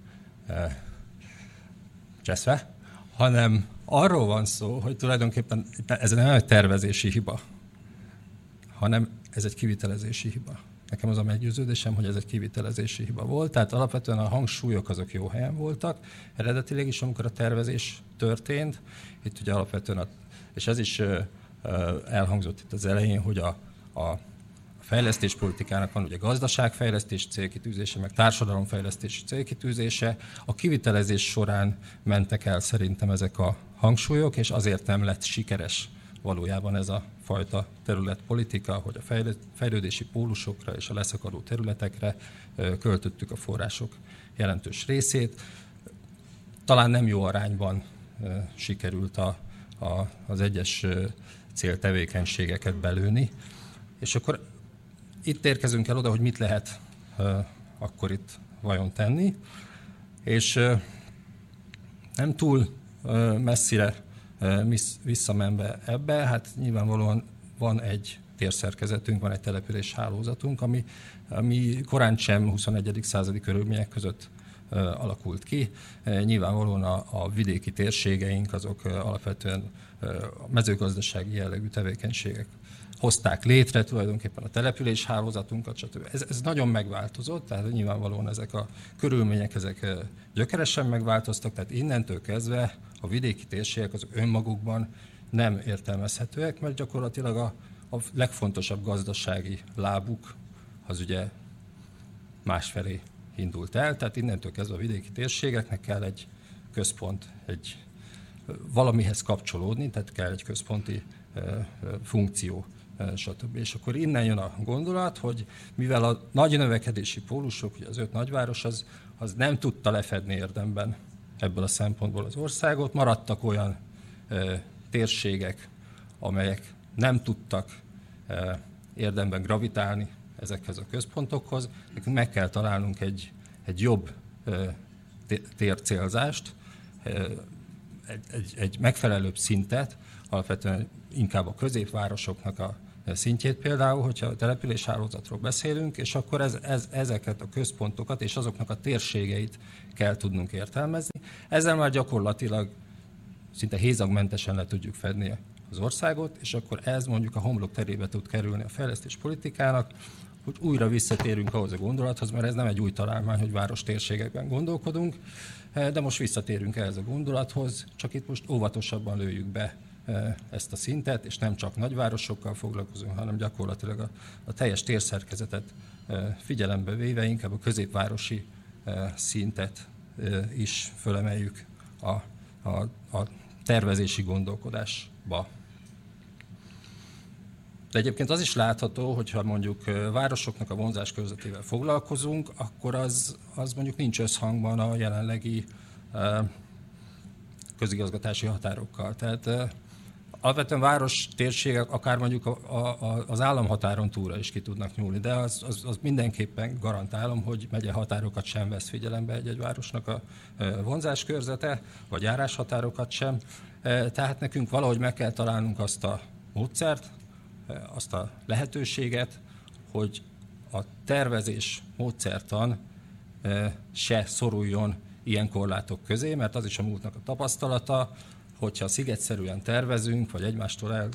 cseszve, hanem arról van szó, hogy tulajdonképpen ez nem egy tervezési hiba, hanem ez egy kivitelezési hiba. Nekem az a meggyőződésem, hogy ez egy kivitelezési hiba volt, tehát alapvetően a hangsúlyok azok jó helyen voltak. Eredetileg is, amikor a tervezés történt, itt ugye alapvetően, és ez is elhangzott itt az elején, hogy a fejlesztéspolitikának van ugye gazdaságfejlesztés célkitűzése, meg társadalomfejlesztési célkitűzése. A kivitelezés során mentek el szerintem ezek a hangsúlyok, és azért nem lett sikeres valójában ez a fajta területpolitika, hogy a fejlődési pólusokra és a leszakadó területekre költöttük a források jelentős részét. Talán nem jó arányban sikerült az egyes céltevékenységeket belőni. És akkor itt érkezünk el oda, hogy mit lehet akkor itt vajon tenni. És nem túl messzire visszamenve ebbe, hát nyilvánvalóan van egy térszerkezetünk, van egy településhálózatunk, ami korán sem 21. századi körülmények között alakult ki. Nyilvánvalóan a vidéki térségeink azok alapvetően mezőgazdasági jellegű tevékenységek hozták létre tulajdonképpen a településhálózatunkat, stb. Ez nagyon megváltozott, tehát nyilvánvalóan ezek a körülmények ezek gyökeresen megváltoztak, tehát innentől kezdve a vidéki térségek azok önmagukban nem értelmezhetőek, mert gyakorlatilag a legfontosabb gazdasági lábuk az ugye másfelé indult el, tehát innentől kezdve a vidéki térségeknek kell egy központ, valamihez kapcsolódni, tehát kell egy központi funkció, stb. És akkor innen jön a gondolat, hogy mivel a nagy növekedési pólusok, ugye az 5 nagyváros, az nem tudta lefedni érdemben ebből a szempontból az országot, maradtak olyan térségek, amelyek nem tudtak érdemben gravitálni ezekhez a központokhoz. Nekünk meg kell találnunk egy jobb tércélzást, egy megfelelőbb szintet, alapvetően inkább a középvárosoknak a szintjét például, hogyha a településhálózatról beszélünk, és akkor ezeket a központokat és azoknak a térségeit kell tudnunk értelmezni. Ezzel már gyakorlatilag szinte hézagmentesen le tudjuk fedni az országot, és akkor ez mondjuk a homlok terébe tud kerülni a fejlesztés politikának, hogy újra visszatérünk ahhoz a gondolathoz, mert ez nem egy új találmány, hogy város térségekben gondolkodunk, de most visszatérünk ehhez a gondolathoz, csak itt most óvatosabban lőjük be ezt a szintet, és nem csak nagyvárosokkal foglalkozunk, hanem gyakorlatilag a teljes térszerkezetet figyelembe véve inkább a középvárosi szintet is fölemeljük a tervezési gondolkodásba. De egyébként az is látható, hogyha mondjuk városoknak a vonzás körzetével foglalkozunk, akkor az mondjuk nincs összhangban a jelenlegi közigazgatási határokkal. Tehát alapvetően város térségek akár mondjuk az államhatáron túlra is ki tudnak nyúlni, de az mindenképpen garantálom, hogy megye határokat sem vesz figyelembe egy városnak a vonzás körzete, vagy járáshatárokat sem. Tehát nekünk valahogy meg kell találnunk azt a módszert, azt a lehetőséget, hogy a tervezés módszertan se szoruljon ilyen korlátok közé, mert az is a múltnak a tapasztalata, hogyha szigetszerűen tervezünk, vagy egymástól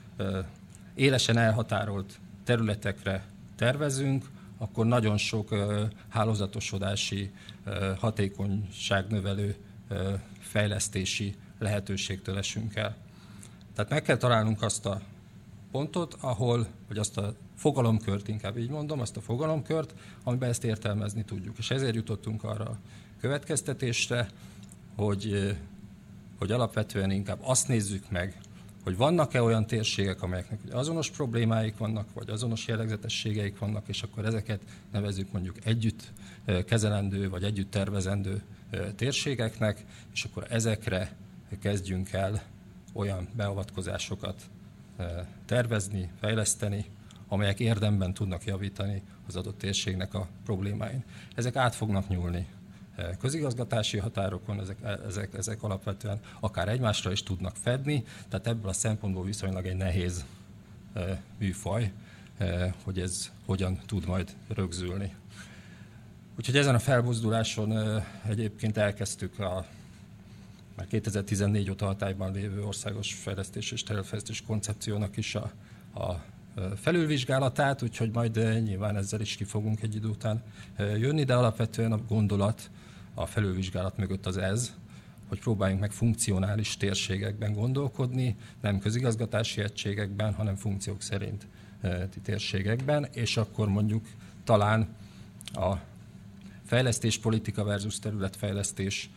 élesen elhatárolt területekre tervezünk, akkor nagyon sok hálózatosodási, hatékonyságnövelő fejlesztési lehetőségtől esünk el. Tehát meg kell találnunk azt a pontot, vagy azt a fogalomkört, inkább így mondom, azt a fogalomkört, amiben ezt értelmezni tudjuk. És ezért jutottunk arra a következtetésre, hogy alapvetően inkább azt nézzük meg, hogy vannak-e olyan térségek, amelyeknek azonos problémáik vannak, vagy azonos jellegzetességeik vannak, és akkor ezeket nevezzük mondjuk együtt kezelendő, vagy együtt tervezendő térségeknek, és akkor ezekre kezdjünk el olyan beavatkozásokat tervezni, fejleszteni, amelyek érdemben tudnak javítani az adott térségnek a problémáin. Ezek át fognak nyúlni közigazgatási határokon, ezek alapvetően akár egymásra is tudnak fedni, tehát ebből a szempontból viszonylag egy nehéz műfaj, hogy ez hogyan tud majd rögzülni. Úgyhogy ezen a felbuzduláson egyébként elkezdtük már 2014 óta hatályban lévő országos fejlesztés és területfejlesztés koncepciónak is a felülvizsgálatát, úgyhogy majd nyilván ezzel is ki fogunk egy idő után jönni, de alapvetően a gondolat a felülvizsgálat mögött az ez, hogy próbáljunk meg funkcionális térségekben gondolkodni, nem közigazgatási egységekben, hanem funkciók szerinti térségekben, és akkor mondjuk talán a fejlesztéspolitika versus területfejlesztés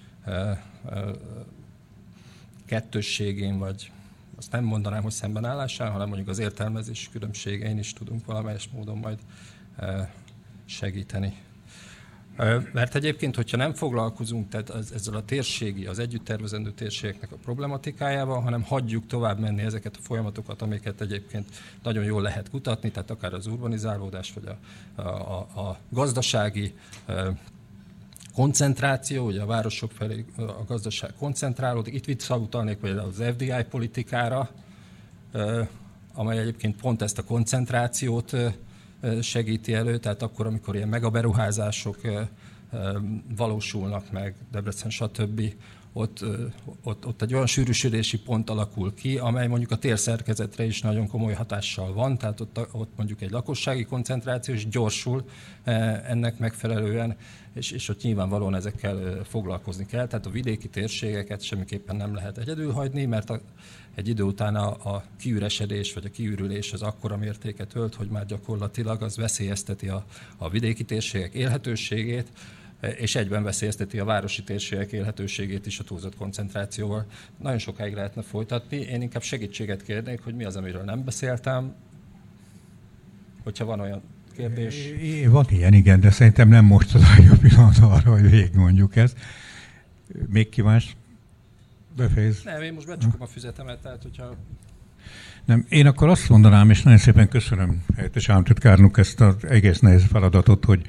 kettősségén, vagy azt nem mondanám, hogy szembenállásán, hanem mondjuk az értelmezés különbségein is tudunk valamelyes módon majd segíteni. Mert egyébként, hogyha nem foglalkozunk tehát ezzel a térségi, az együtttervezendő térségeknek a problematikájával, hanem hagyjuk tovább menni ezeket a folyamatokat, amiket egyébként nagyon jól lehet kutatni, tehát akár az urbanizálódás, vagy a gazdasági koncentráció, ugye a városok felé a gazdaság koncentrálódik. Itt visszautalnék például az FDI politikára, amely egyébként pont ezt a koncentrációt segíti elő, tehát akkor, amikor ilyen megaberuházások valósulnak meg, Debrecen, stb., ott egy olyan sűrűsödési pont alakul ki, amely mondjuk a térszerkezetre is nagyon komoly hatással van, tehát ott mondjuk egy lakossági koncentráció is gyorsul ennek megfelelően, és ott nyilvánvalóan ezekkel foglalkozni kell. Tehát a vidéki térségeket semmiképpen nem lehet egyedül hagyni, mert egy idő után a kiüresedés vagy a kiürülés az akkora mértéket ölt, hogy már gyakorlatilag az veszélyezteti a vidéki térségek élhetőségét, és egyben veszélyezteti a városi térségek élhetőségét is a túlzott koncentrációval. Nagyon sokáig lehetne folytatni. Én inkább segítséget kérnék, hogy mi az, amiről nem beszéltem, hogyha van olyan kérdés. Van ilyen, igen, de szerintem nem most az a jó pillanat arra, hogy végigmondjuk ezt. Még kíváncsi? Befejez? Nem, én most becsukom a füzetemet, tehát hogyha... Nem, én akkor azt mondanám, és nagyon szépen köszönöm helyettes államtitkárnak ezt az egész nehéz feladatot, hogy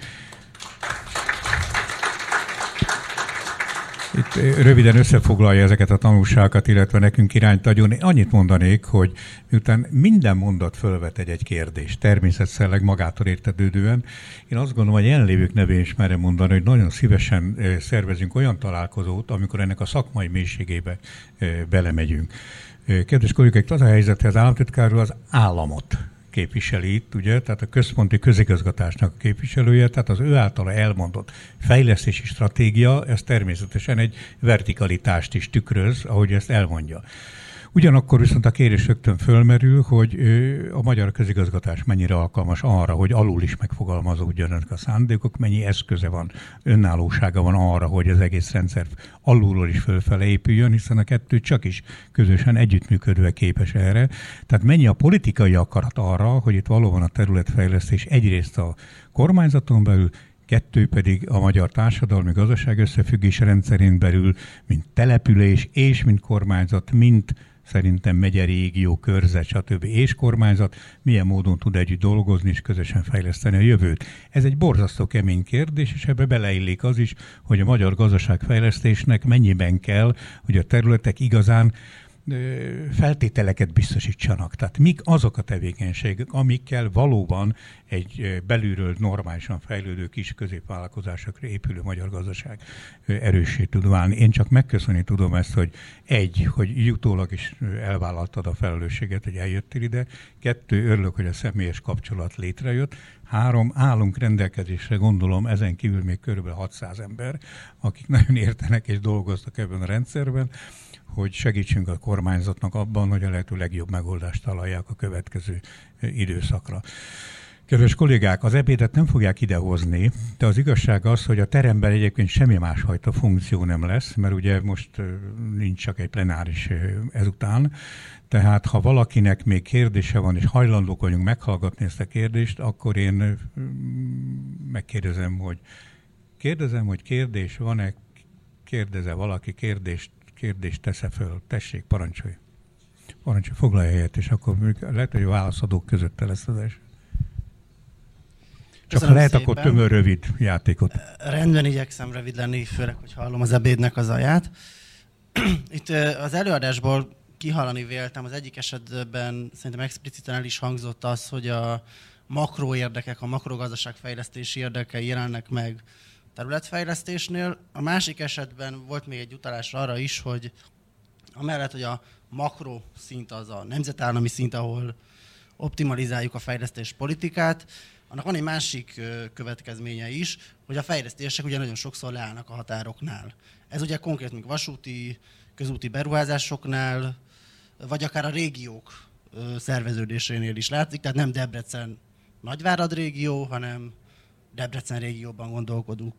itt röviden összefoglalja ezeket a tanulságokat, illetve nekünk irányt adjon. Annyit mondanék, hogy miután minden mondat fölvet egy kérdést, természetszerűleg magától értetődően, én azt gondolom, hogy jelenlévők nevén is merem mondani, hogy nagyon szívesen szervezünk olyan találkozót, amikor ennek a szakmai mélységébe belemegyünk. Kedves kollégák, az a helyzet, hogy az államtitkár az államot képviseli itt, ugye, tehát a központi közigazgatásnak a képviselője, tehát az ő általa elmondott fejlesztési stratégia, ez természetesen egy vertikalitást is tükröz, ahogy ezt elmondja. Ugyanakkor viszont a kérdés rögtön fölmerül, hogy a magyar közigazgatás mennyire alkalmas arra, hogy alul is megfogalmazódjanak a szándékok, mennyi eszköze van, önállósága van arra, hogy az egész rendszer alulról is fölfele épüljön, hiszen a kettő csak is közösen együttműködve képes erre. Tehát mennyi a politikai akarat arra, hogy itt valóban a területfejlesztés egyrészt a kormányzaton belül, kettő pedig a magyar társadalmi gazdaság összefüggés rendszerén belül, mint település és mint kormányzat, mint szerintem megye, régió, körzet, stb. És kormányzat milyen módon tud együtt dolgozni és közösen fejleszteni a jövőt. Ez egy borzasztó kemény kérdés, és ebbe beleillik az is, hogy a magyar gazdaságfejlesztésnek mennyiben kell, hogy a területek igazán feltételeket biztosítsanak. Tehát mik azok a tevékenységek, amikkel valóban egy belülről normálisan fejlődő kis középvállalkozásokra épülő magyar gazdaság erőssé tud válni. Én csak megköszönni tudom ezt, hogy jutólag is elvállaltad a felelősséget, hogy eljöttél ide. 2, örülök, hogy a személyes kapcsolat létrejött. 3, állunk rendelkezésre, gondolom, ezen kívül még kb. 600 ember, akik nagyon értenek és dolgoztak ebben a rendszerben, hogy segítsünk a kormányzatnak abban, hogy a lehető legjobb megoldást találják a következő időszakra. Kedves kollégák, az ebédet nem fogják idehozni, de az igazság az, hogy a teremben egyébként semmi másfajta funkció nem lesz, mert ugye most nincs csak egy plenáris ezután, tehát ha valakinek még kérdése van, és hajlandók vagyunk meghallgatni ezt a kérdést, akkor én megkérdezem, hogy kérdés van-e, kérdeze valaki kérdést tesz-e föl? Tessék, parancsolj. Parancsolj, foglalj helyet, és akkor lehet, hogy a válaszadók között lesz az első. Csak ha lehet, akkor tömör rövid játékot. Rendben igyekszem rövid lenni, főleg, hogy hallom az ebédnek az aját. Itt az előadásból kihallani véltem, az egyik esetben szerintem expliciten el is hangzott az, hogy a makroérdekek, a makrogazdaságfejlesztési érdekei jelennek meg területfejlesztésnél. A másik esetben volt még egy utalás arra is, hogy amellett, hogy a makro szint az a nemzetállami szint, ahol optimalizáljuk a fejlesztés politikát, annak van egy másik következménye is, hogy a fejlesztések ugye nagyon sokszor leállnak a határoknál. Ez ugye konkrét még vasúti, közúti beruházásoknál, vagy akár a régiók szerveződésénél is látszik, tehát nem Debrecen Nagyvárad régió, hanem Debrecen régióban gondolkodunk.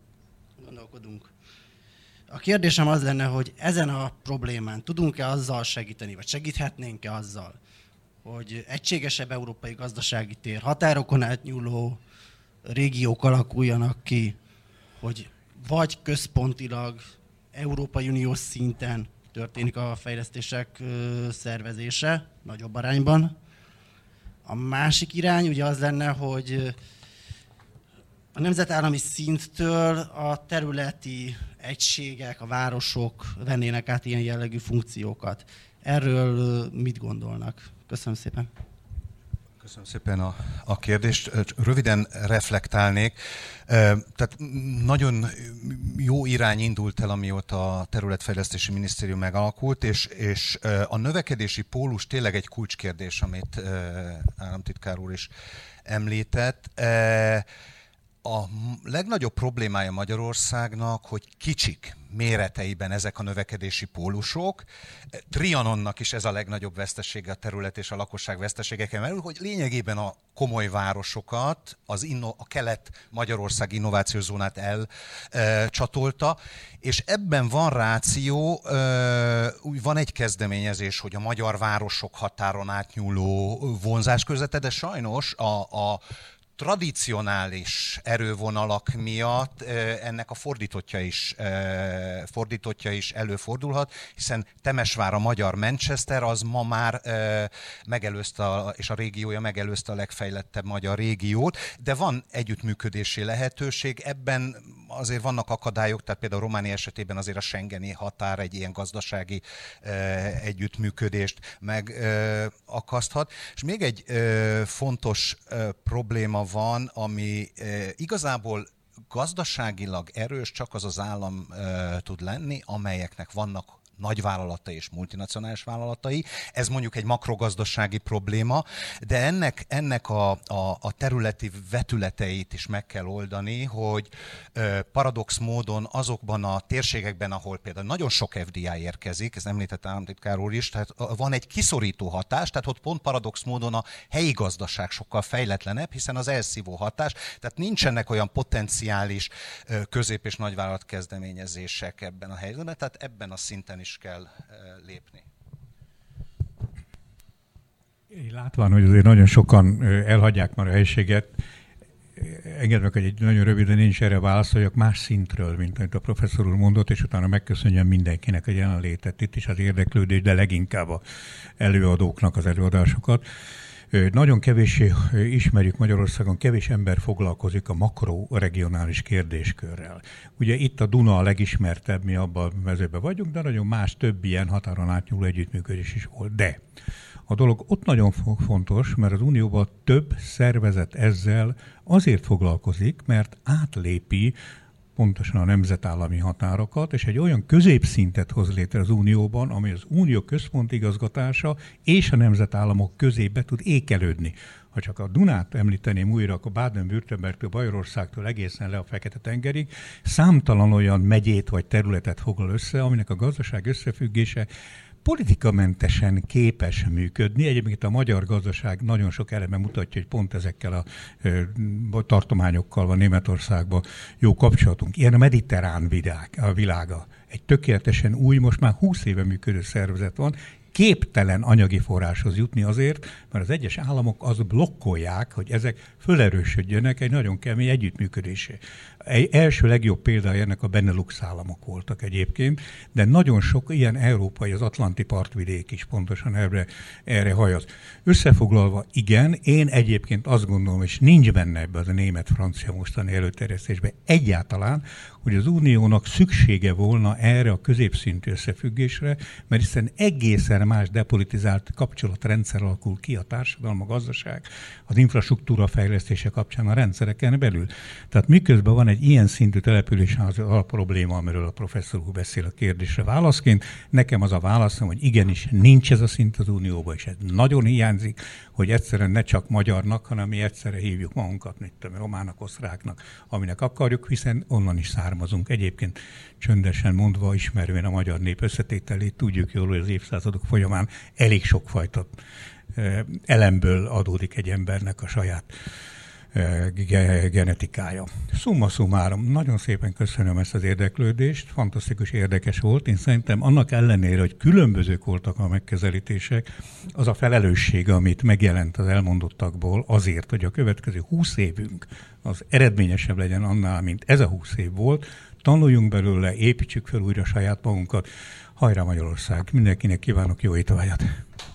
A kérdésem az lenne, hogy ezen a problémán tudunk-e azzal segíteni, vagy segíthetnénk-e azzal, hogy egységesebb európai gazdasági tér, határokon átnyúló régiók alakuljanak ki, hogy vagy központilag, Európai Uniós szinten történik a fejlesztések szervezése nagyobb arányban. A másik irány ugye az lenne, hogy a nemzetállami szinttől a területi egységek, a városok vennének át ilyen jellegű funkciókat. Erről mit gondolnak? Köszönöm szépen. Köszönöm szépen a kérdést. Röviden reflektálnék. Tehát nagyon jó irány indult el, amióta a Területfejlesztési Minisztérium megalakult, és a növekedési pólus tényleg egy kulcskérdés, amit államtitkár úr is említett. A legnagyobb problémája Magyarországnak, hogy kicsik méreteiben ezek a növekedési pólusok. Trianonnak is ez a legnagyobb vesztesége, a terület és a lakosság veszteségeken belül, hogy lényegében a komoly városokat, a kelet-Magyarország innovációs zónát elcsatolta, és ebben van ráció, van egy kezdeményezés, hogy a magyar városok határon átnyúló vonzás közete, de sajnos a tradicionális erővonalak miatt ennek a fordítottja is előfordulhat, hiszen Temesvár, a magyar Manchester, az ma már megelőzte, és a régiója megelőzte a legfejlettebb magyar régiót, de van együttműködési lehetőség, ebben azért vannak akadályok, tehát például Románia esetében azért a schengeni határ egy ilyen gazdasági együttműködést megakaszthat. És még egy fontos probléma van, ami igazából gazdaságilag erős, csak az állam tud lenni, amelyeknek vannak nagyvállalatai és multinacionális vállalatai. Ez mondjuk egy makrogazdasági probléma, de ennek a területi vetületeit is meg kell oldani, hogy paradox módon azokban a térségekben, ahol például nagyon sok FDI érkezik, ez említett államtitkár úr is, tehát van egy kiszorító hatás, tehát ott pont paradox módon a helyi gazdaság sokkal fejletlenebb, hiszen az elszívó hatás, tehát nincsenek olyan potenciális közép- és nagyvállalat kezdeményezések ebben a helyzetben, tehát ebben a szinten is kell lépni. Látván, hogy azért nagyon sokan elhagyják már a helyiséget, engedd meg, hogy egy nagyon röviden én is erre válaszoljak más szintről, mint amit a professzor úr mondott, és utána megköszönjem mindenkinek a jelenlétet itt is, az érdeklődést, de leginkább az előadóknak az előadásokat. Nagyon kevéssé ismerjük Magyarországon, kevés ember foglalkozik a makroregionális kérdéskörrel. Ugye itt a Duna a legismertebb, mi abban a mezőben vagyunk, de nagyon más, több ilyen határon átnyúló együttműködés is volt. De a dolog ott nagyon fontos, mert az Unióban több szervezet ezzel azért foglalkozik, mert átlépi pontosan a nemzetállami határokat, és egy olyan középszintet hoz létre az Unióban, ami az Unió központi igazgatása és a nemzetállamok közébe tud ékelődni. Ha csak a Dunát említeném újra, akkor Baden-Württembergtől, Bajorországtól egészen le a Fekete-tengerig számtalan olyan megyét vagy területet foglal össze, aminek a gazdaság összefüggése politikamentesen képes működni. Egyébként a magyar gazdaság nagyon sok eleme mutatja, hogy pont ezekkel a tartományokkal van Németországban jó kapcsolatunk. Ilyen a mediterrán világa. Egy tökéletesen új, most már 20 éve működő szervezet van, képtelen anyagi forráshoz jutni azért, mert az egyes államok azt blokkolják, hogy ezek fölerősödjönek egy nagyon kemény együttműködésé. Egy első legjobb példája ennek a Benelux államok voltak egyébként, de nagyon sok ilyen európai, az Atlanti partvidék is pontosan erre hajaz. Összefoglalva, igen, én egyébként azt gondolom, és nincs benne ebbe az a német-francia mostani előterjesztésbe egyáltalán, hogy az Uniónak szüksége volna erre a középszintű összefüggésre, mert hiszen egészen más depolitizált kapcsolatrendszer alakul ki a társadalom, a gazdaság, az infrastruktúra fejlesztése kapcsán a rendszereken belül. Tehát miközben van egy ilyen szintű település, az a probléma, amiről a professzor úr beszél a kérdésre válaszként, nekem az a válaszom, hogy igenis nincs ez a szint az Unióban, és ez nagyon hiányzik, hogy egyszerűen ne csak magyarnak, hanem mi egyszerre hívjuk magunkat, mint tudom, romának, osztráknak, aminek akarjuk, hiszen onnan is származunk. Egyébként csöndesen mondva, ismervén a magyar nép összetételét, tudjuk jól, hogy az évszázadok folyamán elég sokfajta elemből adódik egy embernek a saját genetikája. Summa summarum, nagyon szépen köszönöm ezt az érdeklődést, fantasztikus, érdekes volt. Én szerintem annak ellenére, hogy különbözők voltak a megközelítések, az a felelősség, amit megjelent az elmondottakból azért, hogy a következő 20 évünk az eredményesebb legyen annál, mint ez a 20 év volt, tanuljunk belőle, építsük fel újra saját magunkat. Hajrá Magyarország! Mindenkinek kívánok jó étvágyat!